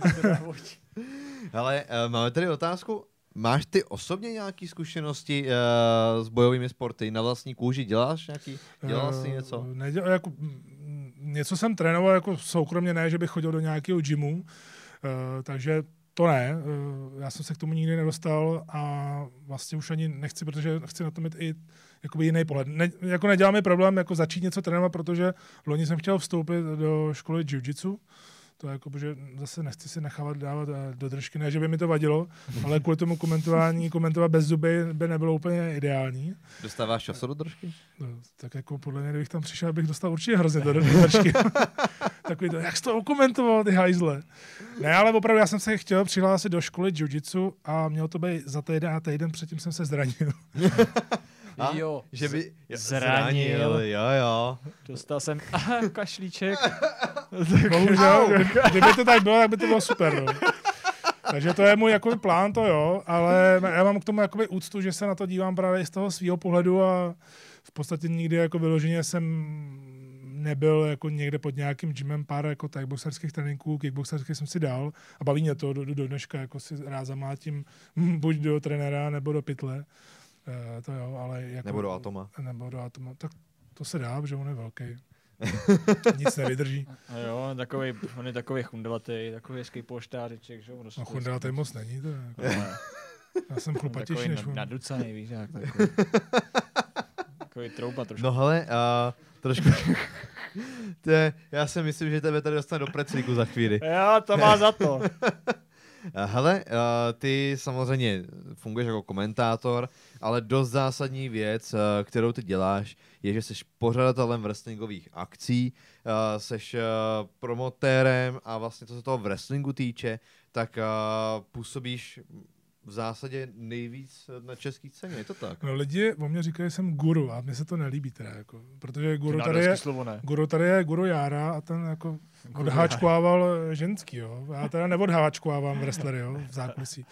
Ale máme tady otázku. Máš ty osobně nějaké zkušenosti s bojovými sporty? Na vlastní kůži dělal jsi něco? Něco jsem trénoval jako soukromně, ne, že bych chodil do nějakého gymu, takže to ne, já jsem se k tomu nikdy nedostal a vlastně už ani nechci, protože chci na to mít i jakoby jiný pohled. Jako nedělá mi problém jako začít něco trénovat, protože loni jsem chtěl vstoupit do školy jiu-jitsu. To jako, že zase nechci si nechávat dávat do držky, ne, že by mi to vadilo, ale kvůli tomu komentovat bez zuby by nebylo úplně ideální. Dostáváš času do držky? No, tak jako podle mě, kdybych tam přišel, bych dostal určitě hrozně do držky. Takový to, jak jsi to okomentoval, ty hajzle. Ne, ale opravdu já jsem se chtěl přihlásit do školy jiu-jitsu a mělo to být za týden a týden předtím jsem se zranil. Jo, že by zranil. Jo. Dostal jsem kašlíček. Bohužel, kdyby to tak bylo, tak by to bylo super. No. Takže to je můj jakoby plán, to jo, ale já mám k tomu jakoby úctu, že se na to dívám právě z toho svého pohledu a v podstatě nikdy jako vyloženě jsem nebyl jako někde pod nějakým gymem, pár jako boxerských tréninků, kickboxerských jsem si dal a baví mě to do dneška, jako si rád zamlátím buď do trenéra nebo do pytle. To jo, ale jako... Nebo do Atoma. Tak to se dá, protože on je velký. Nic nevydrží. A jo, on je takový chundelatý, takový hezký polštářeček, že on no chundelatý moc není, to je jako... Já jsem chlupatější než on. Naducaný, víš, jak takový trouba trošku. No hele, trošku... já si myslím, že tebe tady dostane do preclíku za chvíli. Jo, to má za to. Hele, ty samozřejmě funguješ jako komentátor, ale dost zásadní věc, kterou ty děláš, je, že jsi pořadatelem wrestlingových akcí, jsi promotérem a vlastně co se toho wrestlingu týče, tak působíš v zásadě nejvíc na české scéně, je to tak? No lidi o mě říkají, že jsem guru a mně se to nelíbí teda, jako, protože guru tady je guru Jára a ten jako odháčkovával ženský, jo. Já teda neodháčkovávám wrestlery, jo, v zákulisí.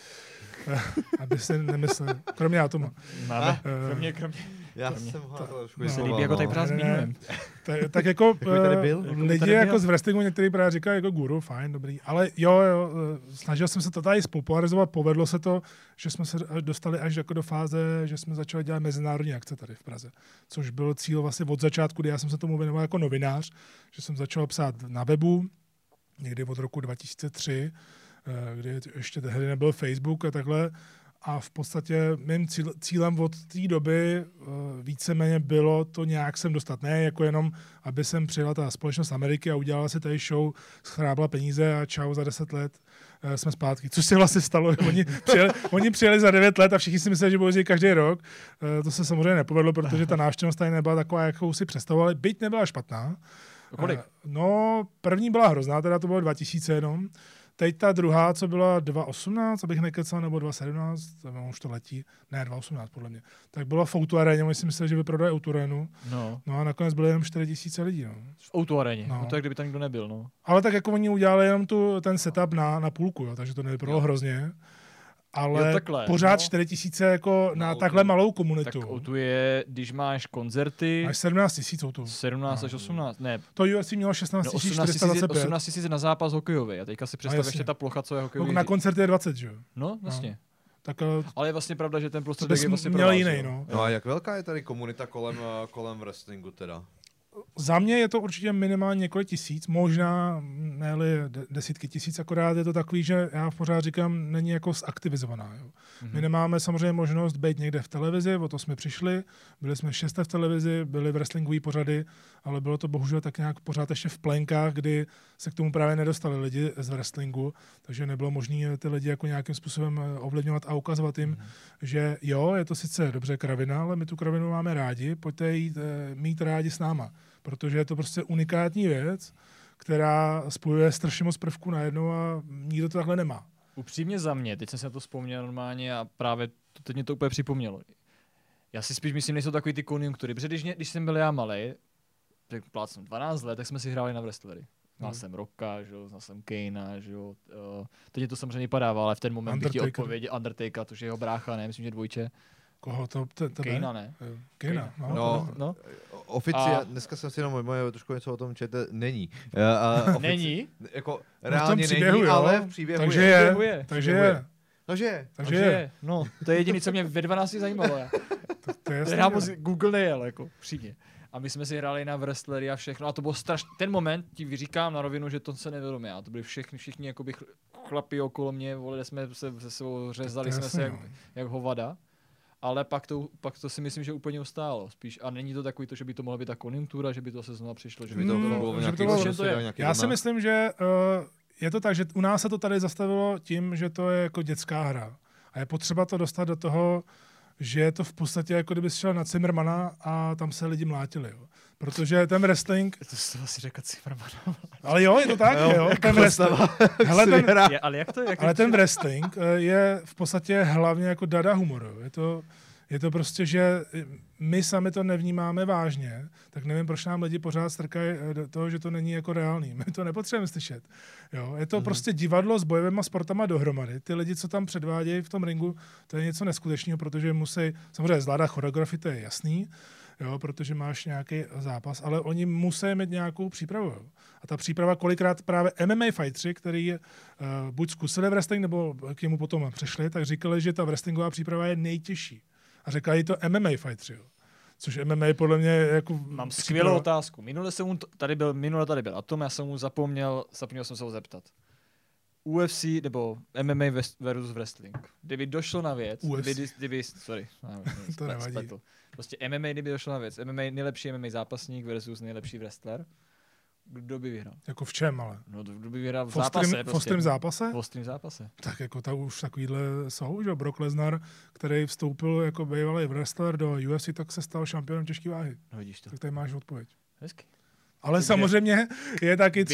Aby si nemyslel. Kromě Atoma. Máme. Kromě. Já jsem ho trošku se líbí, jako tady právě zmiňujem. Tak jako lidi jako z wrestlingu některý právě říkají jako guru, fajn, dobrý. Ale jo, snažil jsem se to tady spopularizovat, povedlo se to, že jsme se dostali až jako do fáze, že jsme začali dělat mezinárodní akce tady v Praze. Což byl cíl vlastně od začátku, kdy já jsem se tomu věnoval jako novinář, že jsem začal psát na webu, někdy od roku 2003, kdy ještě tehdy nebyl Facebook a takhle. A v podstatě mým cílem od té doby víceméně bylo to nějak sem dostat. Ne jako jenom, aby sem přijela ta společnost Ameriky a udělala si tady show, schrábla peníze a čau, za 10 let jsme zpátky. Což se vlastně stalo. Oni přijeli za 9 let a všichni si mysleli, že budou jezdit každý rok. To se samozřejmě nepovedlo, protože ta návštěvnost tady nebyla taková, jakou si představovali. Byť nebyla špatná. Kolik? No, první byla hrozná, teda to bylo 2000 jenom. Teď ta druhá, co byla 2018, abych nekecal, nebo 2017, už to letí, ne, 2018 podle mě, tak byla v O2 aréně, oni si mysleli, že vyprodají O2 arénu, no a nakonec byly jenom 4000 lidí. No. V O2 aréně, no to je, kdyby tam nikdo nebyl, no. Ale tak jako oni udělali jenom ten setup na půlku, jo, takže to nevypadalo hrozně. Ale jo, takhle, pořád 4000 jako na takhle malou komunitu. Tak O2 je, když máš koncerty... Máš 17 000 O2. 17 až 18, ne. To UFC mělo 16 425. 18 000 na zápas hokejový. A teďka si představ ještě ta plocha, co je hokejový. Na koncerty je 20, že jo? No, vlastně. No. Tak, ale je vlastně pravda, že ten prostředek je vlastně měl jiný, no. No a jak velká je tady komunita kolem wrestlingu teda? Za mě je to určitě minimálně několik tisíc, možná ne-li desítky tisíc, akorát je to takový, že já pořád říkám, není jako zaktivizovaná. Jo. My nemáme samozřejmě možnost být někde v televizi, o to jsme přišli, byli jsme 6 v televizi, byly v wrestlingové pořady, ale bylo to bohužel tak nějak pořád ještě v plenkách, kdy se k tomu právě nedostali lidi z wrestlingu, takže nebylo možné ty lidi jako nějakým způsobem ovlivňovat a ukazovat jim, že jo, je to sice dobře kravina, ale my tu kravinu máme rádi, pojďte jít, mít rádi s náma. Protože je to prostě unikátní věc, která spojuje strašně moc prvků najednou a nikdo to takhle nemá. Upřímně za mě, teď jsem se na to vzpomněl normálně a právě teď mě to úplně připomnělo. Já si spíš myslím, nejsou takový ty konjunktury, protože když jsem byl já malej, tak plácnu 12 let, tak jsme si hráli na wrestlery. Znal jsem Rocka, znal jsem Kanea, teď mě to samozřejmě padává, ale v ten moment bych ti odpověděl Undertaker, to je jeho brácha, ne, myslím, že dvojče. Koho to? Kanea, ne? Kanea, no. Oficiálně, dneska jsem si jenom moje trošku něco o tom četl, není. Není? Jako reálně příběhu, není, jo. ale v příběhu Takže je. Takže je. No, to je jediné, co mě ve 12 zajímalo. To je jasný. Já moc Google nejel, jako, přímě. A my jsme si hráli na wrestlery a všechno. A to bylo strašný. Ten moment ti vyříkám na rovinu, že to se nevědomí. A to byli všichni jakoby chlapi okolo mě, volili jsme se sebou, řezali jsme se jak hovada. Ale pak to si myslím, že úplně ustálo. Spíš. A není to takový to, že by to mohla být ta konjunktura, že by to se znovu přišlo, že by to bylo nějaký. Já si myslím, že je to tak, že u nás se to tady zastavilo tím, že to je jako dětská hra. A je potřeba to dostat do toho, že je to v podstatě jako kdyby šel na Zimmermana a tam se lidi mlátili. Jo. Protože ten wrestling... To jsi asi řekl Zimmermana. Ale jo, je to tak, jo. Ten wrestling... Ale ten wrestling je v podstatě hlavně jako dada humoru. Je to prostě, že my sami to nevnímáme vážně, tak nevím, proč nám lidi pořád strkají do toho, že to není jako reálný. My to nepotřebujeme slyšet. Jo, je to prostě divadlo s bojovými sportama dohromady. Ty lidi, co tam předvádějí v tom ringu, to je něco neskutečného, protože musí samozřejmě zvládat choreografii, to je jasný, jo, protože máš nějaký zápas, ale oni musí mít nějakou přípravu. Jo. A ta příprava kolikrát právě MMA fightři, který buď zkusili wrestling, nebo k němu potom přešli, tak říkali, že ta wrestlingová příprava je nejtěžší. A říkají to MMA fightři, jo. Což MMA podle mě jako... Mám skvělou otázku. Minule tady byl Atom, já jsem mu zapomněl jsem se ho zeptat. UFC nebo MMA versus wrestling. Kdyby došlo na věc, to nevadí. Prostě MMA, kdyby došlo na věc. Nejlepší MMA zápasník versus nejlepší wrestler. Kdo by vyhrál? Jako v čem, ale? No, kdo by vyhrál v zápase. V ostrém zápase? V ostrém zápase. Tak jako ta už takovýhle jsou, že Brock Lesnar, který vstoupil jako bývalý wrestler do UFC, tak se stal šampionem těžké váhy. No vidíš to. Tak tady máš odpověď. Hezky. Ale samozřejmě je taky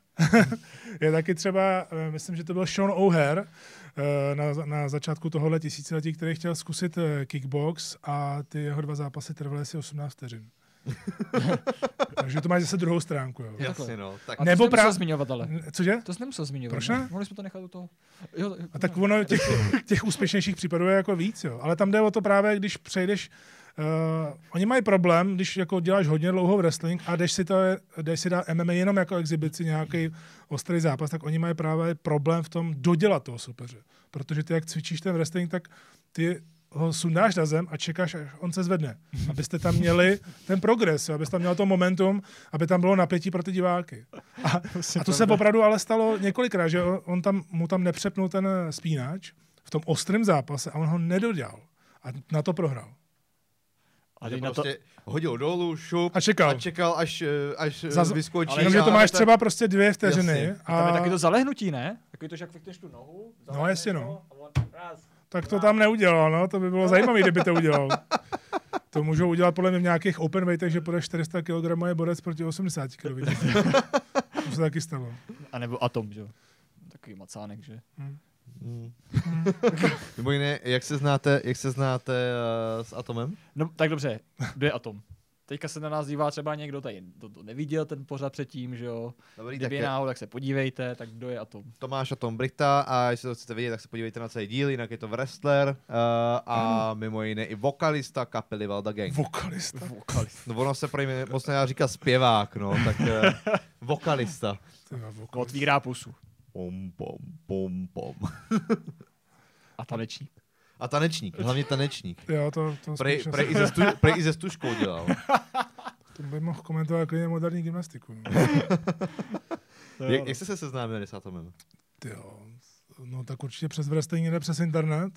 třeba, myslím, že to byl Sean O'Hare na začátku tohohle tisíciletí, který chtěl zkusit kickbox a ty jeho 2 zápasy trvaly asi 18 vteřin. Takže to máš zase druhou stránku. Jo. Jasně, no. Tak. A to jsi nemusel zmiňovat, ale. Cože? To jsi nemusel zmiňovat. Proč ne? Mohli jsme to nechat u toho. A tak ono těch úspěšnějších případů je jako víc, jo. Ale tam jde o to právě, když přejdeš. Oni mají problém, když jako děláš hodně dlouho wrestling a jdeš si dát MMA jenom jako exibici, nějaký ostrý zápas, tak oni mají právě problém v tom dodělat toho soupeře. Protože ty, jak cvičíš ten wrestling, tak ty ho sundáš na zem a čekáš, až on se zvedne. Abyste tam měli ten progres, abyste tam měl to momentum, aby tam bylo napětí pro ty diváky. A to se opravdu ale stalo několikrát, že mu tam nepřepnul ten spínač v tom ostrém zápase a on ho nedodělal. A na to prohrál. A prostě hodil dolů, šup a čekal až vyskočí. Ale že to máš třeba prostě 2 vteřiny. A tam je taky to zalehnutí, ne? Takový to, že jak vykteš tu nohu. No jasně, no. Tak to tam neudělal, no, to by bylo zajímavé, kdyby to udělal. To můžou udělat podle mě v nějakých open weightech, že půjde 400 kg je borec proti 80 kg. To se taky stalo. A nebo Atom, že jo. Takový macánek, že? Nebo jiné, jak se znáte s Atomem? No, tak dobře, kdo je Atom? Teďka se na nás dívá třeba někdo tady, to neviděl ten pořad předtím, že jo. Dobrý, kdyby je náhodou, tak se podívejte, tak kdo je Atom? Tomáš Atom Brita a jestli to chcete vidět, tak se podívejte na celý díl, jinak je to wrestler a mimo jiné i vokalista kapely Valda Gang. Vokalista? No ono se pro mě moc nedá říkat zpěvák, no, tak vokalista. Otvírá pusu. Pom, pom, pom, pom. A tanečník, hlavně tanečník. Jo, to Prej i se stužkou dělal. To by mohl komentovat klidně moderní gymnastiku. Jak jste se seznámili s Atomem? Tyjo, no tak určitě přes wrestling, ne přes internet.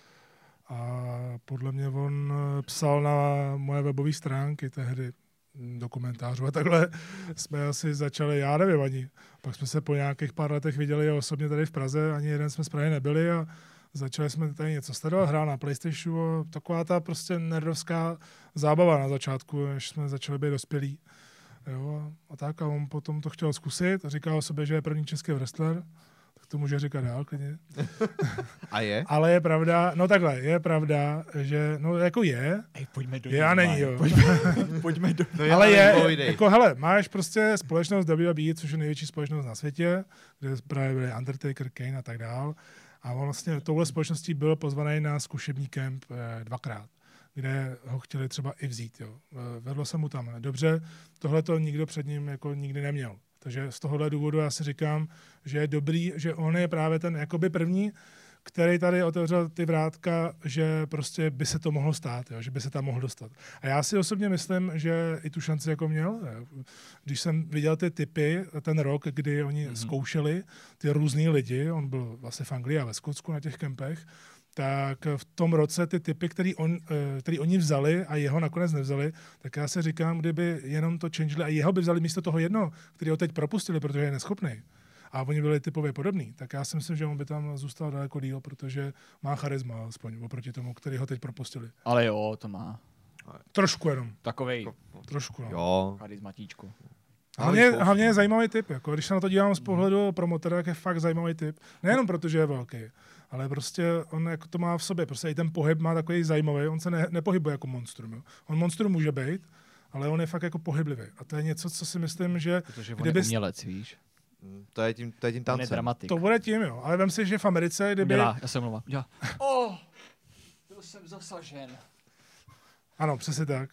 A podle mě on psal na moje webové stránky tehdy do komentářů a takhle jsme asi začali, já nevím ani. Pak jsme se po nějakých pár letech viděli osobně tady v Praze, ani jeden jsme z Prahy nebyli a začali jsme tady něco sledovat, hrát na PlayStationu a taková ta prostě nerdovská zábava na začátku, než jsme začali být dospělí. Jo, a tak a on potom to chtěl zkusit a říkal o sobě, že je první český wrestler. Tak to může říkat dál klidně. A je? Ale je pravda, no takhle, je pravda, že, no jako je. Ej, pojďme do Je a není, jo. Pojďme do... No Ale je, povídej. jako hele, máš prostě společnost WWE, což je největší společnost na světě, kde právě byli Undertaker, Kane a tak dál. A on vlastně touhle společností byl pozvaný na zkušební kemp 2krát, kde ho chtěli třeba i vzít. Jo. Vedlo se mu tam dobře, tohle to nikdo před ním jako nikdy neměl. Takže z tohohle důvodu já si říkám, že je dobrý, že on je právě ten jakoby první, který tady otevřel ty vrátka, že prostě by se to mohlo stát, jo, že by se tam mohl dostat. A já si osobně myslím, že i tu šanci jako měl. Když jsem viděl ty typy, ten rok, kdy oni zkoušeli ty různý lidi, on byl vlastně v Anglii a ve Skotsku na těch kempech, tak v tom roce ty typy, který oni vzali a jeho nakonec nevzali, tak já si říkám, kdyby jenom to changeli a jeho by vzali místo toho jednoho, který ho teď propustili, protože je neschopný. A oni byli typově podobný, tak já si myslím, že on by tam zůstal daleko díl, protože má charisma, aspoň oproti tomu, který ho teď propustili. Ale jo, to má. Trošku jenom. Takovej Trošku. No. Jo. charismatíčko. Hlavně je zajímavý typ. Jako, když se na to dívám z pohledu promotora, tak je fakt zajímavý typ. Nejenom protože je velký, ale prostě on jako to má v sobě. Prostě i ten pohyb má takový zajímavý. On se nepohybuje jako monstrum. Jo. On monstrum může být, ale on je fakt jako pohyblivý. A to je něco, co si myslím, že... Protože on je umělec, víš? To je tím On je tancem. dramatik. To bude tím, jo. Ale vem si, že v Americe, kdyby... Já se mluvám. Byl jsem zasažen. Ano, přesně tak.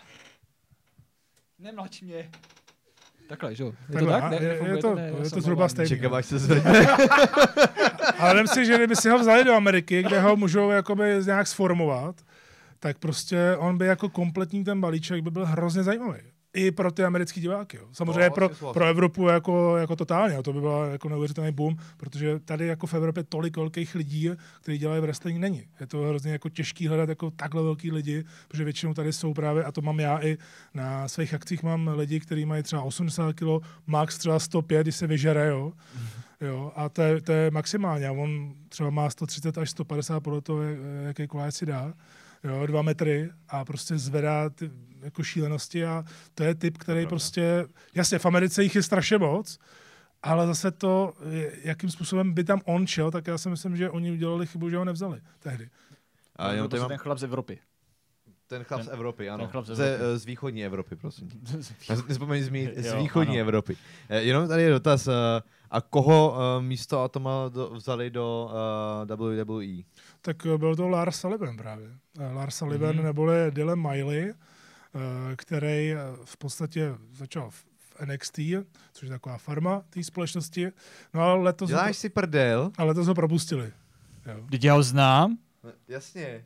Nemlač mě. Takhle, že jo? Je to Takhle, tak? je to zhruba stejný. Čekám, až se zvedne. Ale vem si, že kdyby si ho vzali do Ameriky, kde ho můžou jakoby nějak sformovat, tak prostě on by jako kompletní ten balíček by byl hrozně zajímavý. I pro ty americký diváky. Jo. Samozřejmě pro Evropu jako totálně. Jo. To by byl jako neuvěřitelný boom, protože tady jako v Evropě tolik velkých lidí, kteří dělají wrestling, není. Je to hrozně jako těžký hledat jako takhle velký lidi, protože většinou tady jsou právě, a to mám já i na svých akcích, mám lidi, kteří mají třeba 80 kg, max třeba 105, když se vyžere, jo. Jo, a to je maximálně. A on třeba má 130 až 150 podle toho, jaký koláč si dá. Jo, 2 metry a prostě zvedá ty jako šílenosti a to je typ, který prostě, jasně, v Americe jich je strašně moc, ale zase to, jakým způsobem by tam on šel, tak já si myslím, že oni udělali chybu, že ho nevzali tehdy. A jenom ten chlap z Evropy. Ten chlap z Evropy, ano. chlap z Z východní Evropy, prosím. Nespomeň z Jo, východní ano. Evropy. Jenom tady je dotaz, a koho místo Atoma vzali do WWE? Tak byl to Lars Sullivan právě. Lars Sullivan neboli Dylan Miley, který v podstatě začal v NXT, což je taková farma té společnosti. No ale Děláš si prdel? letos ho propustili. Jo. Teď já ho znám. Jasně.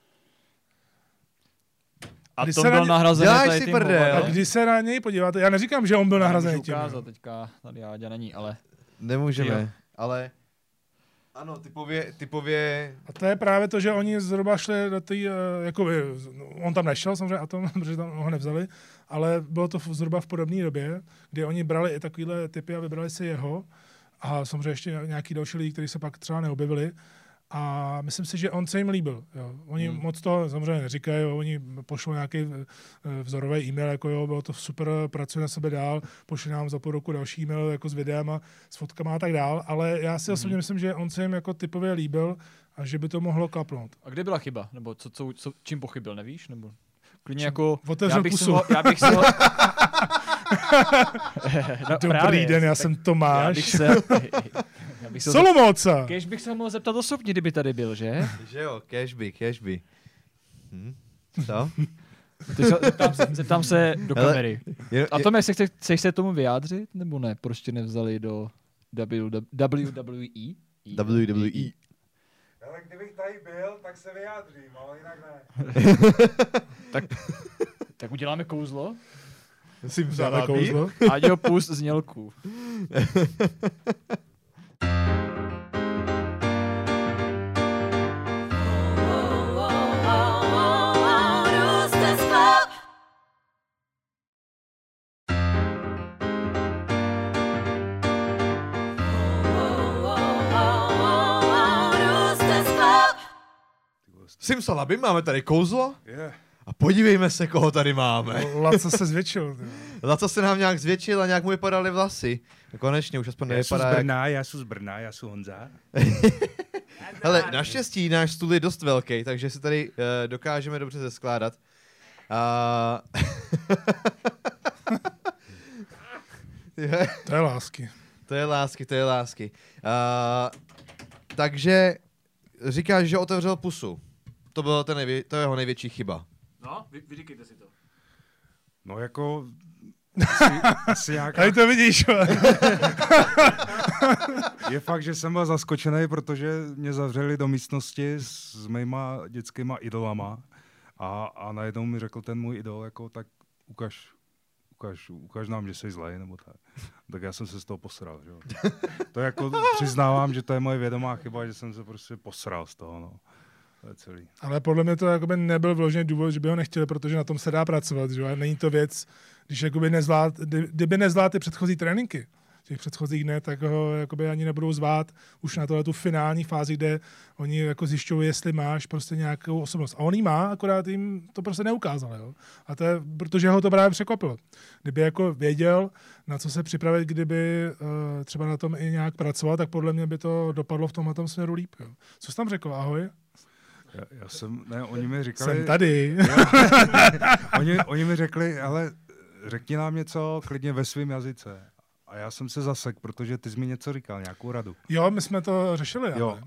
A Když to se na byl ně- nahrazený Děláš tady si tím prdel? Hovanem. A když se na něj podíváte, já neříkám, že on byl nahrazený Můžu tím. ukázat Jo. teďka, tady Áďa není, ale... Nemůžeme, Jo. ale... Ano, typově... A to je právě to, že oni zhruba šli do té, jako on tam nešel samozřejmě, a to, protože tam ho nevzali, ale bylo to zhruba v podobné době, kdy oni brali i takovýhle typy a vybrali si jeho a samozřejmě ještě nějaký další lidi, kteří se pak třeba neobjevili. A myslím si, že on se jim líbil. Jo. Oni moc to samozřejmě neříkají, jo. Oni pošlou nějaký vzorový e-mail, jako jo, bylo to super, pracuje na sebe dál, pošli nám za půl roku další e-mail jako s videem a s fotkama a tak dál, ale já si osobně myslím, že on se jim jako typově líbil a že by to mohlo klapnout. A kde byla chyba? Nebo čím pochybil, nevíš? Nebo klidně jako... Otevřel pusu. Já bych si ho... No, Dobrý právě, den, já tak jsem Já bych Tomáš. se... já bych se ho Solomóca! Kéž bych se mohl zeptat osobně, kdyby tady byl, že? Že jo, cashby. Co? Zeptám se do Hele, kamery. A Tome, chceš se tomu vyjádřit, nebo ne? Proč tě nevzali do WWE? WWE. Ale kdybych tady byl, tak se vyjádřím, ale jinak ne. Tak uděláme kouzlo? Dáme kouzlo. Aďo, pust znělku. Simsalabim, máme tady kouzlo Yeah. a podívejme se, koho tady máme. Laco se zvětšil. Laco se nám nějak zvětšil a nějak mu vypadaly vlasy. Konečně už aspoň nevypadá jak... Já jsem z Brna, já jsem Honza. Hele, naštěstí náš stůl je dost velký, takže si tady dokážeme dobře zeskládat. To je lásky. To je lásky. Takže říkáš, že otevřel pusu. To bylo to jeho největší chyba. No, vyříkejte si to. No jako... asi nějaká... Tady to vidíš. Je fakt, že jsem byl zaskočený, protože mě zavřeli do místnosti s mýma dětskýma idolama a najednou mi řekl ten můj idol, jako tak ukaž nám, že jsi zlej, nebo tak. Tak já jsem se z toho posral, že jo. To jako přiznávám, že to je moje vědomá chyba, že jsem se prostě posral z toho, no. To je celý. Ale podle mě to jakoby nebyl vložený důvod, že by ho nechtěli, protože na tom se dá pracovat, že jo. A není to věc, když jakoby kdyby nezvlád ty předchozí tréninky, těch předchozích dnech, tak ho jakoby ani nebudou zvát už na tu finální fázi, kde oni jako zjišťují, jestli máš prostě nějakou osobnost. A on jí má, akorát jim to prostě neukázal, jo. A to je, protože ho to právě překvapilo. Kdyby jako věděl, na co se připravit, kdyby třeba na tom i nějak pracoval, tak podle mě by to dopadlo v tomhle směru líp, jo. Co jsi tam řekl? Ahoj? Oni mi říkali... Jsem tady. oni mi řekli, ale řekni nám něco klidně ve svém jazyce. A já jsem se zasek, protože ty jsi mi něco říkal, nějakou radu. Jo, my jsme to řešili. Jo,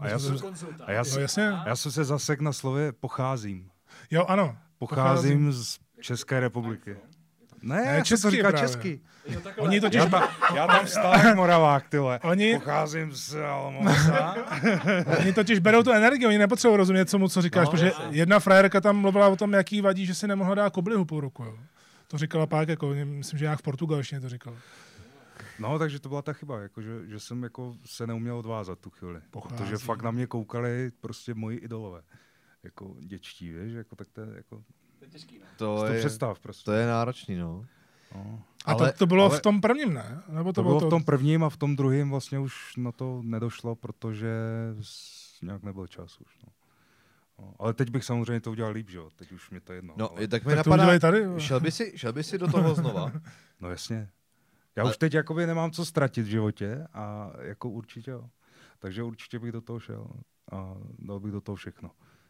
já jsem se zasek na slově pocházím. Jo, ano. Pocházím z České republiky. Ne, já jsem to říkal česky. Oni totiž... Já tam stále Moravák, tyhle. Oni... Pocházím z Almosa. Oni totiž berou tu energii, oni nepotřebují rozumět co říkáš, protože jedna frajerka tam mluvila o tom, jaký vadí, že si nemohla dát koblihu půl roku. Jo. To říkala pak, jako, myslím, že nějak v portugalštině to říkala. No, takže to byla ta chyba, jako, že jsem jako se neuměl odvázat tu chvíli. Protože fakt na mě koukali prostě moji idolové. Jako děčtí, víš, jako, tak to je jako... To je těžký, no. To je představ prostě. To je náročný, no. A to bylo v tom prvním, ne? Nebo to bylo v tom prvním a v tom druhém vlastně už na to nedošlo, protože nějak nebyl čas už, no. Ale teď bych samozřejmě to udělal líp, že jo? Teď už mě to jedno. No, ale... tak mi napadá, šel by si do toho znova? No jasně. Já už teď jakoby nemám co ztratit v životě a jako určitě jo. Takže určitě bych do toho šel a dal bych do toho všechno.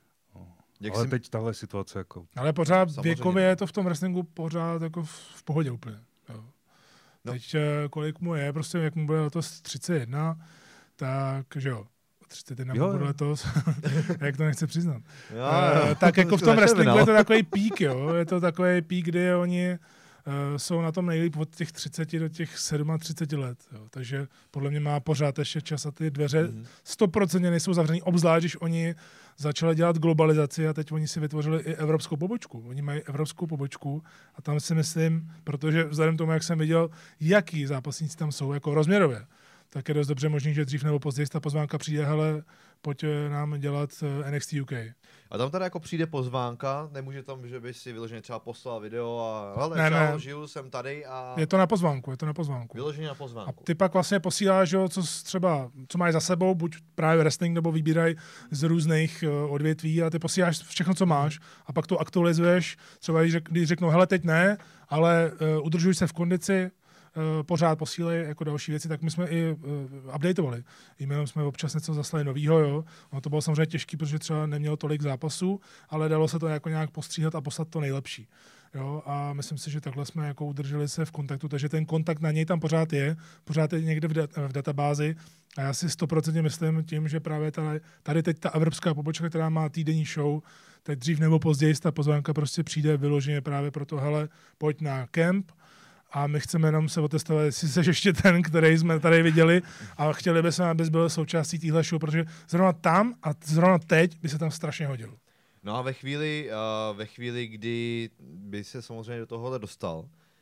Ale teď tahle situace jako... Ale pořád věkově je to v tom wrestlingu pořád jako v pohodě úplně. Jo. No. Teď kolik mu je, prostě jak mu bude letos 31, tak že jo. 31 mu bude letos, jak to nechce přiznat. Tak jako v tom wrestlingu je to takový pík, jo. Je to takový pík, kdy oni jsou na tom nejlíp od těch 30 do těch 37 let. Jo. Takže podle mě má pořád ještě čas a ty dveře 100% nejsou zavřený, obzvlášť, když oni začali dělat globalizaci a teď oni si vytvořili i evropskou pobočku. Oni mají evropskou pobočku a tam si myslím, protože vzhledem tomu, jak jsem viděl, jaký zápasníci tam jsou, jako rozměrově, tak je dost dobře možný, že dřív nebo později ta pozvánka přijde, hele, pojď nám dělat NXT UK. A tam teda jako přijde pozvánka, nemůže tam, že by si vyloženě třeba poslal video a hele, čau, žiju, jsem tady a... Je to na pozvánku. Vyloženě na pozvánku. A ty pak vlastně posíláš, že, co máš za sebou, buď právě wrestling, nebo vybírají z různých odvětví a ty posíláš všechno, co máš a pak to aktualizuješ, třeba když řeknou, hele, teď ne, ale udržuj se v kondici, pořád posílej jako další věci, tak my jsme i updateovali. E-mailem jsme občas něco zaslali novýho, jo. No to bylo samozřejmě těžké, protože třeba nemělo tolik zápasů, ale dalo se to jako nějak postříhat a poslat to nejlepší. Jo, a myslím si, že takhle jsme jako udrželi se v kontaktu, takže ten kontakt na něj tam pořád je někde v databázi a já si 100% myslím tím, že právě tady teď ta evropská pobočka, která má týdenní show, tak dřív nebo později ta pozvánka prostě přijde vyloženě právě proto, hele, pojď na kemp, a my chceme jenom se otestovat, jestli jsi ještě ten, který jsme tady viděli a chtěli bychom, abys byl součástí téhle show, protože zrovna tam a zrovna teď by se tam strašně hodil. No a ve chvíli, kdy by se samozřejmě do tohohle dostal,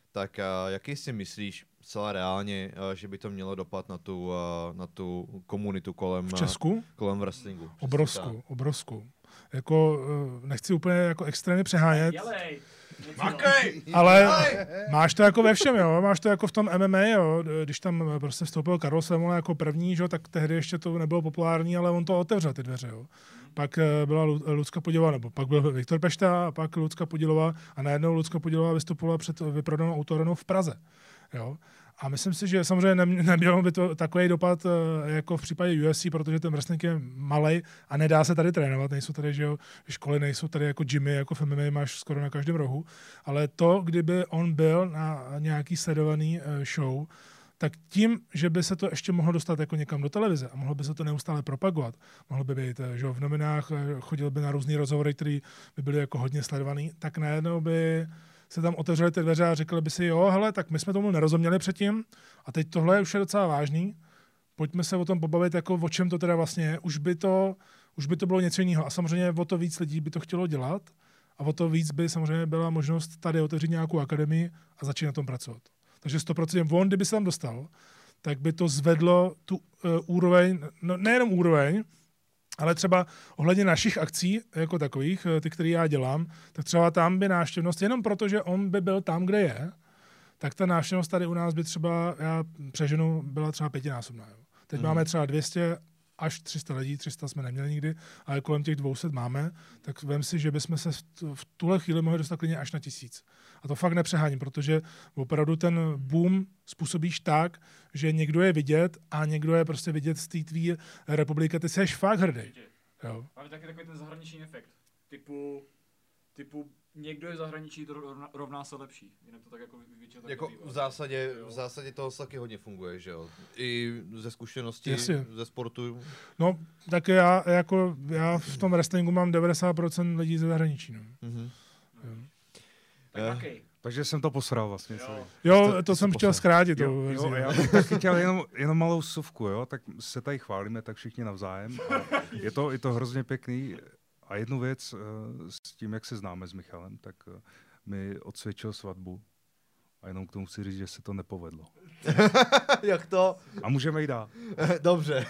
tak jaký si myslíš celá reálně, že by to mělo dopad na tu komunitu kolem v Česku? Kolem wrestlingu? Obrovskou. Jako, nechci úplně jako extrémně přehánět. Ale máš to jako ve všem, jo? Máš to jako v tom MMA, jo? Když tam prostě vstoupil Karol Svémola jako první, jo? Tak tehdy ještě to nebylo populární, ale on to otevřel ty dveře. Jo? Pak byla Lucka Podílová, nebo pak byl Viktor Pešta, a pak Lucka Podílová a najednou Lucka Podílová vystupovala před vyprodanou autorenou v Praze. Jo? A myslím si, že samozřejmě nemělo by to takový dopad jako v případě UFC, protože ten wrestling je malej a nedá se tady trénovat. Nejsou tady, že jo, školy, nejsou tady jako gymy, jako v MMA máš skoro na každém rohu. Ale to, kdyby on byl na nějaký sledovaný show, tak tím, že by se to ještě mohlo dostat jako někam do televize a mohlo by se to neustále propagovat, mohlo by být, že v novinách, chodil by na různý rozhovory, které by byly jako hodně sledovaný, tak najednou by se tam otevřeli ty dveře a řekli by si, jo, hele, tak my jsme tomu nerozuměli předtím a teď tohle už je docela vážný, pojďme se o tom pobavit, jako o čem to teda vlastně je, už by to bylo něco jiného a samozřejmě o to víc lidí by to chtělo dělat a o to víc by samozřejmě byla možnost tady otevřít nějakou akademii a začít na tom pracovat. Takže 100% on, kdyby se tam dostal, tak by to zvedlo tu úroveň, no nejenom úroveň, ale třeba ohledně našich akcí, jako takových, ty, které já dělám, tak třeba tam by návštěvnost, jenom proto, že on by byl tam, kde je, tak ta návštěvnost tady u nás by třeba, já přeženu, byla třeba 5násobná. Jo. Teď máme třeba 200 až 300 lidí, 300 jsme neměli nikdy, ale kolem těch 200 máme, tak vem si, že bychom se v tuhle chvíli mohli dostat klidně až na 1000. A to fakt nepřeháním, protože opravdu ten boom způsobíš tak, že někdo je vidět a někdo je prostě vidět z té tvý republiky, ty seš fakt hrdý. Jo. Máme taky takový ten zahraniční efekt. Typu někdo je v zahraničí, to rovná se lepší. Jinak to tak jako v zásadě to taky hodně funguje, že jo? I ze zkušeností, ze sportu. No, tak já v tom wrestlingu mám 90% lidí ze zahraničí. No. Mm-hmm. Takže jsem to posral vlastně. Jo, to jsem chtěl zkrátit. Jo, já bych taky chtěl jenom malou suvku, jo? Tak se tady chválíme tak všichni navzájem. A je to hrozně pěkný. A jednu věc s tím, jak se známe s Michalem, tak mi odsvědčil svatbu. A jenom k tomu chci říct, že se to nepovedlo. Jak to? A můžeme jít dál. Dobře.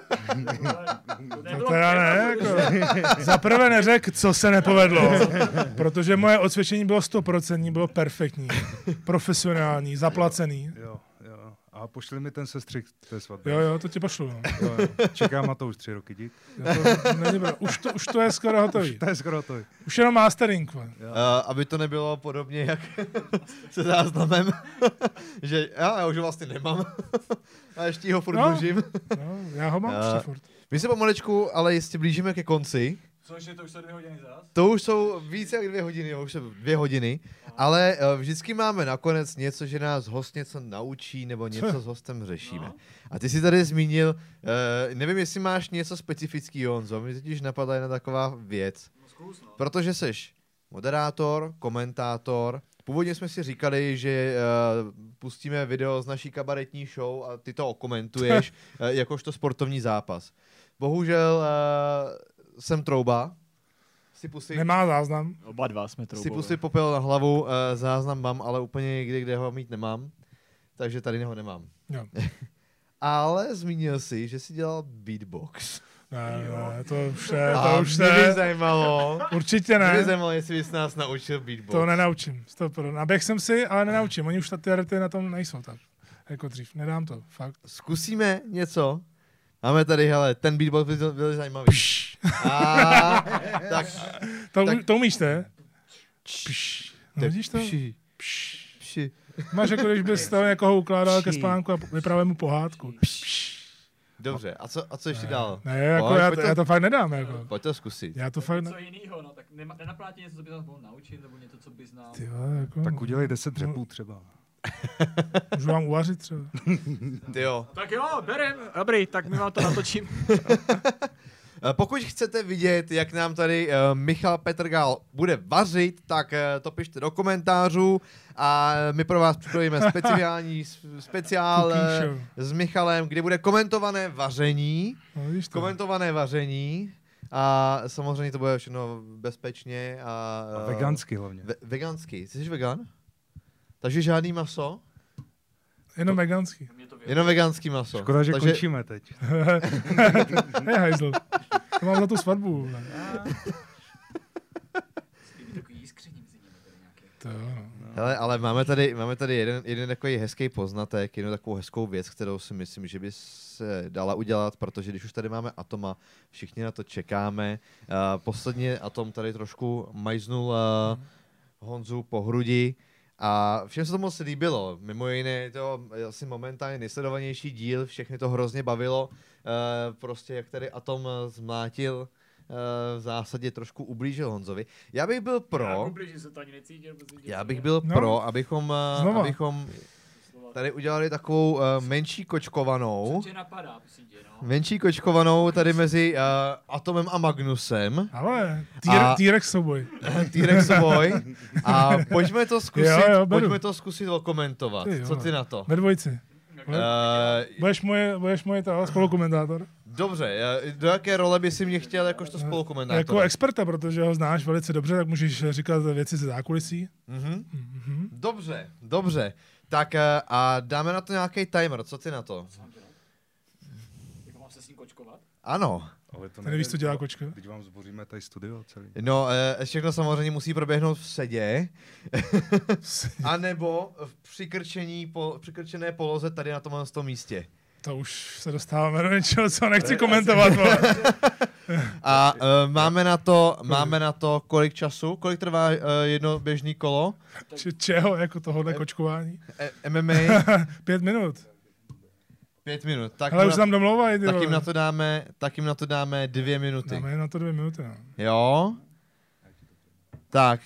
To já ne, jako. Za prvé neřek, co se nepovedlo, protože moje odsvědčení bylo 100%, bylo perfektní, profesionální, zaplacený. Jo. A pošli mi ten sestřih té svatby. Jo, to ti pošlu. No. Jo. Čekám na to už 3 roky, dík. Už to je skoro hotový. Už jenom mastering. Aby to nebylo podobně jak se záznamem, že já už ho vlastně nemám a ještě ho furt držím. No, já ho mám ještě furt. My se pomalečku, ale jistě blížíme ke konci. Cože, to už jsou 2 hodiny zás? To už jsou více jak 2 hodiny, už jsou 2 hodiny, ale vždycky máme nakonec něco, že nás host něco naučí nebo něco s hostem řešíme. No. A ty jsi tady zmínil, nevím, jestli máš něco specifického, Honzo, mi totiž napadla jedna taková věc. No zkus, no. Protože seš moderátor, komentátor, původně jsme si říkali, že pustíme video z naší kabaretní show a ty to okomentuješ jakožto sportovní zápas. Bohužel jsem trouba. Nemá záznam. Oba dva jsme troubou. Si pustí popel na hlavu, záznam mám, ale úplně někde, kde ho mít nemám. Takže tady ho nemám. Jo. Ale zmínil si, že jsi dělal beatbox. Ne, to už mě by zajímalo. Určitě ne. Mě by zajímalo, jestli bys nás naučil beatbox. To nenaučím. Naběh jsem si, ale nenaučím. Oni už ty na tom nejsou tak. Jako dřív. Nedám to, fakt. Zkusíme něco. Máme tady, hele, ten beatbox byl zajímavý. To umíš, ne? No, vidíš to? Máš jako, když bys tam někoho ukládal ke spánku a vyprávěl mu pohádku. Dobře, a co ještě dál? Ne, jako já to fakt nedám. Jako. Pojď to zkusit. Já to fakt něco jinýho, no, tak nenaplátí něco, co bys nás mohl naučit, nebo něco, co bys nám... Jako, tak udělej 10 dřepů třeba. Můžu vám uvařit třeba. Jo. Tak jo, berem. Dobrý, tak my vám to natočím. Pokud chcete vidět, jak nám tady Michal Petrgal bude vařit, tak to pište do komentářů a my pro vás připravíme speciál s Michalem, kde bude komentované vaření. Komentované vaření. A samozřejmě to bude všechno bezpečně. A vegansky hlavně. Vegansky. Jsi vegan? Takže žádný maso? Jenom veganský. Jenom veganský maso. Škoda, že končíme teď. Ne, hajzl. To mám za tu svatbu. To jo. Hele, ale máme tady jeden takový hezký poznatek, jednu takovou hezkou věc, kterou si myslím, že by se dala udělat, protože když už tady máme Atoma, všichni na to čekáme. Posledně Atom tady trošku majznul Honzu po hrudi a všem se to moc líbilo. Mimo jiné je to asi momentálně nejsledovanější díl, všechny to hrozně bavilo. Prostě jak tady Atom zmlátil, v zásadě trošku ublížil Honzovi. Já bych byl pro, abychom tady udělali takovou menší kočkovanou. Menší kočkovanou tady mezi Atomem a Magnusem. Ale T-Rex souboj. T-Rex souboj. A pojďme to zkusit okomentovat. Co ty na to? Ve dvojici. Budeš moje spolukomentátor? Dobře, do jaké role by si mě chtěl jakožto spolukomentátor? Jako experta, protože ho znáš velice dobře, tak můžeš říkat věci ze zákulisí. Dobře. Tak a dáme na to nějaký timer, co ty na to? Jako mám se s ním kočkovat? Ano. Ale to nevíš, co dělá kočka? Teď vám zboříme tady studio celý. No, všechno samozřejmě musí proběhnout v sedě. A nebo v přikrčené poloze tady na tomhle místě. To už se dostáváme do něčeho, co nechci komentovat. A máme na to kolik času? Kolik trvá jedno běžný kolo? Čeho? Jako tohohle kočkování? MMA? 5 minut. 5 minut. Tak ale už tam domlouvají. Tak jim na to dáme 2 minuty. Dáme na to 2 minuty, no. Jo? Tak.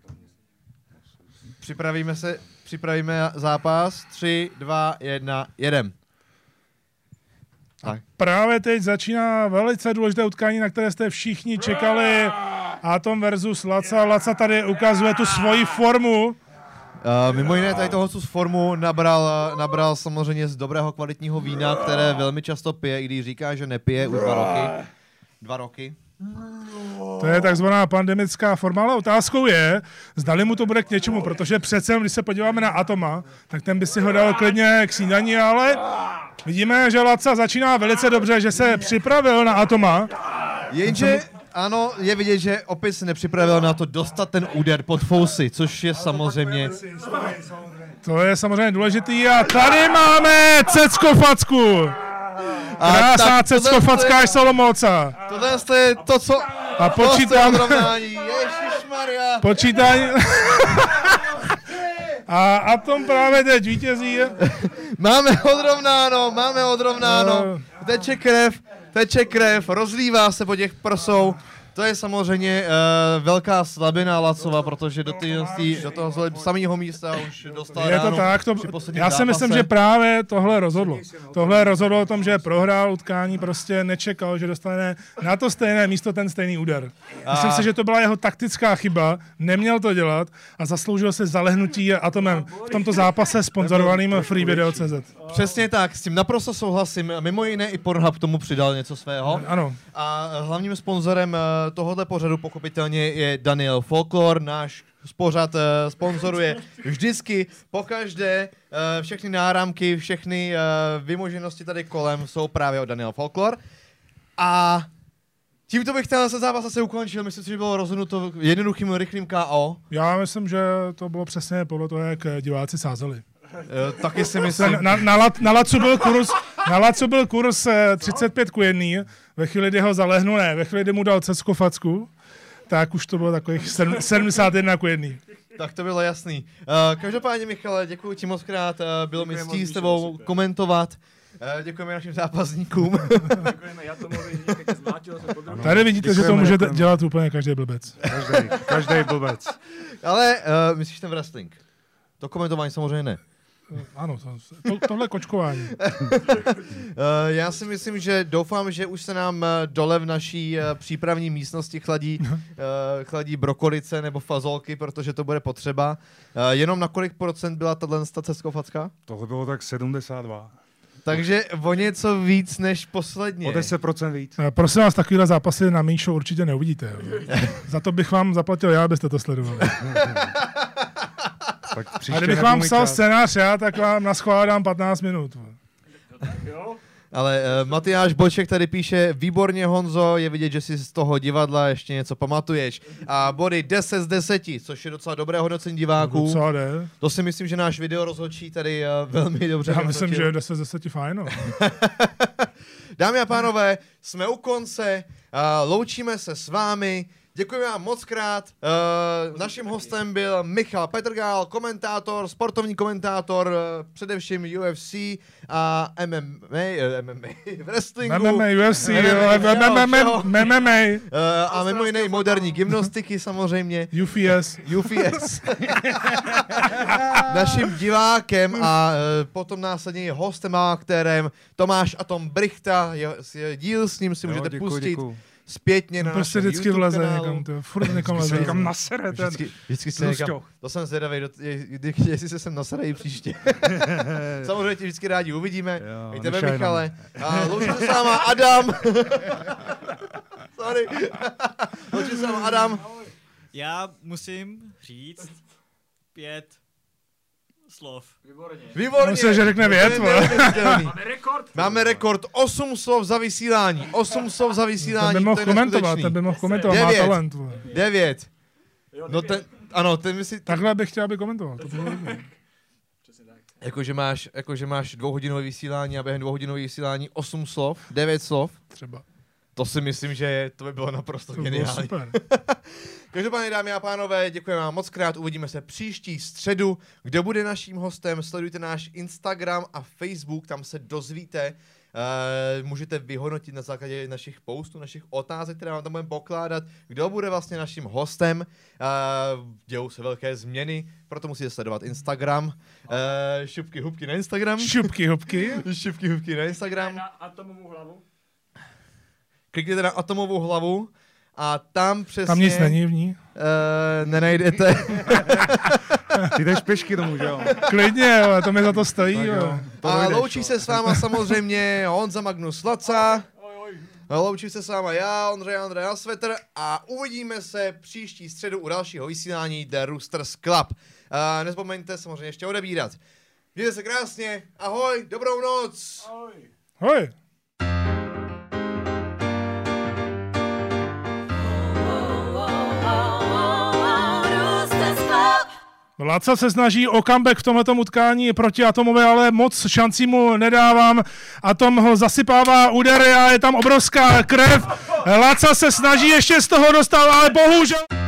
Připravíme zápas. 3, 2, 1, jedem. Tak. Právě teď začíná velice důležité utkání, na které jste všichni čekali. Atom versus Laca. Laca tady ukazuje tu svoji formu. Mimo jiné tady toho formu nabral samozřejmě z dobrého kvalitního vína, které velmi často pije, i když říká, že nepije už 2 roky. To je takzvaná pandemická forma, ale otázkou je, zdali mu to bude k něčemu, protože přece, když se podíváme na Atoma, tak ten by si ho dal klidně k snídani, ale vidíme, že Laca začíná velice dobře, že se připravil na Atoma. Jenže ano, je vidět, že opět se nepřipravil na to dostat ten úder pod fousy, což je samozřejmě... To je samozřejmě důležitý a tady máme Cecko-facku. Krásná Cecko-facka až Solomolca. Tohle je to, co... A počítám... Ježišmarja. Počítání... A Atom právě teď vítězí. Máme odrovnáno. Teče krev, rozlívá se po těch prsou. To je samozřejmě velká slabina Lacova, protože do toho samého místa už dostal ráno. Je to tak, já si myslím, že právě tohle rozhodlo. Tohle rozhodlo o tom, že prohrál utkání, prostě nečekal, že dostane na to stejné místo ten stejný úder. Myslím si, že to byla jeho taktická chyba, neměl to dělat a zasloužil se zalehnutí Atomem v tomto zápase sponzorovaným freevideo.cz. Přesně tak, s tím naprosto souhlasím. Mimo jiné i Pornhub tomu přidal něco svého. Ano. A hlavním sponzorem tohoto pořadu pochopitelně je Daniel Folklore. Náš pořad sponzoruje vždycky, pokaždé, všechny náramky, všechny vymoženosti tady kolem jsou právě od Daniel Folklore. A tímto bych ten zápas asi ukončil. Myslím si, že bylo rozhodnuto jednoduchým, rychlým KO. Já myslím, že to bylo přesně podle toho, jak diváci sázeli. Taky si myslím. Na Lacu byl kurz 35:1, ve chvíli, kdy ho zalehnu, ve chvíli, kdy mu dal Cecko-facku, tak už to bylo takových 71:1. Tak to bylo jasný. Každopádně, Michale, děkuji ti moc krát, bylo mi ctí s tebou komentovat. Děkujeme našim zápasníkům. Děkujeme Atomovi, že tě zmlátil. Tady vidíte, že to může dělat úplně každý blbec. Každý blbec. Ale myslíš ten wrestling? To komentování samozřejmě ne. Ano, tohle kočkování. Já si myslím, že doufám, že už se nám dole v naší přípravní místnosti chladí brokolice nebo fazolky, protože to bude potřeba. Jenom na kolik procent byla tato Cecko-facka? Tohle bylo tak 72. Takže o něco víc než posledně. O 10% víc. Prosím vás, takovýhle zápasy na main show určitě neuvidíte. Za to bych vám zaplatil já, abyste to sledovali. A kdybych vám psal scénář já, tak vám naschválám 15 minut. Ale Matyáš Boček tady píše, výborně Honzo, je vidět, že si z toho divadla ještě něco pamatuješ. A body 10 z 10, což je docela dobré hodnocení diváků. Docela jde. To si myslím, že náš video rozhodčí tady velmi dobře Já myslím, že je 10 z 10 fajn. Dámy a pánové, jsme u konce, loučíme se s vámi. Děkujeme vám moc krát. Naším hostem byl Michal Petrgal, komentátor, sportovní komentátor, především UFC a MMA wrestlingu. MMA, UFC, MMA. A mimo jiné moderní gymnastiky samozřejmě. UFS. Naším divákem a potom následně je hostem a aktérem Tomáš Atom Brichta. Je díl s ním si můžete pustit. Zpětně na prostě našem vždycky YouTube vleze kanálu. někam, furt někam leze. Někam nasere ten. Vždycky se někam, to jsem zvědavý, jestli se sem nasere i příště. Samozřejmě tě vždycky rádi uvidíme. I tebe, Michale. A loučím se s váma Adam. Sorry. Loučím se s váma Adam. Já musím říct 5 slov. Výborně. Musím, že řekne věc. Máme rekord 8 slov za vysílání. 8 slov za vysílání, ten by mohl to je komentovat, má talent. 9. No ano, ten myslí... Takhle bych chtěl, aby komentoval. To bylo Jakože máš 2hodinové vysílání a během 2hodinového vysílání 8 slov, 9 slov. Třeba. To si myslím, že to by bylo naprosto To geniální. bylo super. Každopádně, dámy a pánové, děkujeme vám moc krát, uvidíme se příští středu. Kdo bude naším hostem, sledujte náš Instagram a Facebook, tam se dozvíte. Můžete vyhodnotit na základě našich postů, našich otázek, které vám tam budeme pokládat, kdo bude vlastně naším hostem. Dějou se velké změny, proto musíte sledovat Instagram. Šupky hubky na Instagram. Šupky hubky na Instagram. Na atomovou hlavu. Klikněte na atomovou hlavu a tam přesně... Tam nic není v ní. Nenajdete. Ty jdeš pěšky tomu, že jo? Klidně, jo, to mi za to stojí. Jo. A loučí se s váma samozřejmě Honza Magnus Laca. Loučí se s váma já, Ondřej Asvetr a uvidíme se příští středu u dalšího vysílání The Roosters Club. Nezapomeňte samozřejmě ještě odebírat. Mějte se krásně, ahoj, dobrou noc. Ahoj. Laca se snaží o comeback v tomhletom utkání proti Atomové, ale moc šancí mu nedávám. Atom ho zasypává údery a je tam obrovská krev. Laca se snaží ještě z toho dostat, ale bohužel...